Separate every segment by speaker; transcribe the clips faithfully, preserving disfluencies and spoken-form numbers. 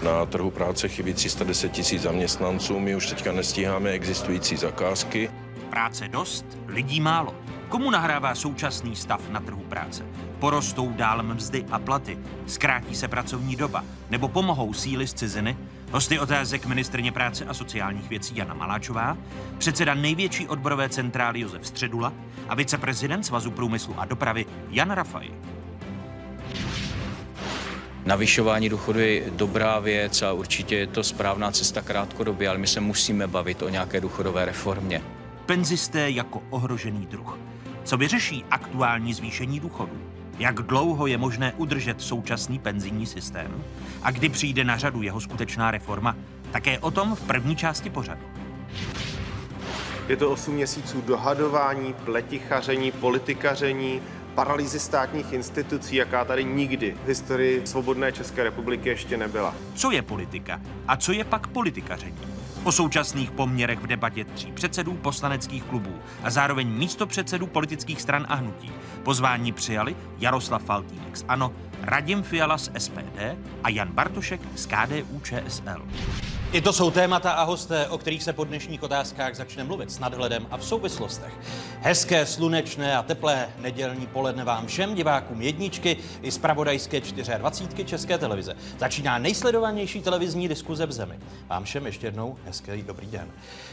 Speaker 1: Na trhu práce chybí tři sta deset tisíc zaměstnanců, my už teďka nestíháme existující zakázky.
Speaker 2: Práce dost, lidí málo. Komu nahrává současný stav na trhu práce? Porostou dál mzdy a platy, zkrátí se pracovní doba, nebo pomohou síly z ciziny? Hosty otázek ministryně práce a sociálních věcí Jana Maláčová, předseda největší odborové centrály Josef Středula a viceprezident Svazu průmyslu a dopravy Jan Rafaj.
Speaker 3: Navyšování důchodu je dobrá věc a určitě je to správná cesta krátkodobě, ale my se musíme bavit o nějaké důchodové reformě.
Speaker 2: Penzisté jako ohrožený druh. Co vyřeší aktuální zvýšení důchodů? Jak dlouho je možné udržet současný penzijní systém? A kdy přijde na řadu jeho skutečná reforma? Také o tom v první části pořadu.
Speaker 4: Je to osm měsíců dohadování, pletichaření, politikaření, paralýzy státních institucí, jaká tady nikdy v historii svobodné České republiky ještě nebyla.
Speaker 2: Co je politika a co je pak politikaření? O současných poměrech v debatě tří předsedů poslaneckých klubů a zároveň místopředsedů politických stran a hnutí. Pozvání přijali Jaroslav Faltýnek z ANO, Radim Fiala z S P D a Jan Bartošek z K D U Č S L. I to jsou témata a hosté, o kterých se po dnešních otázkách začne mluvit s nadhledem a v souvislostech. Hezké, slunečné a teplé nedělní poledne vám všem divákům jedničky i zpravodajské dvacet čtyři České televize. Začíná nejsledovanější televizní diskuze v zemi. Vám všem ještě jednou hezký dobrý den.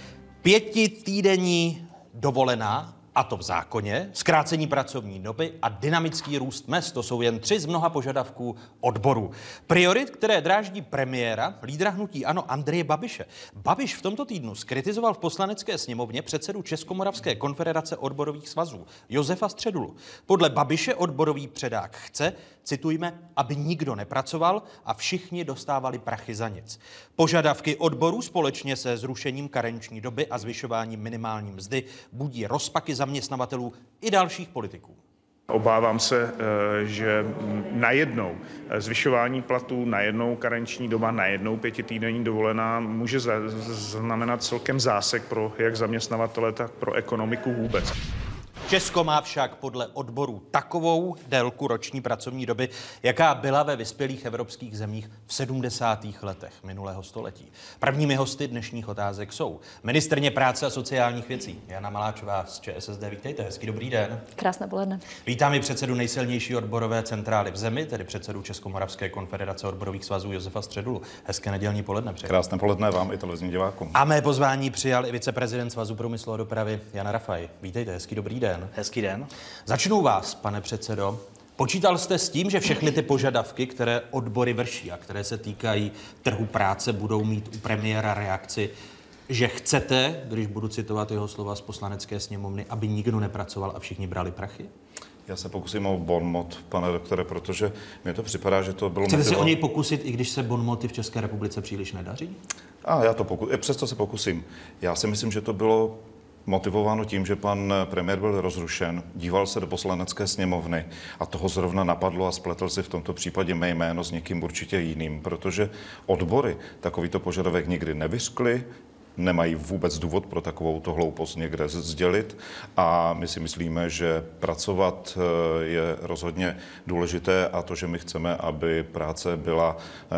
Speaker 2: Pětitýdenní dovolená, a to v zákoně, zkrácení pracovní doby a dynamický růst mezd, to jsou jen tři z mnoha požadavků odborů. Priorit, které dráždí premiéra, lídra hnutí ANO Andreje Babiše. Babiš v tomto týdnu zkritizoval v Poslanecké sněmovně předsedu Českomoravské konfederace odborových svazů Josefa Středulu. Podle Babiše odborový předák chce, citujme, aby nikdo nepracoval a všichni dostávali prachy za nic. Požadavky odborů společně se zrušením karenční doby a zvyšováním minimální mzdy budí rozpaky zaměstnavatelů i dalších politiků.
Speaker 5: Obávám se, že najednou zvyšování platů, najednou karenční doba, najednou pětitýdenní dovolená může znamenat celkem zásek pro jak zaměstnavatele, tak pro ekonomiku vůbec.
Speaker 2: Česko má však podle odborů takovou délku roční pracovní doby, jaká byla ve vyspělých evropských zemích v sedmdesátých letech minulého století. Prvními hosty dnešních otázek jsou ministryně práce a sociálních věcí Jana Maláčová z Č S S D. Vítejte, hezký dobrý den.
Speaker 6: Krásné poledne.
Speaker 2: Vítám i předsedu nejsilnější odborové centrály v zemi, tedy předsedu Českomoravské konfederace odborových svazů Josefa Středulu. Hezké nedělní poledne přeji.
Speaker 7: Krásné poledne vám i televizním divákům.
Speaker 2: A mé pozvání přijal i viceprezident Svazu průmyslu a dopravy Jan Rafaj. Vítejte, hezký dobrý den.
Speaker 8: Hezký den.
Speaker 2: Začnu vás, pane předsedo. Počítal jste s tím, že všechny ty požadavky, které odbory vrší a které se týkají trhu práce, budou mít u premiéra reakci, že chcete, když budu citovat jeho slova z Poslanecké sněmovny, aby nikdo nepracoval a všichni brali prachy?
Speaker 7: Já se pokusím o bonmot, pane doktore, protože mi to připadá, že to bylo...
Speaker 2: Chcete
Speaker 7: motivo...
Speaker 2: se o něj pokusit, i když se bonmoty v České republice příliš nedaří?
Speaker 7: A já to poku... přesto se pokusím. Já si myslím, že to bylo motivováno tím, že pan premiér byl rozrušen, díval se do Poslanecké sněmovny a toho zrovna napadlo a spletl si v tomto případě mé jméno s někým určitě jiným, protože odbory takovýto požadavek nikdy nevyřkly, nemají vůbec důvod pro takovouto hloupost někde sdělit a my si myslíme, že pracovat je rozhodně důležité a to, že my chceme, aby práce byla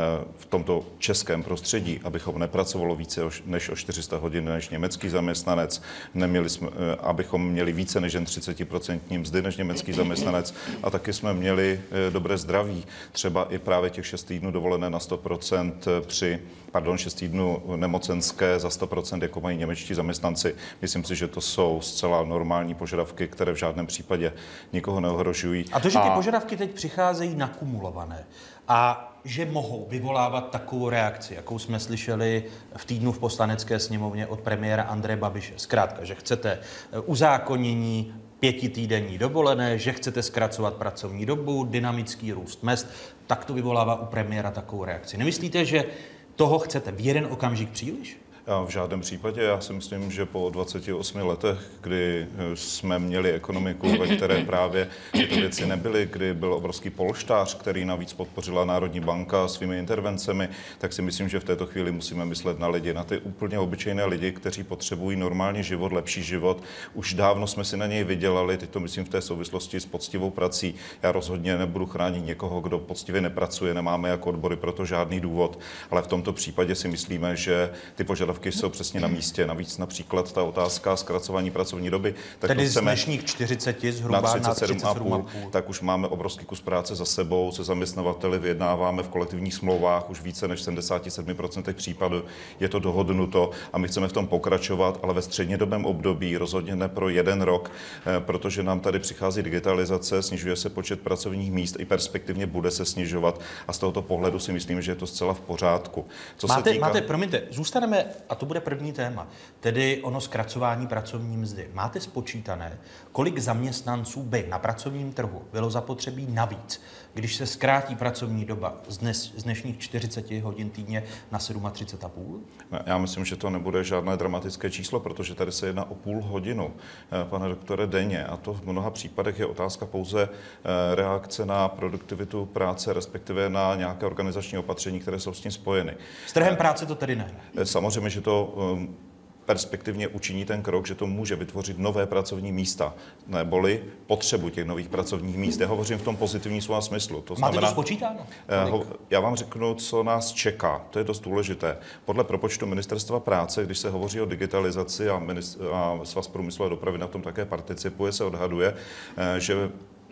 Speaker 7: v tomto českém prostředí, abychom nepracovalo více než o čtyři sta hodin než německý zaměstnanec, neměli jsme, abychom měli více než jen třicet procent mzdy než německý zaměstnanec a taky jsme měli dobré zdraví, třeba i právě těch šest týdnů dovolené na sto procent při, pardon, šest týdnů nemocenské za sto procent, jako mají němečtí zaměstnanci. Myslím si, že to jsou zcela normální požadavky, které v žádném případě nikoho neohrožují.
Speaker 2: A to, že ty a... požadavky teď přicházejí nakumulované a že mohou vyvolávat takovou reakci, jakou jsme slyšeli v týdnu v Poslanecké sněmovně od premiéra Andreje Babiše. Zkrátka, že chcete uzákonění pětitýdenní dovolené, že chcete zkracovat pracovní dobu, dynamický růst mezd, tak to vyvolává u premiéra takovou reakci. Nemyslíte, že toho chcete v jeden okamžik příliš?
Speaker 7: Já v žádném případě. Já si myslím, že po dvaceti osmi letech, kdy jsme měli ekonomiku, ve které právě tyto věci nebyly, kdy byl obrovský polštář, který navíc podpořila Národní banka svými intervencemi, tak si myslím, že v této chvíli musíme myslet na lidi, na ty úplně obyčejné lidi, kteří potřebují normální život, lepší život. Už dávno jsme si na něj vydělali, teď to myslím v té souvislosti s poctivou prací. Já rozhodně nebudu chránit někoho, kdo poctivě nepracuje, nemáme jako odbory proto žádný důvod, ale v tomto případě si myslíme, že ty požadavky jsou přesně na místě. Navíc například ta otázka zkracování pracovní doby. Tak
Speaker 2: tedy
Speaker 7: z
Speaker 2: dnešních čtyřiceti zhruba na třicet sedm a půl,
Speaker 7: tak už máme obrovský kus práce za sebou, se zaměstnavateli vyjednáváme v kolektivních smlouvách už více než sedmdesát sedm procent případů. Je to dohodnuto a my chceme v tom pokračovat, ale ve střednědobém období rozhodně ne pro jeden rok, protože nám tady přichází digitalizace, snižuje se počet pracovních míst i perspektivně bude se snižovat a z tohoto pohledu si myslím, že je to zcela v pořádku. Co
Speaker 2: máte,
Speaker 7: se týká...
Speaker 2: máte, promiňte, zůstaneme, a to bude první téma, tedy ono zkracování pracovní mzdy. Máte spočítané, kolik zaměstnanců by na pracovním trhu bylo zapotřebí navíc, když se zkrátí pracovní doba z, dnes, z dnešních čtyřicet hodin týdně na třicet sedm a půl?
Speaker 7: Já myslím, že to nebude žádné dramatické číslo, protože tady se jedná o půl hodinu, pane doktore, denně. A to v mnoha případech je otázka pouze reakce na produktivitu práce, respektive na nějaké organizační opatření, které jsou s tím spojeny.
Speaker 2: S trhem práce to tedy ne?
Speaker 7: Samozřejmě, že to perspektivně učiní ten krok, že to může vytvořit nové pracovní místa, neboli potřebu těch nových pracovních míst. Já hovořím v tom pozitivním slova smyslu. To
Speaker 2: znamená, máte to spočítáno?
Speaker 7: Já vám řeknu, co nás čeká. To je dost důležité. Podle propočtu Ministerstva práce, když se hovoří o digitalizaci a, a Svaz průmyslu a dopravy na tom také participuje, se odhaduje, že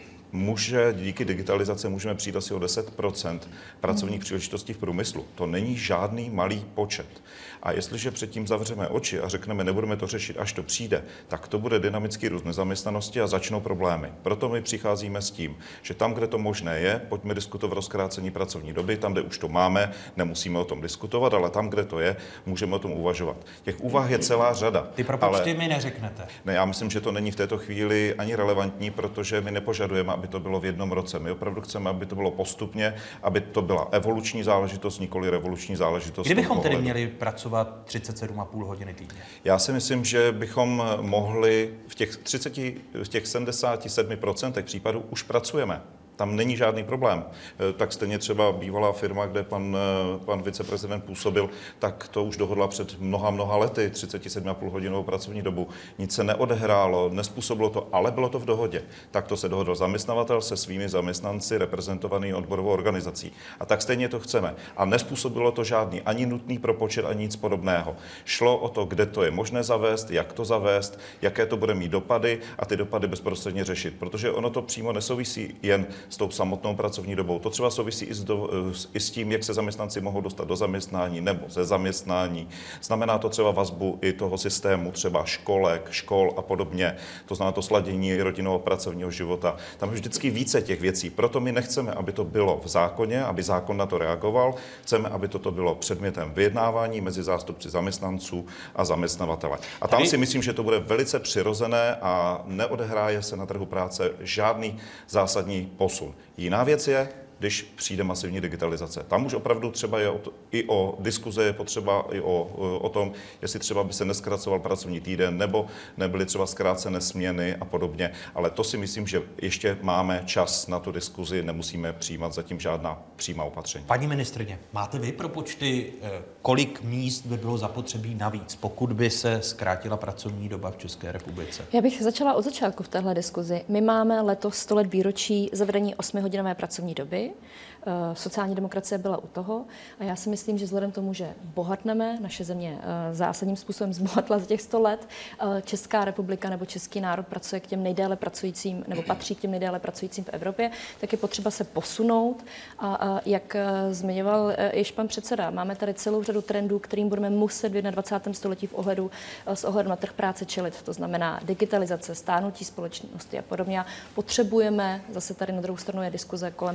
Speaker 7: může, díky digitalizaci můžeme přijít asi o deset procent pracovních příležitostí v průmyslu. To není žádný malý počet. A jestliže předtím zavřeme oči a řekneme, nebudeme to řešit, až to přijde, tak to bude dynamický růst nezaměstnanosti a začnou problémy. Proto my přicházíme s tím, že tam, kde to možné je, pojďme diskutovat o zkrácení pracovní doby, tam, kde už to máme, nemusíme o tom diskutovat, ale tam, kde to je, můžeme o tom uvažovat. Těch úvah je celá řada.
Speaker 2: Ty propočty ale... mi neřeknete.
Speaker 7: Ne, já myslím, že to není v této chvíli ani relevantní, protože my nepožadujeme, aby to bylo v jednom roce. My opravdu chceme, aby to bylo postupně, aby to byla evoluční záležitost, nikoli revoluční záležitost.
Speaker 2: Kdybychom tedy měli pracovat třicet sedm a půl hodiny týdně?
Speaker 7: Já si myslím, že bychom mohli v těch, třiceti, v těch sedmdesáti sedmi procentech případů už pracujeme. Tam není žádný problém. Tak stejně třeba bývalá firma, kde pan, pan viceprezident působil, tak to už dohodla před mnoha, mnoha lety, třicet sedm a půl hodinovou pracovní dobu. Nic se neodehrálo, nespůsobilo to, ale bylo to v dohodě. Tak to se dohodl zaměstnavatel se svými zaměstnanci reprezentovaný odborovou organizací. A tak stejně to chceme. A nespůsobilo to žádný ani nutný propočet, ani nic podobného. Šlo o to, kde to je možné zavést, jak to zavést, jaké to bude mít dopady a ty dopady bezprostředně řešit. Protože ono to přímo nesouvisí jen s tou samotnou pracovní dobou. To třeba souvisí i s, do, i s tím, jak se zaměstnanci mohou dostat do zaměstnání nebo ze zaměstnání. Znamená to třeba vazbu i toho systému, třeba školek, škol a podobně. To znamená to sladění rodinného pracovního života. Tam je vždycky více těch věcí. Proto my nechceme, aby to bylo v zákoně, aby zákon na to reagoval. Chceme, aby toto bylo předmětem vyjednávání mezi zástupci zaměstnanců a zaměstnavatele. A tam si myslím, že to bude velice přirozené a neodehraje se na trhu práce žádný zásadní posun. Jiná věc je, když přijde masivní digitalizace. Tam už opravdu třeba je o to, i o diskuze, je potřeba i o, o tom, jestli třeba by se neskracoval pracovní týden, nebo nebyly třeba zkrácené směny a podobně. Ale to si myslím, že ještě máme čas na tu diskuzi, nemusíme přijímat zatím žádná přímá opatření.
Speaker 2: Paní ministryně, máte vy propočty, kolik míst by bylo zapotřebí navíc, pokud by se zkrátila pracovní doba v České republice?
Speaker 6: Já bych začala od začátku v téhle diskuzi. My máme letos sto let výročí zavedení osmihodinové pracovní doby. Sociální demokracie byla u toho a já si myslím, že vzhledem k tomu, že bohatneme, naše země zásadním způsobem zbohatla za těch sto let, Česká republika nebo český národ pracuje k těm nejdéle pracujícím nebo patří k těm nejdéle pracujícím v Evropě, tak je potřeba se posunout a jak zmiňoval již pan předseda, máme tady celou řadu trendů, kterým budeme muset v dvacátém prvním století v ohledu, s ohledem na trh práce čelit. To znamená digitalizace, stárnutí společnosti a podobně. Potřebujeme, zase tady na druhou stranu je diskuze kolem produktivity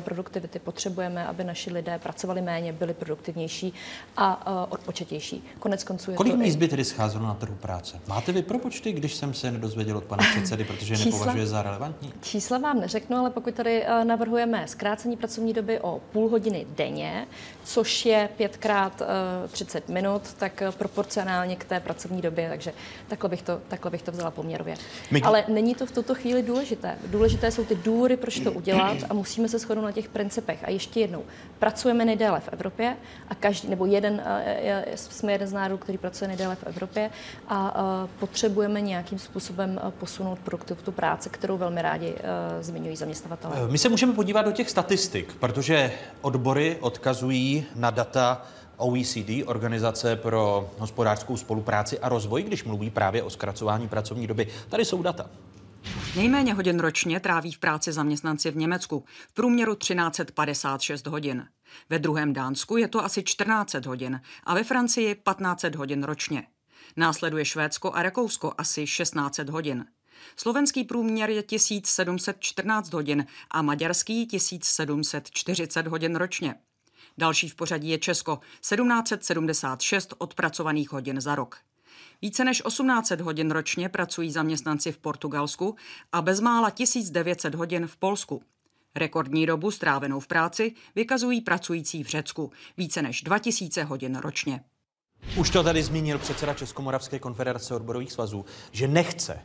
Speaker 6: produktivity. Potřebujeme, aby naši lidé pracovali méně, byli produktivnější a uh, odpočatější. Konec konců je
Speaker 2: Kolik
Speaker 6: to
Speaker 2: míst
Speaker 6: i...
Speaker 2: by tedy scházelo na trhu práce? Máte vy propočty, když jsem se nedozvěděl od pana předsedy, protože je nepovažuje za relevantní?
Speaker 6: Čísla vám neřeknu, ale pokud tady uh, navrhujeme zkrácení pracovní doby o půl hodiny denně, což je pětkrát uh, třicet minut, tak uh, proporcionálně k té pracovní době, takže takhle bych to, takhle bych to vzala poměrově.
Speaker 2: My...
Speaker 6: Ale není to v tuto chvíli důležité. Důležité jsou ty důvody, proč to udělat a musíme se shodnout na těch principech. A ještě jednou, pracujeme nejdéle v Evropě a každý, nebo jeden, jsme jeden z národů, který pracuje nejdéle v Evropě a potřebujeme nějakým způsobem posunout produktivitu práce, kterou velmi rádi zmiňují zaměstnavatelé.
Speaker 2: My se můžeme podívat do těch statistik, protože odbory odkazují na data O E C D, Organizace pro hospodářskou spolupráci a rozvoj, když mluví právě o zkracování pracovní doby. Tady jsou data.
Speaker 8: Nejméně hodin ročně tráví v práci zaměstnanci v Německu, v průměru tři tisíce tři sta padesát šest hodin. Ve druhém Dánsku je to asi čtrnáct set hodin a ve Francii patnáct set hodin ročně. Následuje Švédsko a Rakousko asi šestnáct set hodin. Slovenský průměr je tisíc sedm set čtrnáct hodin a maďarský tisíc sedm set čtyřicet hodin ročně. Další v pořadí je Česko, tisíc sedm set sedmdesát šest odpracovaných hodin za rok. Více než osmnáct set hodin ročně pracují zaměstnanci v Portugalsku a bezmála tisíc devět set hodin v Polsku. Rekordní dobu strávenou v práci vykazují pracující v Řecku, více než dva tisíce hodin ročně.
Speaker 2: Už to tady zmínil předseda Českomoravské konfederace odborových svazů, že nechce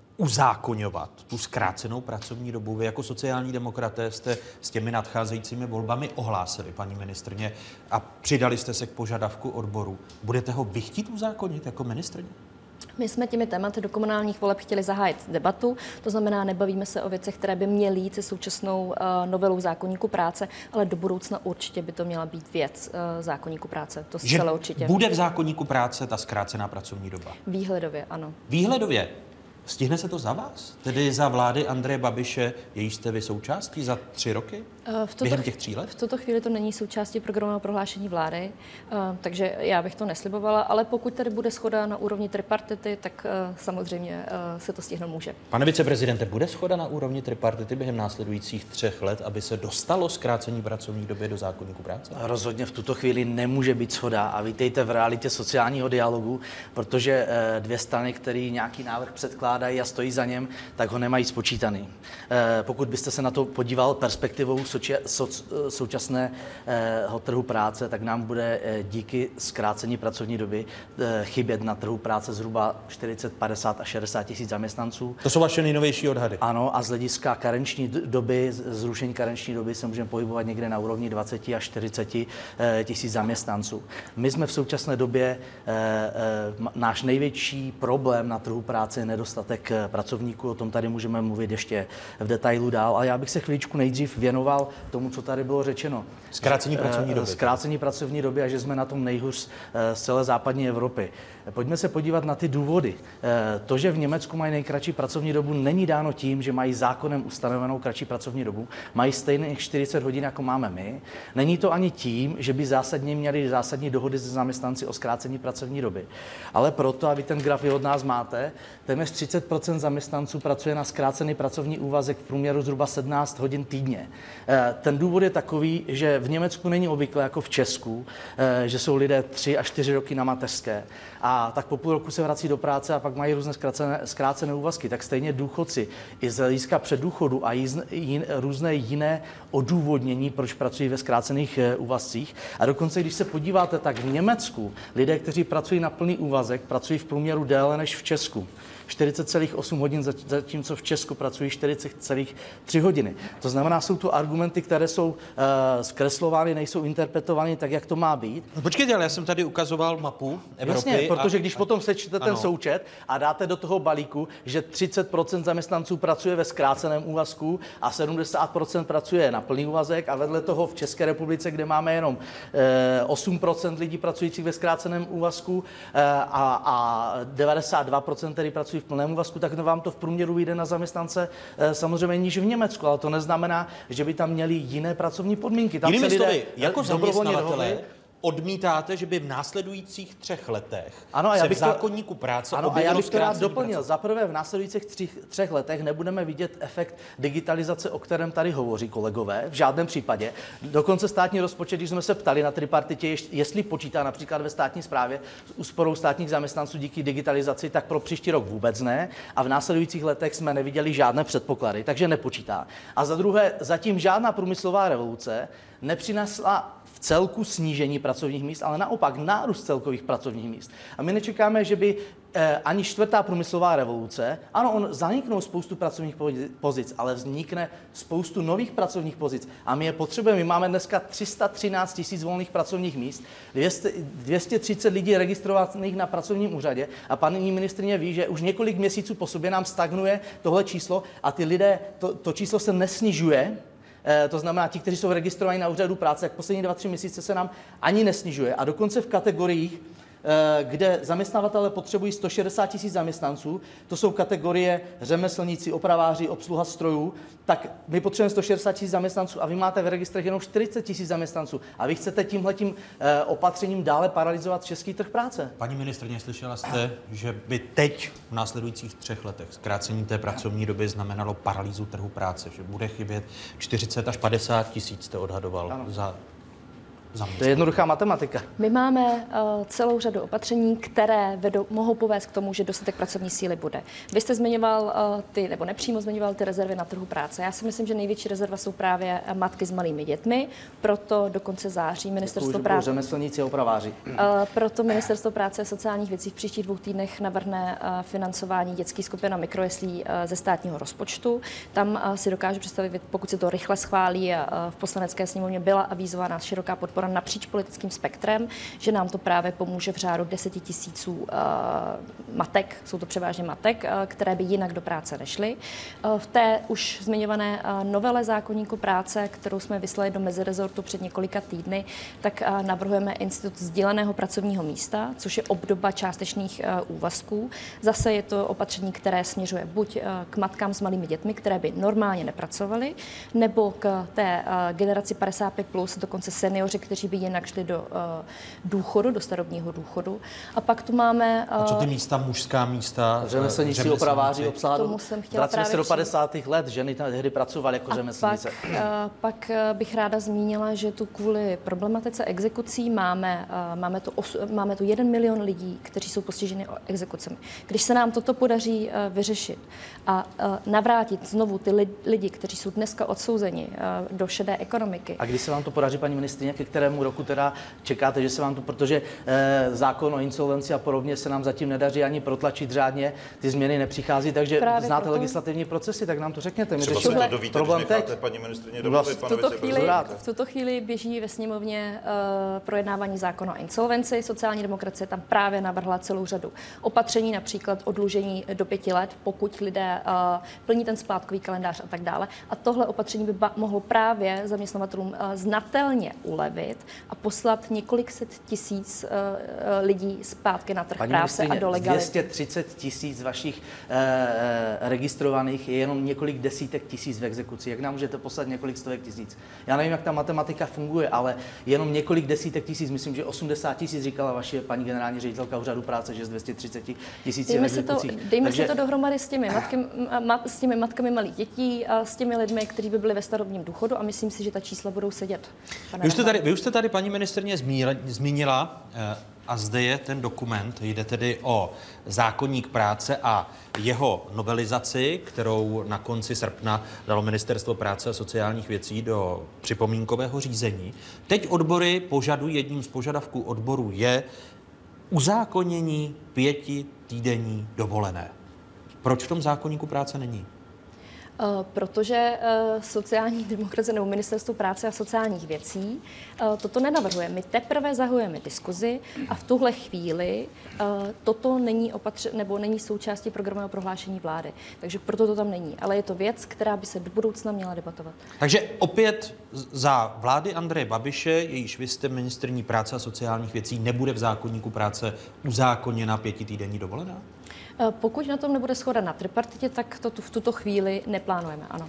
Speaker 2: uzákoňovat tu zkrácenou pracovní dobu. Vy jako sociální demokraté jste s těmi nadcházejícími volbami ohlásili, paní ministryně, a přidali jste se k požadavku odboru. Budete ho vy chtít uzákonit jako ministryně?
Speaker 6: My jsme těmi tématy do komunálních voleb chtěli zahájit debatu, to znamená, nebavíme se o věcech, které by měly jít se současnou uh, novelou zákoníku práce, ale do budoucna určitě by to měla být věc uh, zákoníku práce, to zcela určitě.
Speaker 2: Bude v zákoníku práce ta zkrácená pracovní doba?
Speaker 6: Výhledově, ano.
Speaker 2: Výhledově? Stihne se to za vás? Tedy za vlády Andreje Babiše, jejíž jste vy součástí za tři roky?
Speaker 6: V tuto,
Speaker 2: během těch tří let?
Speaker 6: V tuto chvíli to není součástí programového prohlášení vlády, takže já bych to neslibovala, ale pokud tady bude shoda na úrovni tripartity, tak samozřejmě se to stihnout může.
Speaker 2: Pane viceprezidente, bude shoda na úrovni tripartity během následujících třech let, aby se dostalo zkrácení pracovní doby do zákoníku práce?
Speaker 9: Rozhodně v tuto chvíli nemůže být shoda a vítejte v realitě sociálního dialogu, protože dvě strany, které nějaký návrh předkládají a stojí za něm, tak ho nemají spočítaný. Pokud byste se na to podíval perspektivou současného trhu práce, tak nám bude díky zkrácení pracovní doby chybět na trhu práce zhruba čtyřicet, padesát a šedesát tisíc zaměstnanců.
Speaker 2: To jsou vaše nejnovější odhady?
Speaker 9: Ano, a z hlediska karenční doby, zrušení karenční doby se můžeme pohybovat někde na úrovni dvacet až čtyřicet tisíc zaměstnanců. My jsme v současné době, náš největší problém na trhu práce je nedostatek pracovníků, o tom tady můžeme mluvit ještě v detailu dál, a já bych se chvíličku nejdřív věnoval tomu, co tady bylo řečeno.
Speaker 2: Zkrácení pracovní doby.
Speaker 9: Zkrácení pracovní doby a že jsme na tom nejhůř z celé západní Evropy. Pojďme se podívat na ty důvody. To, že v Německu mají nejkratší pracovní dobu, není dáno tím, že mají zákonem ustanovenou kratší pracovní dobu, mají stejných čtyřicet hodin, jako máme my. Není to ani tím, že by zásadně měli zásadní dohody se zaměstnanci o zkrácení pracovní doby. Ale proto, a vy ten graf od nás máte, téměř třicet procent zaměstnanců pracuje na zkrácený pracovní úvazek v průměru zhruba sedmnáct hodin týdně. Ten důvod je takový, že v Německu není obvykle jako v Česku, že jsou lidé tři až čtyři roky na mateřské a tak po půl roku se vrací do práce a pak mají různé zkrácené, zkrácené úvazky. Tak stejně důchodci i z hlediska předdůchodu a jin, jin, různé jiné odůvodnění, proč pracují ve zkrácených úvazcích. A dokonce, když se podíváte, tak v Německu lidé, kteří pracují na plný úvazek, pracují v průměru déle než v Česku. čtyřicet celá osm hodin, zatímco v Česku pracují čtyřicet celá tři hodiny. To znamená, jsou to argumenty, které jsou uh, zkreslovány, nejsou interpretovány tak, jak to má být.
Speaker 2: No, počkejte, ale já jsem tady ukazoval mapu Evropy.
Speaker 9: Jasně, protože když
Speaker 2: a,
Speaker 9: potom sečtete ten součet a dáte do toho balíku, že třicet procent zaměstnanců pracuje ve zkráceném úvazku a sedmdesát procent pracuje na plný úvazek a vedle toho v České republice, kde máme jenom eh, osm procent lidí pracujících ve zkráceném úvazku eh, a, a devadesát dva procent tedy pracují v plném úvazku, tak vám to v průměru vyjde na zaměstnance eh, samozřejmě níž v Německu, ale to neznamená, že by tam měli jiné pracovní podmínky. Tam
Speaker 2: Jinými
Speaker 9: se lidé
Speaker 2: slovy, jako zaměstnavatelé odmítáte, že by v následujících třech letech
Speaker 9: ano, a já
Speaker 2: se
Speaker 9: bych
Speaker 2: v zákoníku práce
Speaker 9: ano, a já bych to rád doplnil.
Speaker 2: Práce.
Speaker 9: Za prvé, v následujících třích, třech letech nebudeme vidět efekt digitalizace, o kterém tady hovoří kolegové, v žádném případě. Dokonce státní rozpočet, když jsme se ptali na tripartitě, jestli počítá například ve státní správě s úsporou státních zaměstnanců díky digitalizaci, tak pro příští rok vůbec ne. A v následujících letech jsme neviděli žádné předpoklady, takže nepočítá. A za druhé, zatím žádná průmyslová revoluce nepřinesla v celku snížení pracovních míst, ale naopak nárůst celkových pracovních míst. A my nečekáme, že by eh, ani čtvrtá průmyslová revoluce, ano, on zaniknou spoustu pracovních pozic, ale vznikne spoustu nových pracovních pozic. A my je potřebujeme. My máme dneska tři sta třináct tisíc volných pracovních míst, dvě stě třicet lidí registrovaných na pracovním úřadě a paní ministryně ví, že už několik měsíců po sobě nám stagnuje tohle číslo a ty lidé, to, to číslo se nesnižuje. To znamená, ti, kteří jsou registrovaní na úřadu práce, jak poslední dva, tři měsíce se nám ani nesnižuje. A dokonce v kategoriích, kde zaměstnavatele potřebují sto šedesát tisíc zaměstnanců, to jsou kategorie řemeslníci, opraváři, obsluha strojů, tak my potřebujeme sto šedesát tisíc zaměstnanců a vy máte v registrech jenom čtyřicet tisíc zaměstnanců. A vy chcete tímhletím opatřením dále paralyzovat český trh práce.
Speaker 2: Paní ministryně, slyšela jste, že by teď v následujících třech letech zkrácení té pracovní doby znamenalo paralýzu trhu práce, že bude chybět čtyřicet až padesát tisíc, jste odhadoval, ano. za
Speaker 9: To je jednoduchá matematika.
Speaker 6: My máme uh, celou řadu opatření, které vedou, mohou povést k tomu, že dostatek pracovní síly bude. Vy jste zmiňoval uh, ty, nebo nepřímo zmiňoval ty rezervy na trhu práce. Já si myslím, že největší rezerva jsou právě matky s malými dětmi, proto do konce září ministerstvo práce...
Speaker 9: řemeslníci a opraváři.
Speaker 6: Uh, proto ministerstvo práce a sociálních věcí v příštích dvou týdnech navrhne uh, financování dětských skupin a mikrojeslí uh, ze státního rozpočtu. Tam uh, si dokážu představit, pokud se to rychle schválí a uh, v poslanecké sněmovně byla avízována široká podpora napříč politickým spektrem, že nám to právě pomůže v řádu deseti tisíců uh, matek, jsou to převážně matek, uh, které by jinak do práce nešly. Uh, v té už zmiňované uh, novele zákoníku práce, kterou jsme vyslali do mezirezortu před několika týdny, tak uh, navrhujeme institut sdíleného pracovního místa, což je obdoba částečných uh, úvazků. Zase je to opatření, které směřuje buď uh, k matkám s malými dětmi, které by normálně nepracovaly, nebo k té uh, generaci padesát pět plus, dokonce seniori, kteří by jinak šli do uh, důchodu, do starobního důchodu. A pak tu máme... Uh,
Speaker 2: a co ty místa, mužská místa?
Speaker 9: Řemeslníci, opraváři, obsluha.
Speaker 6: Tomu jsem chtěla
Speaker 9: Vracíme se do padesátých let, ženy tehdy pracovaly jako řemeslnice.
Speaker 6: Pak, uh, pak bych ráda zmínila, že tu kvůli problematice exekucí máme, uh, máme, tu os, máme tu jeden milion lidí, kteří jsou postiženi exekucemi. Když se nám toto podaří uh, vyřešit a uh, navrátit znovu ty li, lidi, kteří jsou dneska odsouzeni uh, do šedé ekonomiky.
Speaker 9: A když se vám to podaří, paní ministryně, ke kterému roku teda čekáte, že se vám to, protože eh, zákon o insolvenci a podobně se nám zatím nedaří ani protlačit řádně, ty změny nepřichází, takže právě znáte proto... legislativní procesy, tak nám to řekněte. My
Speaker 7: třeba se to dovíte,
Speaker 9: problém
Speaker 7: když necháte paní ministryně
Speaker 6: domluvit, v, tuto chvíli, v tuto chvíli běží ve sněmovně uh, projednávání zákona o insolvenci. Sociální demokracie tam právě navrhla celou řadu opatření, například odlužení do pěti let, pokud lidé uh, plní ten splátkový kalendář a tak dále. A tohle opatření by ba- mohlo právě zaměstnavatelům uh, znatelně ulevit a poslat několik set tisíc uh, lidí zpátky na trh
Speaker 9: paní
Speaker 6: práce a do legality.
Speaker 9: dvě stě třicet tisíc vašich uh, registrovaných je jenom několik desítek tisíc v exekuci. Jak nám můžete poslat několik stovek tisíc? Já nevím, jak ta matematika funguje, ale jenom několik desítek tisíc, myslím, že osmdesát tisíc říkala vaše paní generální ředitelka úřadu práce, že z dvě stě třicet tisíc je v exekucích.
Speaker 6: Dejme
Speaker 9: Takže...
Speaker 6: si to dohromady s těmi, matky, ma, s těmi matkami malých dětí a s těmi lidmi, kteří by byli ve starobním důchodu a myslím si, že ta čísla budou sedět.
Speaker 2: Vy už jste tady, vy už jste tady paní ministryně zmínila, a zde je ten dokument, jde tedy o zákoník práce a jeho novelizaci, kterou na konci srpna dalo Ministerstvo práce a sociálních věcí do připomínkového řízení. Teď odbory požadují, jedním z požadavků odborů je uzákonění pěti týdenní dovolené. Proč v tom zákoníku práce není?
Speaker 6: Protože sociální demokracie nebo Ministerstvo práce a sociálních věcí toto nenavrhuje. My teprve zahajujeme diskuzi a v tuhle chvíli toto není opatře, nebo není součástí programového prohlášení vlády. Takže proto to tam není. Ale je to věc, která by se do budoucna měla debatovat.
Speaker 2: Takže opět za vlády Andreje Babiše, jejíž vy jste ministryní práce a sociálních věcí, nebude v zákoníku práce uzákoněna pětitýdenní dovolená?
Speaker 6: Pokud na tom nebude shoda na tripartitě, tak to tu v tuto chvíli neplánujeme, ano.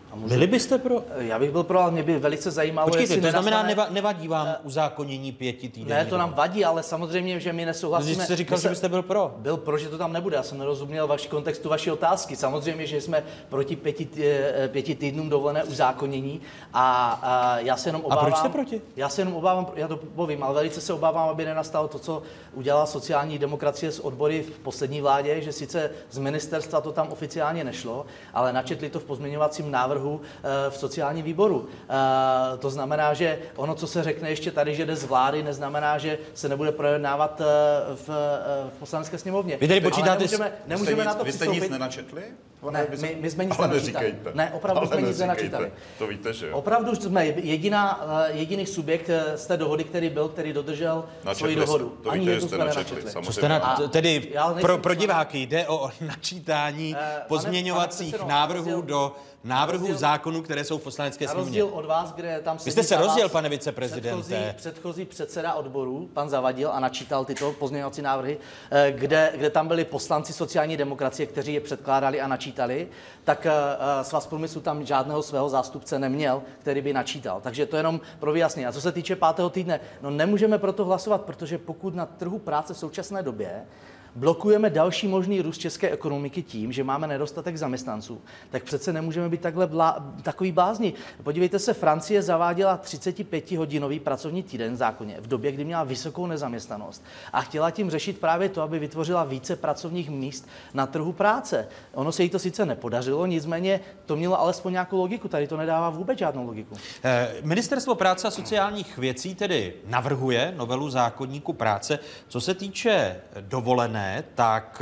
Speaker 9: Můžu...
Speaker 2: Byli byste pro?
Speaker 9: Já bych byl pro, ale mě by velice zajímalo,
Speaker 2: Počkejte,
Speaker 9: jestli
Speaker 2: to znamená,
Speaker 9: nenastane...
Speaker 2: neva, nevadí vám uzákonění pěti týdnů?
Speaker 9: Ne, to nám vadí, ale samozřejmě, že my nesouhlasíme.
Speaker 2: Když jste říkal,
Speaker 9: se...
Speaker 2: že byste byl pro.
Speaker 9: Byl pro, že to tam nebude. Já jsem nerozuměl vaši kontextu vaší otázky. Samozřejmě, že jsme proti pěti, pěti týdnům dovolené uzákonění a, a já se jenom obávám...
Speaker 2: A proč jste proti?
Speaker 9: Já se jenom obávám, já to povím, ale velice se obávám, aby nenastalo to, co udělala sociální demokracie s odbory v poslední vládě, že sice z ministerstva to tam oficiálně nešlo, ale načetli to v pozměňovacím návrhu v sociálním výboru. To znamená, že ono, co se řekne ještě tady, že jde z vlády, neznamená, že se nebude projednávat v, v poslanecké sněmovně.
Speaker 2: Vy tady počítáte...
Speaker 9: Nemůžeme, nemůžeme na to
Speaker 7: vy jste nic nenačetli?
Speaker 9: Ne, my, my jsme nic nenačítali. Ne, opravdu jsme nic nenačítali.
Speaker 7: To víte, že jo?
Speaker 9: Opravdu jsme jediná, jediný subjekt z té dohody, který byl, který dodržel svoji dohodu.
Speaker 7: To
Speaker 9: Ani
Speaker 7: víte,
Speaker 9: jednu
Speaker 7: že jste
Speaker 9: jsme
Speaker 7: načetli.
Speaker 9: nenačetli.
Speaker 2: Co jste na, tedy pro, pro diváky jde o načítání
Speaker 9: Eh,
Speaker 2: pozměňovacích
Speaker 9: pane, pane
Speaker 2: návrhů
Speaker 9: rozdíl,
Speaker 2: do návrhů
Speaker 9: rozdíl,
Speaker 2: zákonů, které jsou v poslanecké
Speaker 9: na
Speaker 2: sněmovně.
Speaker 9: rozdíl od vás, kde tam
Speaker 2: Vy jste se
Speaker 9: sedí za
Speaker 2: rozděl,
Speaker 9: vás
Speaker 2: pane viceprezidente.
Speaker 9: Předchozí, předchozí předseda odboru, pan Zavadil, a načítal tyto pozměňovací návrhy, eh, kde, kde tam byli poslanci sociální demokracie, kteří je předkládali a načítali, tak uh, Svaz průmyslu tam žádného svého zástupce neměl, který by načítal. Takže to jenom pro vyjasnění. A co se týče pátého týdne, no nemůžeme proto hlasovat, protože pokud na trhu práce v současné době blokujeme další možný růst české ekonomiky tím, že máme nedostatek zaměstnanců, tak přece nemůžeme být takhle blá, takový blázni. Podívejte se, Francie zaváděla třicetipětihodinový pracovní týden v zákoně v době, kdy měla vysokou nezaměstnanost a chtěla tím řešit právě to, aby vytvořila více pracovních míst na trhu práce. Ono se jí to sice nepodařilo, nicméně to mělo alespoň nějakou logiku. Tady to nedává vůbec žádnou logiku.
Speaker 2: Ministerstvo práce a sociálních věcí tedy navrhuje novelu zákoníku práce. Co se týče dovolené, tak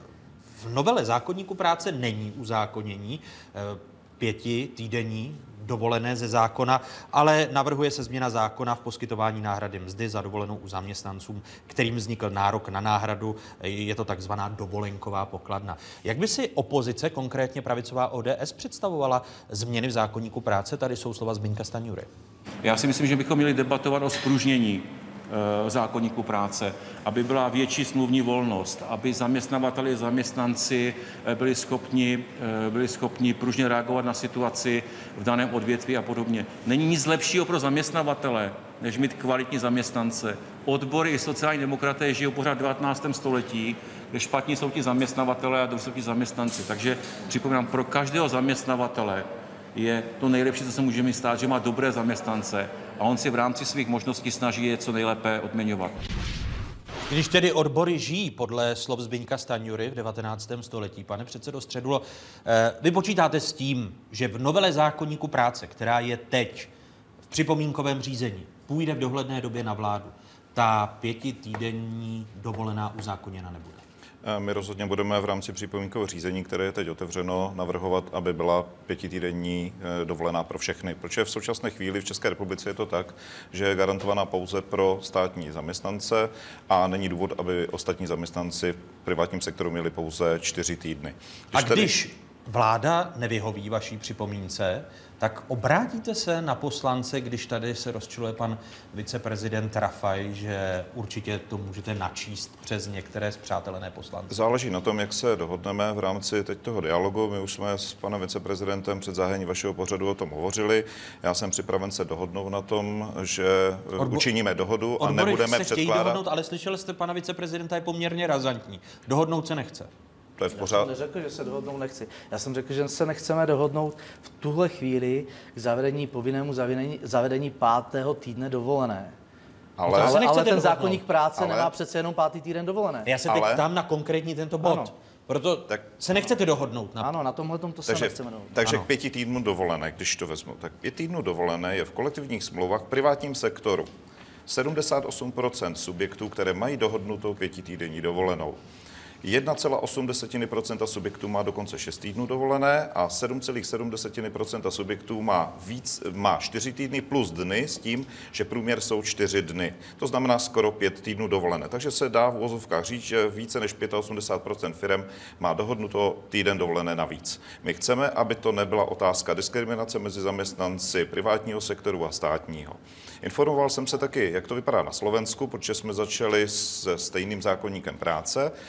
Speaker 2: v novele zákoníku práce není uzákonění pěti týdenní dovolené ze zákona, ale navrhuje se změna zákona v poskytování náhrady mzdy za dovolenou u zaměstnancům, kterým vznikl nárok na náhradu. Je to takzvaná dovolenková pokladna. Jak by si opozice, konkrétně pravicová O D S, představovala změny v zákoníku práce? Tady jsou slova Zbyňka Stanjury.
Speaker 10: Já si myslím, že bychom měli debatovat o zpružnění zákoníku práce, aby byla větší smluvní volnost, aby zaměstnavateli, zaměstnanci byli schopni, byli schopni pružně reagovat na situaci v daném odvětví a podobně. Není nic lepšího pro zaměstnavatele, než mít kvalitní zaměstnance. Odbory i sociální demokraté žijou pořád v devatenáctém století, kde špatní jsou ti zaměstnavatele a dobří jsou ti zaměstnanci. Takže připomínám, pro každého zaměstnavatele je to nejlepší, co se může mi stát, že má dobré zaměstnance a on si v rámci svých možností snaží je co nejlépe odměňovat.
Speaker 2: Když tedy odbory žijí podle slov Zbyňka Stanjury v devatenáctém století, pane předsedo Středulo, vy počítáte s tím, že v novele zákoníku práce, která je teď v připomínkovém řízení, půjde v dohledné době na vládu, ta pětitýdenní dovolená uzákoněna nebude?
Speaker 7: My rozhodně budeme v rámci připomínkového řízení, které je teď otevřeno, navrhovat, aby byla pětitýdenní dovolená pro všechny. Protože v současné chvíli v České republice je to tak, že je garantovaná pouze pro státní zaměstnance a není důvod, aby ostatní zaměstnanci v privátním sektoru měli pouze čtyři týdny.
Speaker 2: Když a když tedy... vláda nevyhoví vaší připomínce, tak obrátíte se na poslance, když tady se rozčiluje pan viceprezident Rafaj, že určitě to můžete načíst přes některé spřátelené poslance?
Speaker 7: Záleží na tom, jak se dohodneme v rámci teď toho dialogu. My už jsme s panem viceprezidentem před zahájením vašeho pořadu o tom hovořili. Já jsem připraven se dohodnout na tom, že Odbo- učiníme dohodu a nebudeme
Speaker 2: se
Speaker 7: předkládat...
Speaker 2: dohodnout, ale slyšeli jste pana viceprezidenta, je poměrně razantní. Dohodnout se nechce.
Speaker 7: To je v pořád.
Speaker 9: Já jsem neřekl, že se dohodnout nechci. Já jsem řekl, že se nechceme dohodnout v tuhle chvíli k zavedení povinnému zavedení, zavedení pátého týdne dovolené.
Speaker 7: Ale,
Speaker 9: ale, ale ten
Speaker 2: dohodnout.
Speaker 9: zákoník práce
Speaker 7: ale,
Speaker 9: nemá přece jenom pátý týden dovolené.
Speaker 2: Já se
Speaker 7: ale,
Speaker 2: teď ptám na konkrétní tento bod. Ano. Proto tak, se nechcete dohodnout. Na...
Speaker 9: Ano, na tomhle tom to se
Speaker 7: takže,
Speaker 9: nechceme dohodnout.
Speaker 7: Takže
Speaker 9: ano.
Speaker 7: k pěti týdnů dovolené, když to vezmu, tak pět týdnů dovolené je v kolektivních smlouvách v privátním sektoru sedmdesát osm procent subjektů, které mají dohodnutou pětitýdenní dovolenou. jedna celá osm procenta subjektů má dokonce šest týdnů dovolené a sedm celá sedm procenta subjektů má, víc, má čtyři týdny plus dny s tím, že průměr jsou čtyři dny. To znamená skoro pět týdnů dovolené. Takže se dá v uvozovkách říct, že více než osmdesát pět procent firem má dohodnuto týden dovolené navíc. My chceme, aby to nebyla otázka diskriminace mezi zaměstnanci privátního sektoru a státního. Informoval jsem se taky, jak to vypadá na Slovensku, protože jsme začali se stejným zákoníkem práce. Na Slovensku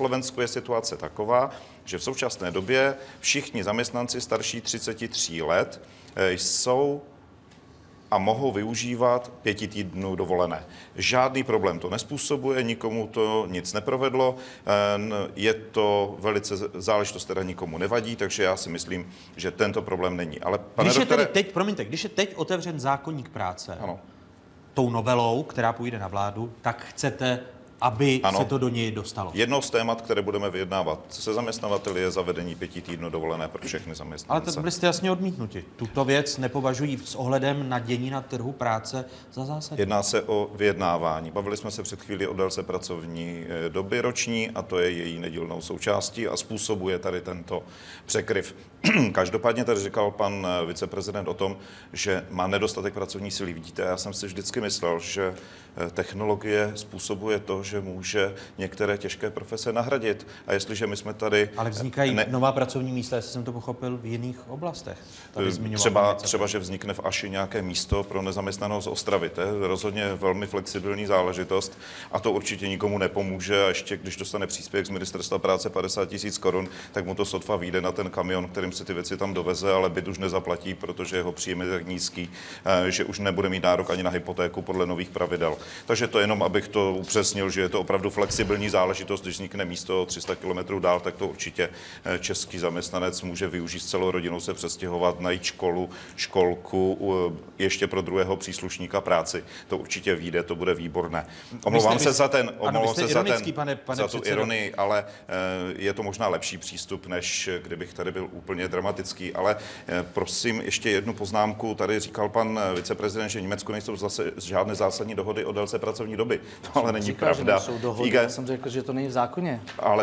Speaker 7: Slovensku je situace taková, že v současné době všichni zaměstnanci starší třiceti tří let jsou a mohou využívat pěti týdnů dovolené. Žádný problém to nespůsobuje, nikomu to nic neprovedlo, je to velice záležitost, která nikomu nevadí, takže já si myslím, že tento problém není. Ale pane
Speaker 2: když je
Speaker 7: doktore...
Speaker 2: tedy teď, promiňte, když je teď otevřen zákoník práce,
Speaker 7: ano.
Speaker 2: tou novelou, která půjde na vládu, tak chcete, aby ano. se to do něj dostalo.
Speaker 7: Jedno z témat, které budeme vyjednávat se zaměstnavateli, je zavedení pěti týdnů dovolené pro všechny zaměstnance.
Speaker 2: Ale to byli jste jasně odmítnuti. Tuto věc nepovažují s ohledem na dění na trhu práce za zásadní.
Speaker 7: Jedná se o vyjednávání. Bavili jsme se před chvílí o délce pracovní doby roční a to je její nedílnou součástí a způsobuje tady tento překryv. Každopádně tady říkal pan viceprezident o tom, že má nedostatek pracovní síly. Vidíte, já jsem si vždycky myslel, že technologie způsobuje to, že může některé těžké profese nahradit. A jestliže my jsme tady...
Speaker 2: Ale vznikají ne... nová pracovní místa, jestli jsem to pochopil, v jiných oblastech.
Speaker 7: Třeba, třeba, že vznikne v Aši nějaké místo pro nezaměstnanost z Ostravy. To je rozhodně velmi flexibilní záležitost a to určitě nikomu nepomůže. A ještě když dostane příspěvek z Ministerstva práce padesát tisíc korun, tak mu to sotva vyjde na ten kamion, kterým se ty věci tam doveze, ale byt už nezaplatí, protože jeho příjem je tak nízký, že už nebude mít nárok ani na hypotéku podle nových pravidel. Takže to jenom, abych to upřesnil, že je to opravdu flexibilní záležitost. Když vznikne místo tři sta kilometrů dál, tak to určitě český zaměstnanec může využít, s celou rodinou se přestěhovat, najít školu, školku, ještě pro druhého příslušníka práci. To určitě vyjde, to bude výborné. Omlouvám se za ten, omlouvám se za, ten,
Speaker 2: pane, pane
Speaker 7: za tu ironii, ale je to možná lepší přístup, než kdybych tady byl úplně dramatický. Ale prosím, ještě jednu poznámku. Tady říkal pan viceprezident, že v Německu nejsou zase žádné zásadní dohody o délce pracovní doby. To ale není
Speaker 9: Říkal,
Speaker 7: pravda.
Speaker 9: Že dohody. Já jsem řekl, že to není v zákoně.
Speaker 7: Ale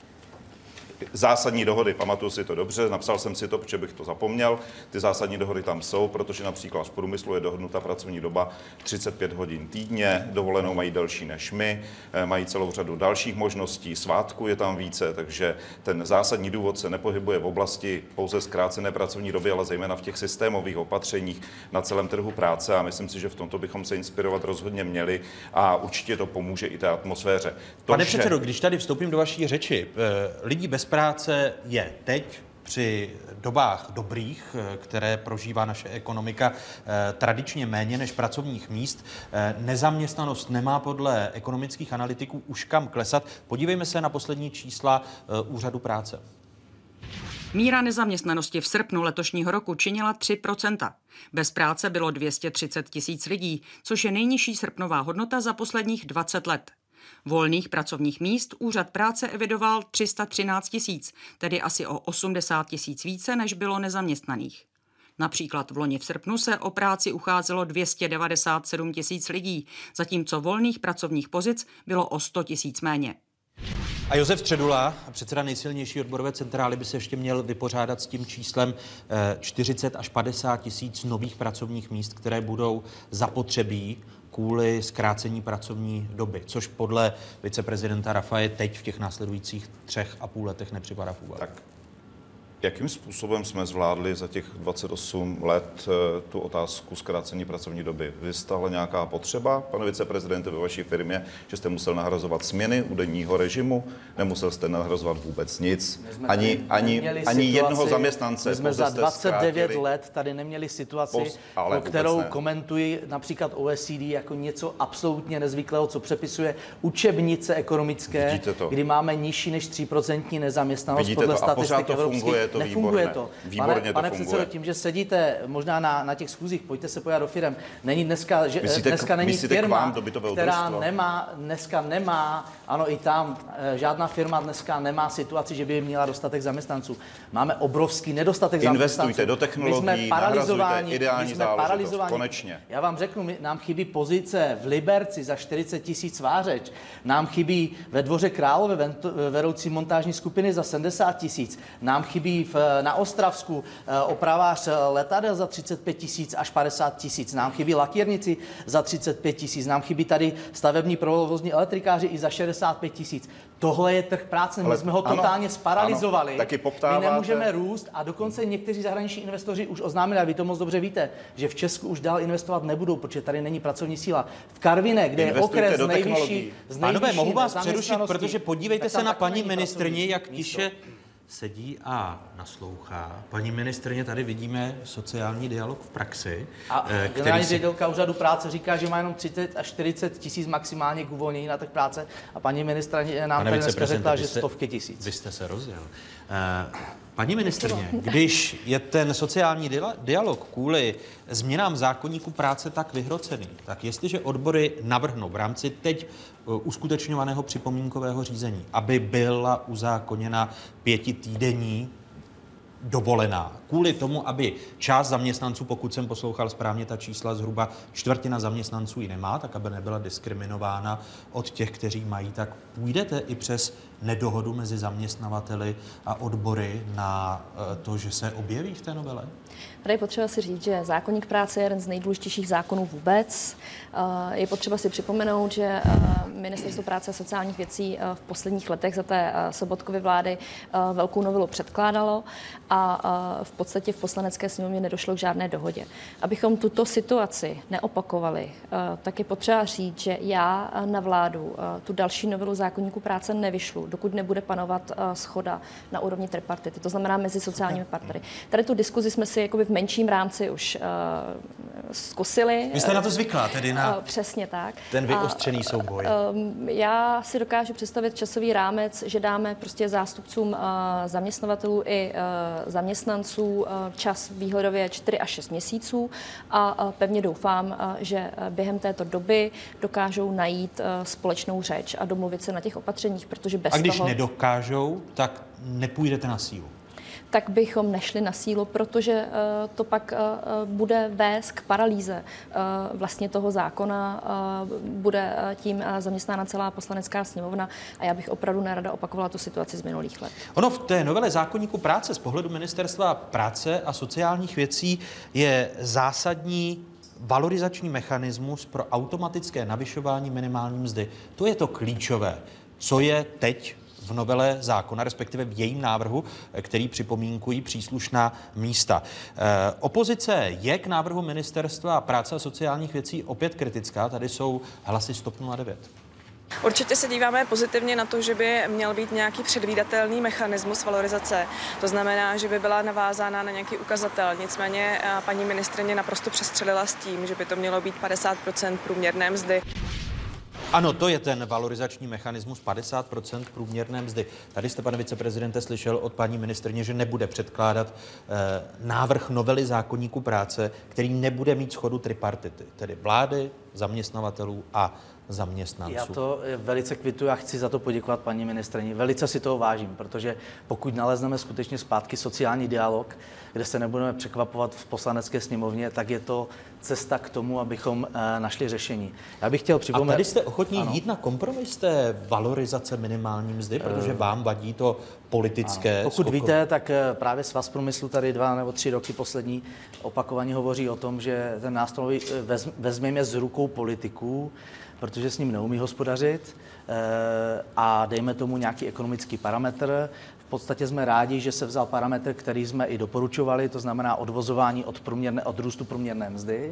Speaker 7: zásadní dohody, pamatuju si to dobře, napsal jsem si to, protože bych to zapomněl. Ty zásadní dohody tam jsou, protože například v průmyslu je dohodnuta pracovní doba třicet pět hodin týdně, dovolenou mají delší než my, mají celou řadu dalších možností, svátku je tam více, takže ten zásadní důvod se nepohybuje v oblasti pouze zkrácené pracovní doby, ale zejména v těch systémových opatřeních na celém trhu práce a myslím si, že v tomto bychom se inspirovat rozhodně měli a určitě to pomůže i té atmosféře. To,
Speaker 2: Pane
Speaker 7: že...
Speaker 2: předsedo, když tady vstoupím do vaší řeči, lidí bez práce je teď při dobách dobrých, které prožívá naše ekonomika, tradičně méně než pracovních míst. Nezaměstnanost nemá podle ekonomických analytiků už kam klesat. Podívejme se na poslední čísla Úřadu práce.
Speaker 8: Míra nezaměstnanosti v srpnu letošního roku činila tři procenta. Bez práce bylo dvě stě třicet tisíc lidí, což je nejnižší srpnová hodnota za posledních dvacet let. Volných pracovních míst Úřad práce evidoval tři sta třináct tisíc, tedy asi o osmdesát tisíc více, než bylo nezaměstnaných. Například v loni v srpnu se o práci ucházelo dvě stě devadesát sedm tisíc lidí, zatímco volných pracovních pozic bylo o sto tisíc méně.
Speaker 2: A Josef Středula, předseda nejsilnější odborové centrály, by se ještě měl vypořádat s tím číslem čtyřicet až padesát tisíc nových pracovních míst, které budou zapotřebí kvůli zkrácení pracovní doby, což podle viceprezidenta Rafaje teď v těch následujících třech a půl letech nepřipadá v úvahu.
Speaker 7: Tak. Jakým způsobem jsme zvládli za těch dvacet osm let tu otázku zkrácení pracovní doby? Vystala nějaká potřeba, pane viceprezidente, ve vaší firmě, že jste musel nahrazovat směny u denního režimu? Nemusel jste nahrazovat vůbec nic? Ani, ani, ani jednoho zaměstnance?
Speaker 9: My jsme za dvacet devět let tady neměli situaci, Pos, pro kterou komentuji například O E C D jako něco absolutně nezvyklého, co přepisuje učebnice ekonomické, kdy máme nižší než tří procent nezaměstnanost.
Speaker 7: Vidíte
Speaker 9: podle
Speaker 7: to,
Speaker 9: statistik evropských.
Speaker 7: To
Speaker 9: Nefunguje
Speaker 7: výborné.
Speaker 9: to.
Speaker 7: Výborně
Speaker 9: pane,
Speaker 7: to
Speaker 9: pane
Speaker 7: funguje.
Speaker 9: předsedo, tím, že sedíte možná na, na těch schůzích, pojďte se podívat do firem. Není dneska, že,
Speaker 7: myslíte,
Speaker 9: dneska není firma, která
Speaker 7: družstva?
Speaker 9: nemá, dneska nemá, ano i tam, žádná firma dneska nemá situaci, že by měla dostatek zaměstnanců. Máme obrovský nedostatek zaměstnanců.
Speaker 7: Investujte do technologií, nahrazujte ideální záležitost, konečně.
Speaker 9: Já vám řeknu, my, nám chybí pozice v Liberci za čtyřicet tisíc vářeč, nám chybí ve Dvoře Králové vedoucí montážní skupiny za sedmdesát tisíc, nám chybí chodí v, na Ostravsku opravář letadel za třicet pět tisíc až padesát tisíc. Nám chybí lakírnici za třicet pět tisíc. Nám chybí tady stavební provozní elektrikáři i za šedesát pět tisíc. Tohle je trh práce, my jsme ho totálně ano, sparalizovali. Ano, taky poptáváte. My nemůžeme růst a dokonce někteří zahraniční investoři už oznámili, a vy to moc dobře víte, že v Česku už dál investovat nebudou, protože tady není pracovní síla. V Karviné, kde je okres z nejvyšší,
Speaker 11: Pánové, mohu vás přerušit, protože podívejte se na paní ministryni, jak tiše sedí a naslouchá. Paní ministryně, tady vidíme sociální dialog v praxi.
Speaker 9: A generální ředitelka si... úřadu práce říká, že má jenom třicet až čtyřicet tisíc maximálně k uvolnění na trh práce a paní ministryně nám tady dneska řekla, že stovky tisíc.
Speaker 11: Vy jste se rozjel. Paní ministryně, když je ten sociální dialog kvůli změnám zákoníku práce tak vyhrocený, tak jestliže odbory navrhnou v rámci teď uskutečňovaného připomínkového řízení, aby byla uzákoněna pětitýdenní dovolená, kvůli tomu, aby část zaměstnanců, pokud jsem poslouchal správně ta čísla, zhruba čtvrtina zaměstnanců ji nemá, tak aby nebyla diskriminována od těch, kteří mají, tak půjdete i přes nedohodu mezi zaměstnavateli a odbory na to, že se objeví v té novele?
Speaker 6: Tady je potřeba si říct, že zákoník práce je jeden z nejdůležitějších zákonů vůbec. Je potřeba si připomenout, že Ministerstvo práce a sociálních věcí v posledních letech za té Sobotkovy vlády velkou novelu předkládalo a v podstatě v poslanecké sněmovně nedošlo k žádné dohodě. Abychom tuto situaci neopakovali, tak je potřeba říct, že já na vládu tu další novelu zákoníku práce nevyšlu, dokud nebude panovat shoda na úrovni tripartity, to znamená mezi sociálními partnery. Tady tu diskuzi jsme si jakoby v menším rámci už uh, zkusili.
Speaker 11: Vy jste na to zvyklá, tedy na
Speaker 6: uh, přesně tak.
Speaker 11: Ten vyostřený souboj.
Speaker 6: Uh, já si dokážu představit časový rámec, že dáme prostě zástupcům uh, zaměstnavatelů i uh, zaměstnanců uh, čas výhledově čtyři až šest měsíců a uh, pevně doufám, uh, že během této doby dokážou najít uh, společnou řeč a domluvit se na těch opatřeních, protože bez toho...
Speaker 11: A když toho... nedokážou, tak nepůjdete na sílu.
Speaker 6: Tak bychom nešli na sílu, protože uh, to pak uh, bude vést k paralýze uh, vlastně toho zákona, uh, bude uh, tím uh, zaměstnána celá poslanecká sněmovna a já bych opravdu nerada opakovala tu situaci z minulých let.
Speaker 11: Ono v té novele zákoníku práce z pohledu Ministerstva práce a sociálních věcí je zásadní valorizační mechanismus pro automatické navyšování minimální mzdy. To je to klíčové, co je teď v novele zákona, respektive v jejím návrhu, který připomínkují příslušná místa. E, opozice je k návrhu Ministerstva práce a sociálních věcí opět kritická. Tady jsou hlasy stop nula devět.
Speaker 12: Určitě se díváme pozitivně na to, že by měl být nějaký předvídatelný mechanismus valorizace. To znamená, že by byla navázána na nějaký ukazatel. Nicméně paní ministryně naprosto přestřelila s tím, že by to mělo být padesát procent průměrné mzdy.
Speaker 11: Ano, to je ten valorizační mechanismus padesát procent průměrné mzdy. Tady jste, pane viceprezidente, slyšel od paní ministryně, že nebude předkládat eh, návrh novely zákoníku práce, který nebude mít shodu tripartity, tedy vlády, zaměstnavatelů a zaměstnanců.
Speaker 9: Já to velice kvituji a chci za to poděkovat paní ministryni. Velice si toho vážím, protože pokud nalezneme skutečně zpátky sociální dialog, kde se nebudeme překvapovat v poslanecké sněmovně, tak je to cesta k tomu, abychom uh, našli řešení. Já bych chtěl připomenout...
Speaker 11: A tady jste ochotní ano. jít na kompromis té valorizace minimální mzdy, protože vám vadí to politické...
Speaker 9: Ano. Pokud skoko... víte, tak právě Svaz průmyslu tady dva nebo tři roky poslední opakovaně hovoří o tom, že ten nástroj vez, vezmeme z rukou politiků, protože s ním neumí hospodařit a dejme tomu nějaký ekonomický parametr. V podstatě jsme rádi, že se vzal parametr, který jsme i doporučovali, to znamená odvozování od, průměrné, od růstu průměrné mzdy.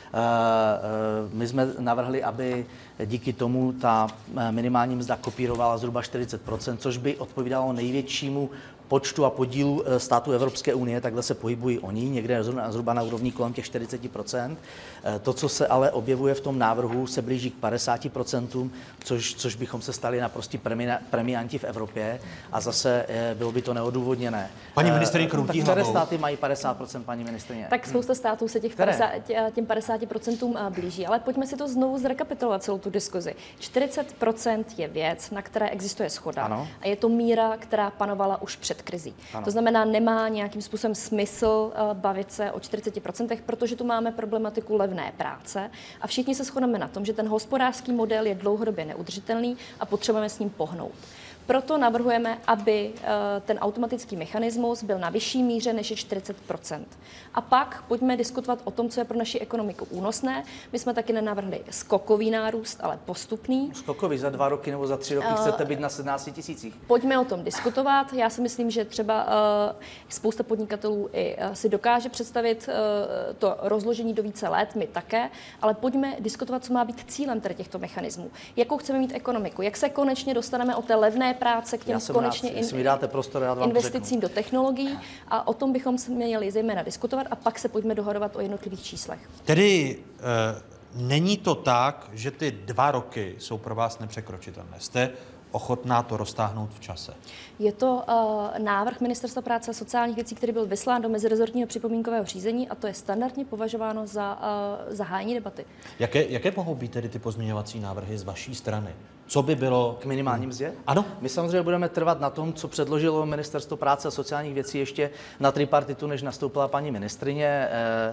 Speaker 9: My jsme navrhli, aby díky tomu ta minimální mzda kopírovala zhruba čtyřicet procent, což by odpovídalo největšímu počtu a podílu států Evropské unie, takhle se pohybují oni, někde zhruba na úrovni kolem těch čtyřicet procent. To, co se ale objevuje v tom návrhu, se blíží k padesáti procentům, což, což bychom se stali naprostí premianti v Evropě a zase bylo by to neodůvodněné.
Speaker 11: Paní ministryně kroutí
Speaker 9: hlavou. Které státy mají padesát procent, paní ministryně?
Speaker 6: Tak spousta států se těch padesát, těm padesáti procentům blíží, ale pojďme si to znovu zrekapitulovat, celou tu diskuzi. čtyřicet procent je věc, na které existuje shoda ano. a je to míra, která panovala už před krizí. Ano. To znamená, nemá nějakým způsobem smysl uh, bavit se o čtyřiceti procentech, protože tu máme problematiku levné práce a všichni se shodneme na tom, že ten hospodářský model je dlouhodobě neudržitelný a potřebujeme s ním pohnout. Proto navrhujeme, aby ten automatický mechanismus byl na vyšší míře než je čtyřicet procent. A pak pojďme diskutovat o tom, co je pro naši ekonomiku únosné. My jsme taky nenavrhli skokový nárůst, ale postupný.
Speaker 9: Skokový za dva roky nebo za tři roky chcete být na sedmnácti tisících.
Speaker 6: Pojďme o tom diskutovat. Já si myslím, že třeba uh, spousta podnikatelů i uh, si dokáže představit uh, to rozložení do více let, my také, ale pojďme diskutovat, co má být cílem tady těchto mechanismů. Jakou chceme mít ekonomiku, jak se konečně dostaneme od té levné práce k těm konečně
Speaker 9: rád, in, dáte prostor, já vám
Speaker 6: investicím do technologií a o tom bychom se měli zejména diskutovat a pak se pojďme dohadovat o jednotlivých číslech.
Speaker 11: Tedy uh, není to tak, že ty dva roky jsou pro vás nepřekročitelné. Jste ochotná to roztáhnout v čase?
Speaker 6: Je to uh, návrh Ministerstva práce a sociálních věcí, který byl vyslán do mezirezortního připomínkového řízení a to je standardně považováno za uh, zahájení debaty.
Speaker 11: Jaké, jaké mohou být tedy ty pozměňovací návrhy z vaší strany? Co by bylo...
Speaker 9: K minimální mzdě?
Speaker 11: Ano.
Speaker 9: My samozřejmě budeme trvat na tom, co předložilo Ministerstvo práce a sociálních věcí ještě na tripartitu, než nastoupila paní ministryně e,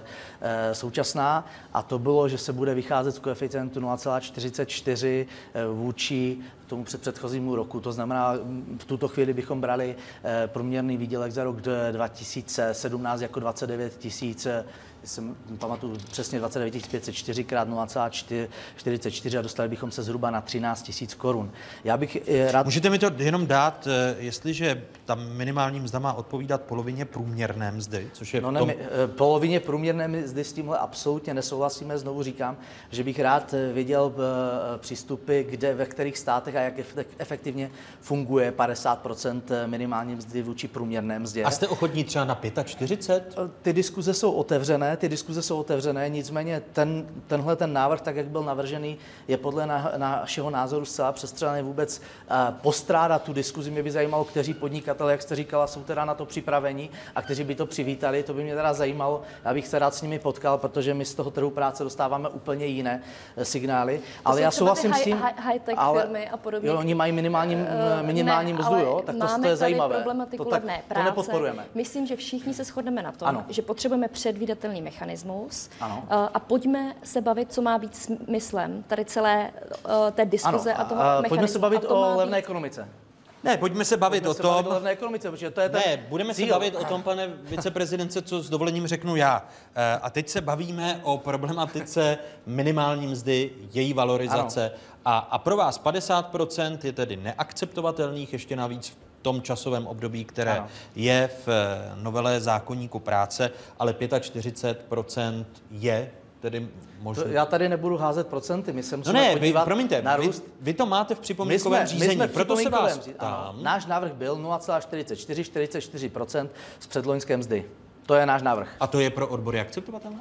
Speaker 9: e, současná. A to bylo, že se bude vycházet z koeficientu nula celá čtyřicet čtyři vůči tomu před předchozímu roku. To znamená, v tuto chvíli bychom brali e, průměrný výdělek za rok dva tisíce sedmnáct jako dvacet devět tisíc. Jsem pamatuju přesně dvacet devět tisíc pět set čtyři krát nula celá čtyřicet čtyři a dostali bychom se zhruba na třináct tisíc korun. Já bych rád...
Speaker 11: Můžete mi to jenom dát, jestliže ta minimální mzda má odpovídat polovině průměrné mzdy, což je
Speaker 9: no
Speaker 11: v tom...
Speaker 9: ne, polovině průměrné mzdy s tímhle absolutně nesouhlasíme. Znovu říkám, že bych rád viděl přístupy, kde ve kterých státech a jak efektivně funguje padesát procent minimální mzdy vůči průměrné mzdě.
Speaker 11: A jste ochotní třeba na čtyřicet pět?
Speaker 9: Ty diskuze jsou otevřené. Ty diskuze jsou otevřené, nicméně ten, tenhle ten návrh, tak jak byl navržený, je podle na, našeho názoru zcela přestřelený. Vůbec uh, postrádat tu diskuzi. Mě by zajímalo, kteří podnikatelé, jak jste říkala, jsou teda na to připraveni a kteří by to přivítali. To by mě teda zajímalo. Já bych se rád s nimi potkal, protože my z toho trhu práce dostáváme úplně jiné uh, signály. To ale já souhlasím s tím,
Speaker 6: high-tech ale, firmy a podobně.
Speaker 9: Jo, oni mají minimální, uh, minimální
Speaker 6: ne,
Speaker 9: mzdu, jo? Tak to, to je zajímavé.
Speaker 6: Problematiku
Speaker 9: to, tak,
Speaker 6: levné práce.
Speaker 9: To nepodporujeme.
Speaker 6: Myslím, že všichni se shodneme na tom,
Speaker 9: ano.
Speaker 6: že potřebujeme předvídatelný mechanismus.
Speaker 9: Ano.
Speaker 6: A pojďme se bavit, co má být smyslem tady celé té diskuze
Speaker 9: ano.
Speaker 6: a toho
Speaker 9: a
Speaker 6: mechanismu.
Speaker 9: Pojďme se bavit o levné být... ekonomice.
Speaker 11: Ne, pojďme se bavit
Speaker 9: pojďme
Speaker 11: o
Speaker 9: se
Speaker 11: tom...
Speaker 9: Bavit o levné ekonomice, protože to je ten
Speaker 11: Ne, budeme
Speaker 9: cíl.
Speaker 11: se bavit o tom, pane viceprezidence, co s dovolením řeknu já. A teď se bavíme o problematice minimální mzdy, její valorizace. A, a pro vás padesát procent je tedy neakceptovatelných, ještě navíc v tom časovém období, které ano. je v novele zákoníku práce, ale čtyřicet pět procent je tedy možné.
Speaker 9: Já tady nebudu házet procenty, my se musíme
Speaker 11: no ne,
Speaker 9: podívat
Speaker 11: vy, promiňte,
Speaker 9: na
Speaker 11: vy,
Speaker 9: růst.
Speaker 11: vy to máte v připomínkovém
Speaker 9: my jsme,
Speaker 11: řízení,
Speaker 9: my jsme v
Speaker 11: proto se vás
Speaker 9: řízení.
Speaker 11: ptám.
Speaker 9: Náš návrh byl nula celá čtyřicet čtyři, čtyřicet čtyři procent z předloňské mzdy. To je náš návrh.
Speaker 11: A to je pro odbory akceptovatelné?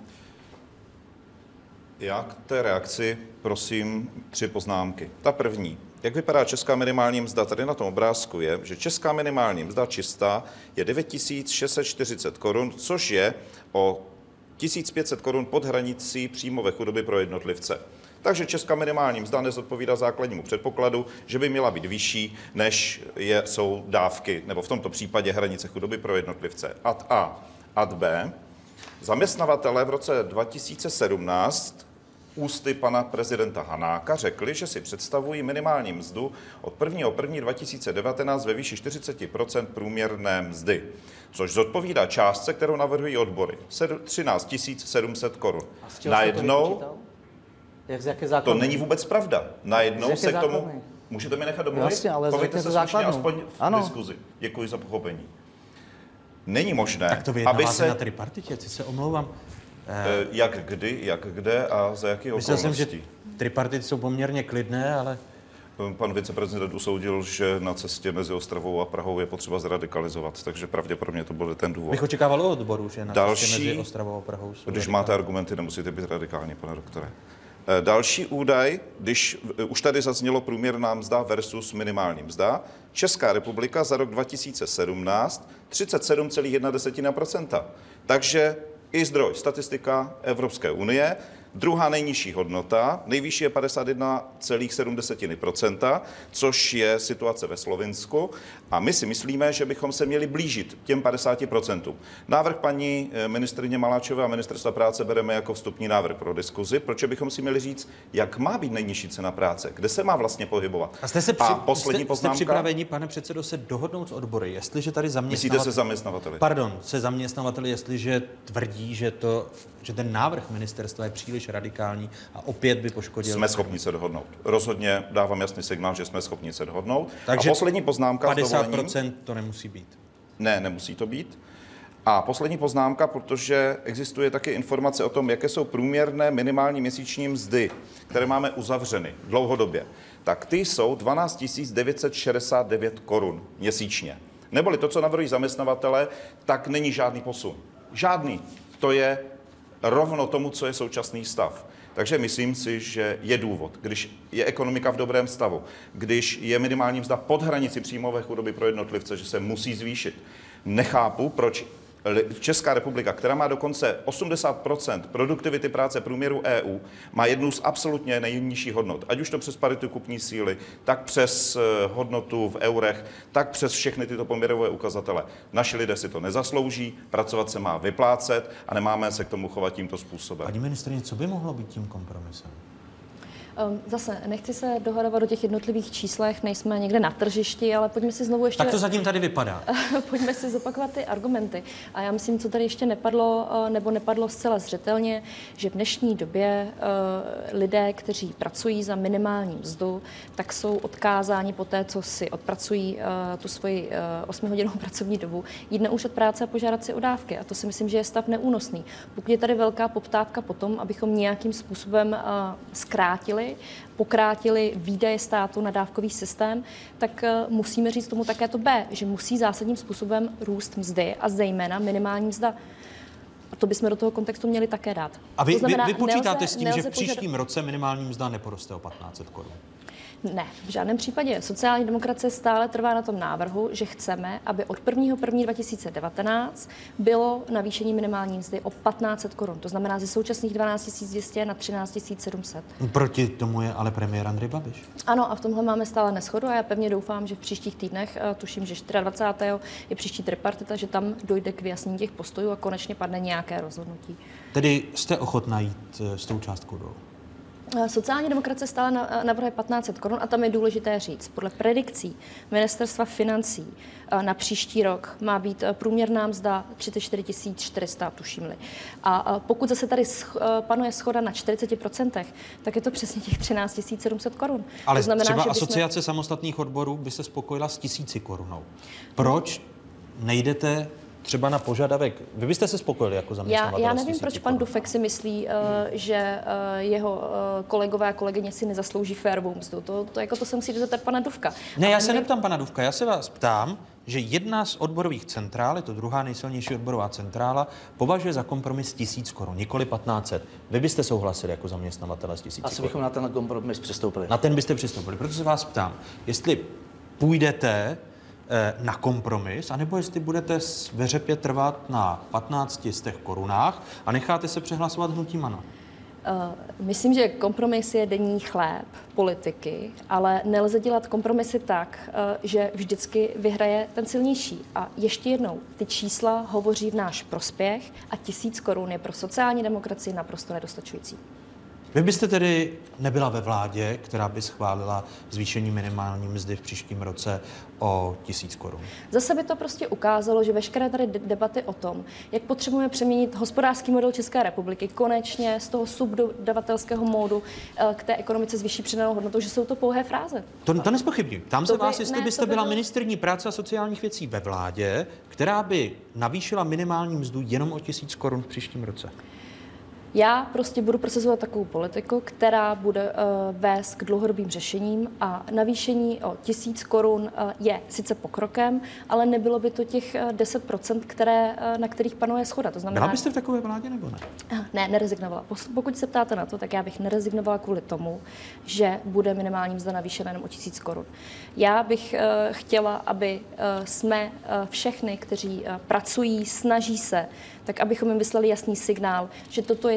Speaker 7: Já k té reakci prosím tři poznámky. Ta první. Jak vypadá česká minimální mzda? Tady na tom obrázku je, že česká minimální mzda čistá je devět tisíc šest set čtyřicet korun, což je o tisíc pět set korun pod hranicí příjmové chudoby pro jednotlivce. Takže česká minimální mzda nezodpovídá základnímu předpokladu, že by měla být vyšší, než je, jsou dávky, nebo v tomto případě hranice chudoby pro jednotlivce. Ad A. Ad B. Zaměstnavatelé v roce dva tisíce sedmnáct ústy pana prezidenta Hanáka řekli, že si představují minimální mzdu od prvního prvního dva tisíce devatenáct ve výši čtyřicet procent průměrné mzdy, což zodpovídá částce, kterou navrhují odbory, třináct tisíc sedm set korun. Najednou,
Speaker 9: Jak z jaké základny?
Speaker 7: To není vůbec pravda. Najednou se k tomu... Základny? Můžete mi nechat domluvit?
Speaker 9: Jasně, ale
Speaker 7: Pověďte se slušně aspoň v ano. diskuzi. Děkuji za pochopení. Není možné,
Speaker 11: tak to
Speaker 7: aby se...
Speaker 11: na tripartitě, ty se omlouvám.
Speaker 7: Eh, jak kdy, jak kde a za jakých
Speaker 11: Myslel
Speaker 7: okolností?
Speaker 11: jsem, že tripartity jsou poměrně klidné, ale...
Speaker 7: Pan viceprezident usoudil, že na cestě mezi Ostravou a Prahou je potřeba zradikalizovat, takže pravděpodobně to byl ten důvod.
Speaker 11: Bych očekával od odboru, že na
Speaker 7: Další,
Speaker 11: cestě mezi Ostravou a Prahou jsou
Speaker 7: když
Speaker 11: radikální.
Speaker 7: máte argumenty, nemusíte být radikální, pane doktore. Další údaj, když už tady zaznělo průměrná mzda versus minimální mzda, Česká republika za rok dva tisíce sedmnáct třicet sedm celá jedna procenta. Takže i zdroj, statistika Evropské unie, Druhá nejnižší hodnota, nejvyšší je padesát jedna celá sedm procenta, což je situace ve Slovinsku. A my si myslíme, že bychom se měli blížit těm padesáti procentům. Návrh paní ministryně Maláčové a ministerstva práce bereme jako vstupní návrh pro diskuzi, protože bychom si měli říct, jak má být nejnižší cena práce, kde se má vlastně pohybovat.
Speaker 11: A jste se při...
Speaker 7: a poslední
Speaker 11: jste,
Speaker 7: poznámka.
Speaker 11: jste připraveni, pane předsedo, se dohodnout s odbory, jestliže tady zaměstnavatel...
Speaker 7: Myslíte se zaměstnavateli?
Speaker 11: Pardon, se zaměstnavateli, jestliže tvrdí, že, to, že ten návrh ministerstva je příliš radikální a opět by poškodil...
Speaker 7: Jsme schopni se dohodnout. Rozhodně dávám jasný signál, že jsme schopni se dohodnout.
Speaker 11: Takže
Speaker 7: a poslední poznámka
Speaker 11: padesát procent to nemusí být.
Speaker 7: Ne, nemusí to být. A poslední poznámka, protože existuje také informace o tom, jaké jsou průměrné minimální měsíční mzdy, které máme uzavřeny dlouhodobě. Tak ty jsou dvanáct tisíc devět set šedesát devět korun měsíčně. Neboli to, co navrhují zaměstnavatele, tak není žádný posun. Žádný. To je rovno tomu, co je současný stav. Takže myslím si, že je důvod, když je ekonomika v dobrém stavu, když je minimální mzda pod hranici příjmové chudoby pro jednotlivce, že se musí zvýšit. Nechápu, proč Česká republika, která má dokonce osmdesát procent produktivity práce průměru E U, má jednu z absolutně nejnižších hodnot. Ať už to přes paritu kupní síly, tak přes hodnotu v eurech, tak přes všechny tyto poměrové ukazatele. Naši lidé si to nezaslouží, pracovat se má vyplácet a nemáme se k tomu chovat tímto způsobem.
Speaker 11: Paní ministryně, co by mohlo být tím kompromisem?
Speaker 6: Zase, nechci se dohadovat do těch jednotlivých číslech, nejsme někde na tržišti, ale pojďme si znovu ještě...
Speaker 11: Tak to zatím tady vypadá.
Speaker 6: Pojďme si zopakovat ty argumenty. A já myslím, co tady ještě nepadlo, nebo nepadlo zcela zřetelně, že v dnešní době lidé, kteří pracují za minimální mzdu, tak jsou odkázáni po té, co si odpracují tu svoji osmihodinovou pracovní dobu, jít na úřad práce a požádat si o dávky. A to si myslím, že je stav neúnosný. Pokud je tady velká poptávka po tom, abychom nějakým způsobem zkrátili, pokrátili výdaje státu na dávkový systém, tak musíme říct tomu také to B, že musí zásadním způsobem růst mzdy a zejména minimální mzda. A to bychom do toho kontextu měli také dát.
Speaker 11: A vy,
Speaker 6: to znamená,
Speaker 11: vy, vy počítáte
Speaker 6: nelze,
Speaker 11: s tím, že v příštím
Speaker 6: požad...
Speaker 11: roce minimální mzda neporoste o patnáct set korun?
Speaker 6: Ne, v žádném případě. Sociální demokracie stále trvá na tom návrhu, že chceme, aby od prvního prvního dva tisíce devatenáct bylo navýšení minimální mzdy o patnáct set korun. To znamená ze současných dvanáct tisíc dvě stě na třináct tisíc sedm set.
Speaker 11: Proti tomu je ale premiér Andrej Babiš.
Speaker 6: Ano, a v tomhle máme stále neshodu a já pevně doufám, že v příštích týdnech, tuším, že dvacátého čtvrtého je příští tripartita, že tam dojde k vyjasnění těch postojů a konečně padne nějaké rozhodnutí.
Speaker 11: Tedy jste ochotná jít s tou částkou dolů?
Speaker 6: Sociální demokracie stále navrhuje patnáct set korun a tam je důležité říct, podle predikcí Ministerstva financí na příští rok má být průměrná mzda třicet čtyři tisíc čtyři sta, tuším-li. A pokud zase tady panuje shoda na čtyřicet procent, tak je to přesně těch třináct tisíc sedm set korun.
Speaker 11: Ale
Speaker 6: to znamená,
Speaker 11: třeba
Speaker 6: že
Speaker 11: asociace
Speaker 6: bychom...
Speaker 11: samostatných odborů by se spokojila s tisíci korunou. Proč nejdete třeba na požadavek? Vy byste se spokojili jako zaměstnavatel?
Speaker 6: Já, já nevím, proč pan Dufek si myslí, uh, že uh, jeho uh, kolegové a kolegyně si nezaslouží férovou mzdu. To, to, jako to se musí zeptat pana Dufka.
Speaker 11: Ne,
Speaker 6: a
Speaker 11: já
Speaker 6: pan
Speaker 11: se
Speaker 6: mi...
Speaker 11: neptám pana Dufka, já se vás ptám, že jedna z odborových centrál, je to druhá nejsilnější odborová centrála, považuje za kompromis tisíc korun, nikoli patnáct set. Vy byste souhlasili jako zaměstnavatele s tisíci
Speaker 9: Asi
Speaker 11: korun?
Speaker 9: bychom na ten kompromis přistoupili.
Speaker 11: Na ten byste přistoupili, proto se vás ptám, jestli půjdete na kompromis, anebo jestli budete ve řepě trvat na patnácti stech korunách a necháte se přehlasovat hnutím ANO.
Speaker 6: Uh, myslím, že kompromis je denní chléb politiky, ale nelze dělat kompromisy tak, uh, že vždycky vyhraje ten silnější. A ještě jednou, ty čísla hovoří v náš prospěch a tisíc korun je pro sociální demokracii naprosto nedostačující.
Speaker 11: Vy byste tedy nebyla ve vládě, která by schválila zvýšení minimální mzdy v příštím roce o tisíc korun?
Speaker 6: Zase by to prostě ukázalo, že veškeré tady debaty o tom, jak potřebujeme přeměnit hospodářský model České republiky konečně z toho subdodavatelského módu k té ekonomice s vyšší přidanou hodnotou, že jsou to pouhé fráze.
Speaker 11: To, to nespochybním. Tam se vás, jestli
Speaker 6: ne,
Speaker 11: byste
Speaker 6: by
Speaker 11: byla
Speaker 6: bylo...
Speaker 11: ministryní práce a sociálních věcí ve vládě, která by navýšila minimální mzdu jenom o tisíc korun v příštím roce.
Speaker 6: Já prostě budu prosazovat takovou politiku, která bude uh, vést k dlouhodobým řešením a navýšení o tisíc korun uh, je sice pokrokem, ale nebylo by to těch uh, deset procent, které, uh, na kterých panuje shoda. To znamená...
Speaker 11: Byla byste v takové vládě nebo ne?
Speaker 6: Ne, nerezignovala. Pokud se ptáte na to, tak já bych nerezignovala kvůli tomu, že bude minimální mzda navýšena jenom o tisíc korun. Já bych uh, chtěla, aby uh, jsme uh, všechny, kteří uh, pracují, snaží se, tak abychom jim vyslali jasný signál, že toto je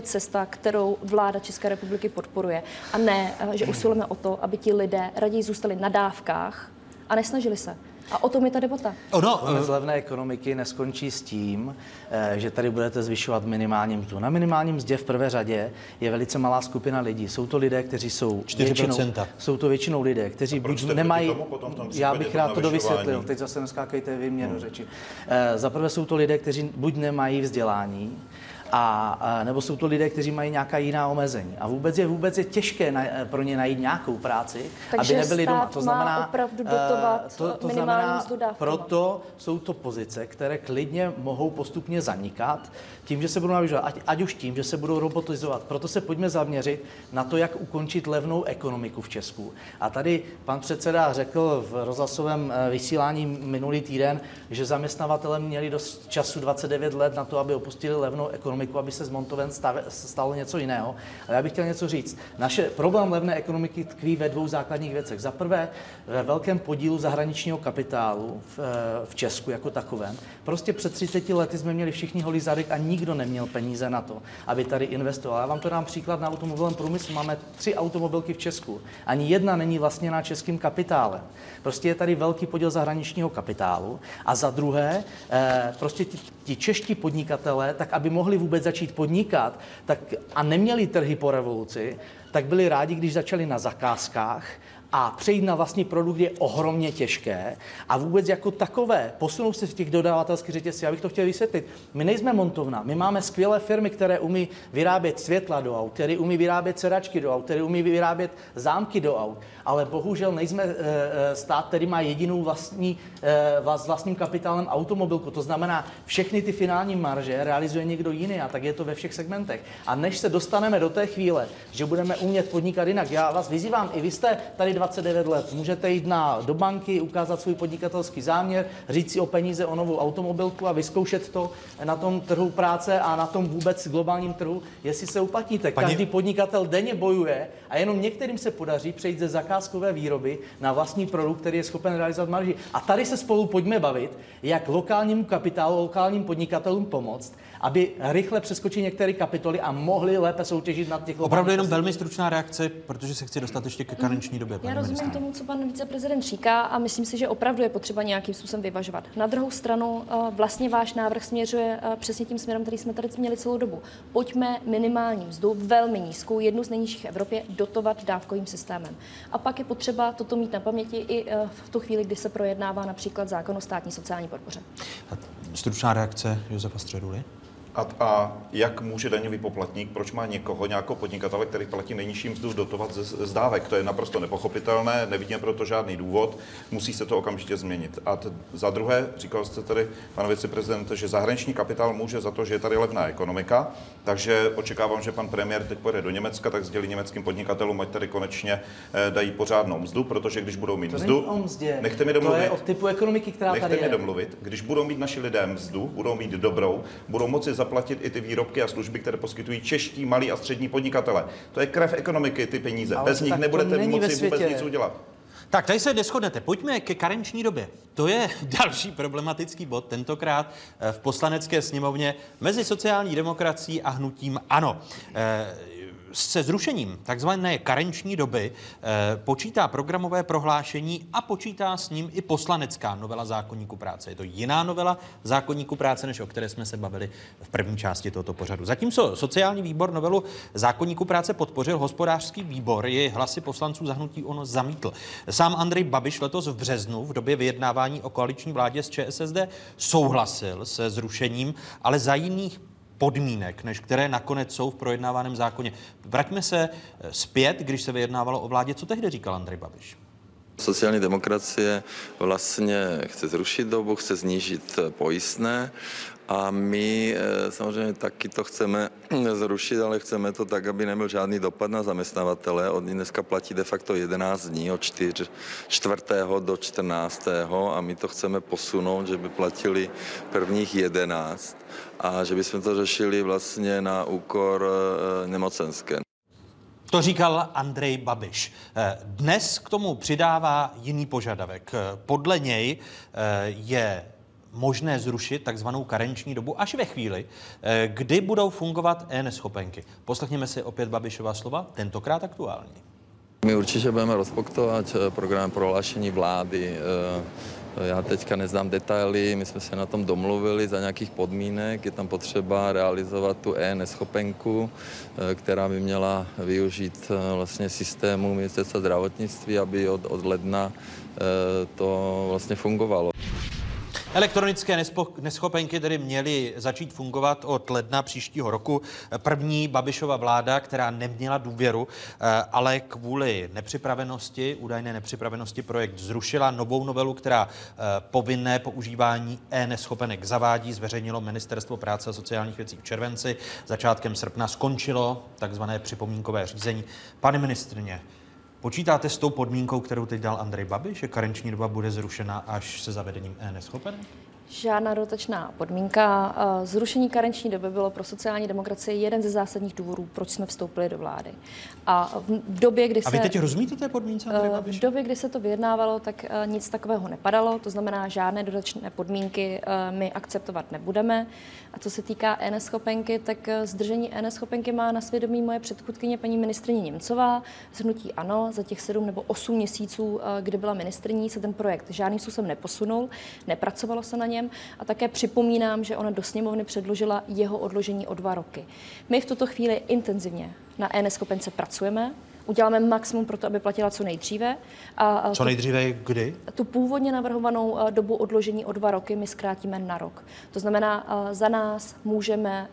Speaker 6: cesta, kterou vláda České republiky podporuje. A ne, že usilujeme o to, aby ti lidé raději zůstali na dávkách a nesnažili se. A o tom je ta debata.
Speaker 9: Ono z levné ekonomiky neskončí s tím, že tady budete zvyšovat minimální mzdu. Na minimální mzdě v prvé řadě je velice malá skupina lidí. Jsou to lidé, kteří jsou většinou, jsou to většinou lidé, kteří buď nemají... Já bych rád to dovysvětlil, teď zase neskákejte vy mě do řeči. Za prvé jsou to lidé, kteří buď nemají vzdělání, A, a nebo jsou to lidé, kteří mají nějaká jiná omezení. A vůbec je vůbec je těžké na, pro ně najít nějakou práci,
Speaker 6: takže
Speaker 9: aby nebyli doma. To znamená,
Speaker 6: má opravdu dotovat
Speaker 9: to, to
Speaker 6: minimální mzdu dávkovat.
Speaker 9: Proto jsou to pozice, které klidně mohou postupně zanikat tím, že se budou navyšovat, ať, ať už tím, že se budou robotizovat. Proto se pojďme zaměřit na to, jak ukončit levnou ekonomiku v Česku. A tady pan předseda řekl v rozhlasovém vysílání minulý týden, že zaměstnavatelé měli dost času dvacet devět let na to, aby opustili levnou ekonomiku, aby se z montoven stalo něco jiného. Ale já bych chtěl něco říct. Naše problém levné ekonomiky tkví ve dvou základních věcech. Za prvé, ve velkém podílu zahraničního kapitálu v, v Česku jako takovém. Prostě před třiceti lety jsme měli všichni holý zadek a nikdo neměl peníze na to, aby tady investoval. Já vám to dám příklad na automobilovém průmyslu. Máme tři automobilky v Česku. Ani jedna není vlastněná českým kapitálem. Prostě je tady velký podíl zahraničního kapitálu. A za druhé, eh, prostě ti, ti čeští podnikatelé, tak aby mohli vůbec začít podnikat tak, a neměli trhy po revoluci, tak byli rádi, když začali na zakázkách, a přejít na vlastní produkt je ohromně těžké a vůbec jako takové posunou se v těch dodavatelských řetězcích. Já bych to chtěl vysvětlit. My nejsme montovna, my máme skvělé firmy, které umí vyrábět světla do aut, které umí vyrábět sedačky do aut, které umí vyrábět zámky do aut, ale bohužel nejsme e, stát, který má jedinou vlastní, e, vlast, vlastním kapitálem automobilku. To znamená, všechny ty finální marže realizuje někdo jiný a tak je to ve všech segmentech. A než se dostaneme do té chvíle, že budeme umět podnikat jinak, já vás vyzývám, i vy jste tady dvacet devět let. Můžete jít na, do banky, ukázat svůj podnikatelský záměr, říct si o peníze o novou automobilku a vyzkoušet to na tom trhu práce a na tom vůbec globálním trhu, jestli se uplatníte. Paní... Každý podnikatel denně bojuje a jenom některým se podaří přejít ze zakázkové výroby na vlastní produkt, který je schopen realizovat marži. A tady se spolu pojďme bavit, jak lokálnímu kapitálu, lokálním podnikatelům pomoct, aby rychle přeskočili některé kapitoly a mohli lépe soutěžit na těch...
Speaker 11: Opravdu jenom velmi stručná reakce, protože se chci dostat ještě ke karenční době.
Speaker 6: Já rozumím ministr. tomu, co pan viceprezident říká a myslím si, že opravdu je potřeba nějakým způsobem vyvažovat. Na druhou stranu vlastně váš návrh směřuje přesně tím směrem, který jsme tady měli celou dobu. Pojďme minimální mzdu, velmi nízkou, jednu z nejnižších v Evropě, dotovat dávkovým systémem. A pak je potřeba toto mít na paměti i v tu chvíli, kdy se projednává například zákon o státní sociální podpoře.
Speaker 11: Stručná reakce Josefa Středuly.
Speaker 7: A, a jak může daňový poplatník, proč má někoho, nějakého podnikatele, který platí nejnižší mzdu, dotovat z, z dávek? To je naprosto nepochopitelné, nevidím pro to žádný důvod, musí se to okamžitě změnit. A t, za druhé, říkal jste tady, pane viceprezidente, že zahraniční kapitál může za to, že je tady levná ekonomika, takže očekávám, že pan premiér teď pojede do Německa, tak sdělí německým podnikatelům, ať tady konečně eh, dají pořádnou mzdu, protože když budou mít
Speaker 9: to
Speaker 7: mzdu, nechte mi domluvit.
Speaker 9: To je od typu ekonomiky, která
Speaker 7: nechte
Speaker 9: tady je.
Speaker 7: mi domluvit, když budou mít naši lidé mzdu, budou mít dobrou, budou moci zaplatit i ty výrobky a služby, které poskytují čeští malí a střední podnikatele. To je krev ekonomiky, ty peníze.
Speaker 9: Ale
Speaker 7: bez nich nebudete moci vůbec nic udělat.
Speaker 11: Tak, tady se neshodnete. Pojďme ke karenční době. To je další problematický bod, tentokrát v Poslanecké sněmovně mezi sociální demokracií a hnutím ANO. Se zrušením takzvané karenční doby eh, počítá programové prohlášení a počítá s ním i poslanecká novela zákoníku práce. Je to jiná novela zákoníku práce, než o které jsme se bavili v první části tohoto pořadu. Zatímco sociální výbor novelu zákoníku práce podpořil, hospodářský výbor ji hlasy poslanců za hnutí ANO zamítl. Sám Andrej Babiš letos v březnu v době vyjednávání o koaliční vládě s ČSSD souhlasil se zrušením, ale za jiných podmínek, než které nakonec jsou v projednávaném zákoně. Vraťme se zpět, když se vyjednávalo o vládě. Co tehdy říkal Andrej Babiš?
Speaker 13: Sociální demokracie vlastně chce zrušit dobu, chce snížit pojistné a my samozřejmě taky to chceme zrušit, ale chceme to tak, aby nebyl žádný dopad na zaměstnavatele. Oni dneska platí de facto jedenáct dní, od čtvrtého do čtrnáctého a my to chceme posunout, že by platili prvních jedenáct a že bychom to řešili vlastně na úkor nemocenské.
Speaker 11: To říkal Andrej Babiš. Dnes k tomu přidává jiný požadavek. Podle něj je možné zrušit takzvanou karenční dobu až ve chvíli, kdy budou fungovat eNeschopenky. Poslechněme si opět Babišova slova, tentokrát aktuální.
Speaker 13: My určitě budeme respektovat program prohlášení vlády. Já teďka neznám detaily, my jsme se na tom domluvili za nějakých podmínek. Je tam potřeba realizovat tu eNeschopenku, která by měla využít vlastně systému ministerstva zdravotnictví, aby od, od ledna to vlastně fungovalo.
Speaker 11: Elektronické neschopenky tedy měly začít fungovat od ledna příštího roku. První Babišova vláda, která neměla důvěru, ale kvůli nepřipravenosti, údajné nepřipravenosti projekt zrušila. Novou novelu, která povinné používání eNeschopenek zavádí, zveřejnilo Ministerstvo práce a sociálních věcí v červenci. Začátkem srpna skončilo takzvané připomínkové řízení. Pane ministryně, počítáte s tou podmínkou, kterou teď dal Andrej Babiš, že karenční doba bude zrušena až se zavedením eNeschopenek?
Speaker 6: Žádná dodatečná podmínka. Zrušení karenční doby bylo pro sociální demokracii jeden ze zásadních důvodů, proč jsme vstoupili do vlády. A v době, kdy se...
Speaker 11: A vy teď rozumíte té podmínce, Andrej Babiš?
Speaker 6: V době, kdy se to vyjednávalo, tak nic takového nepadalo, to znamená, žádné dodatečné podmínky my akceptovat nebudeme. A co se týká eNeschopenky, tak zdržení eNeschopenky má na svědomí moje předchůdkyně paní ministryně Němcová z hnutí ANO. Za těch sedm nebo osm měsíců, kdy byla ministryní, se ten projekt žádným způsobem neposunul, nepracovalo se na něm. A také připomínám, že ona do sněmovny předložila jeho odložení o dva roky. My v tuto chvíli intenzivně na eNeschopence pracujeme. Uděláme maximum pro to, aby platila co nejdříve. A
Speaker 11: co nejdříve kdy?
Speaker 6: Tu původně navrhovanou dobu odložení o dva roky my zkrátíme na rok. To znamená, za nás můžeme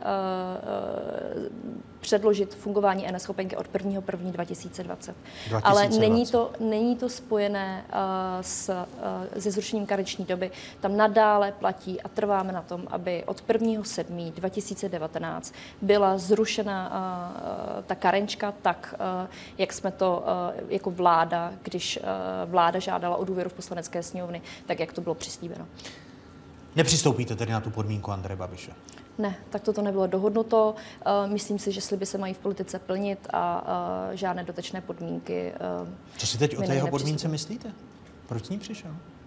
Speaker 6: předložit fungování eNeschopenky od prvního prvního dva tisíce dvacet. Ale není to, není to spojené uh, s, uh, se zrušením karenční doby. Tam nadále platí a trváme na tom, aby od prvního sedmého dva tisíce devatenáct byla zrušena uh, ta karenčka tak, uh, jak jsme to uh, jako vláda, když uh, vláda žádala o důvěru v poslanecké sněmovny, tak jak to bylo přislíbeno.
Speaker 11: Nepřistoupíte tedy na tu podmínku Andreje Babiše?
Speaker 6: Ne, tak toto nebylo dohodnuto. Myslím si, že sliby se mají v politice plnit a žádné dotečné podmínky.
Speaker 11: Co si teď o té jeho podmínce myslíte? Proč s ní přišel?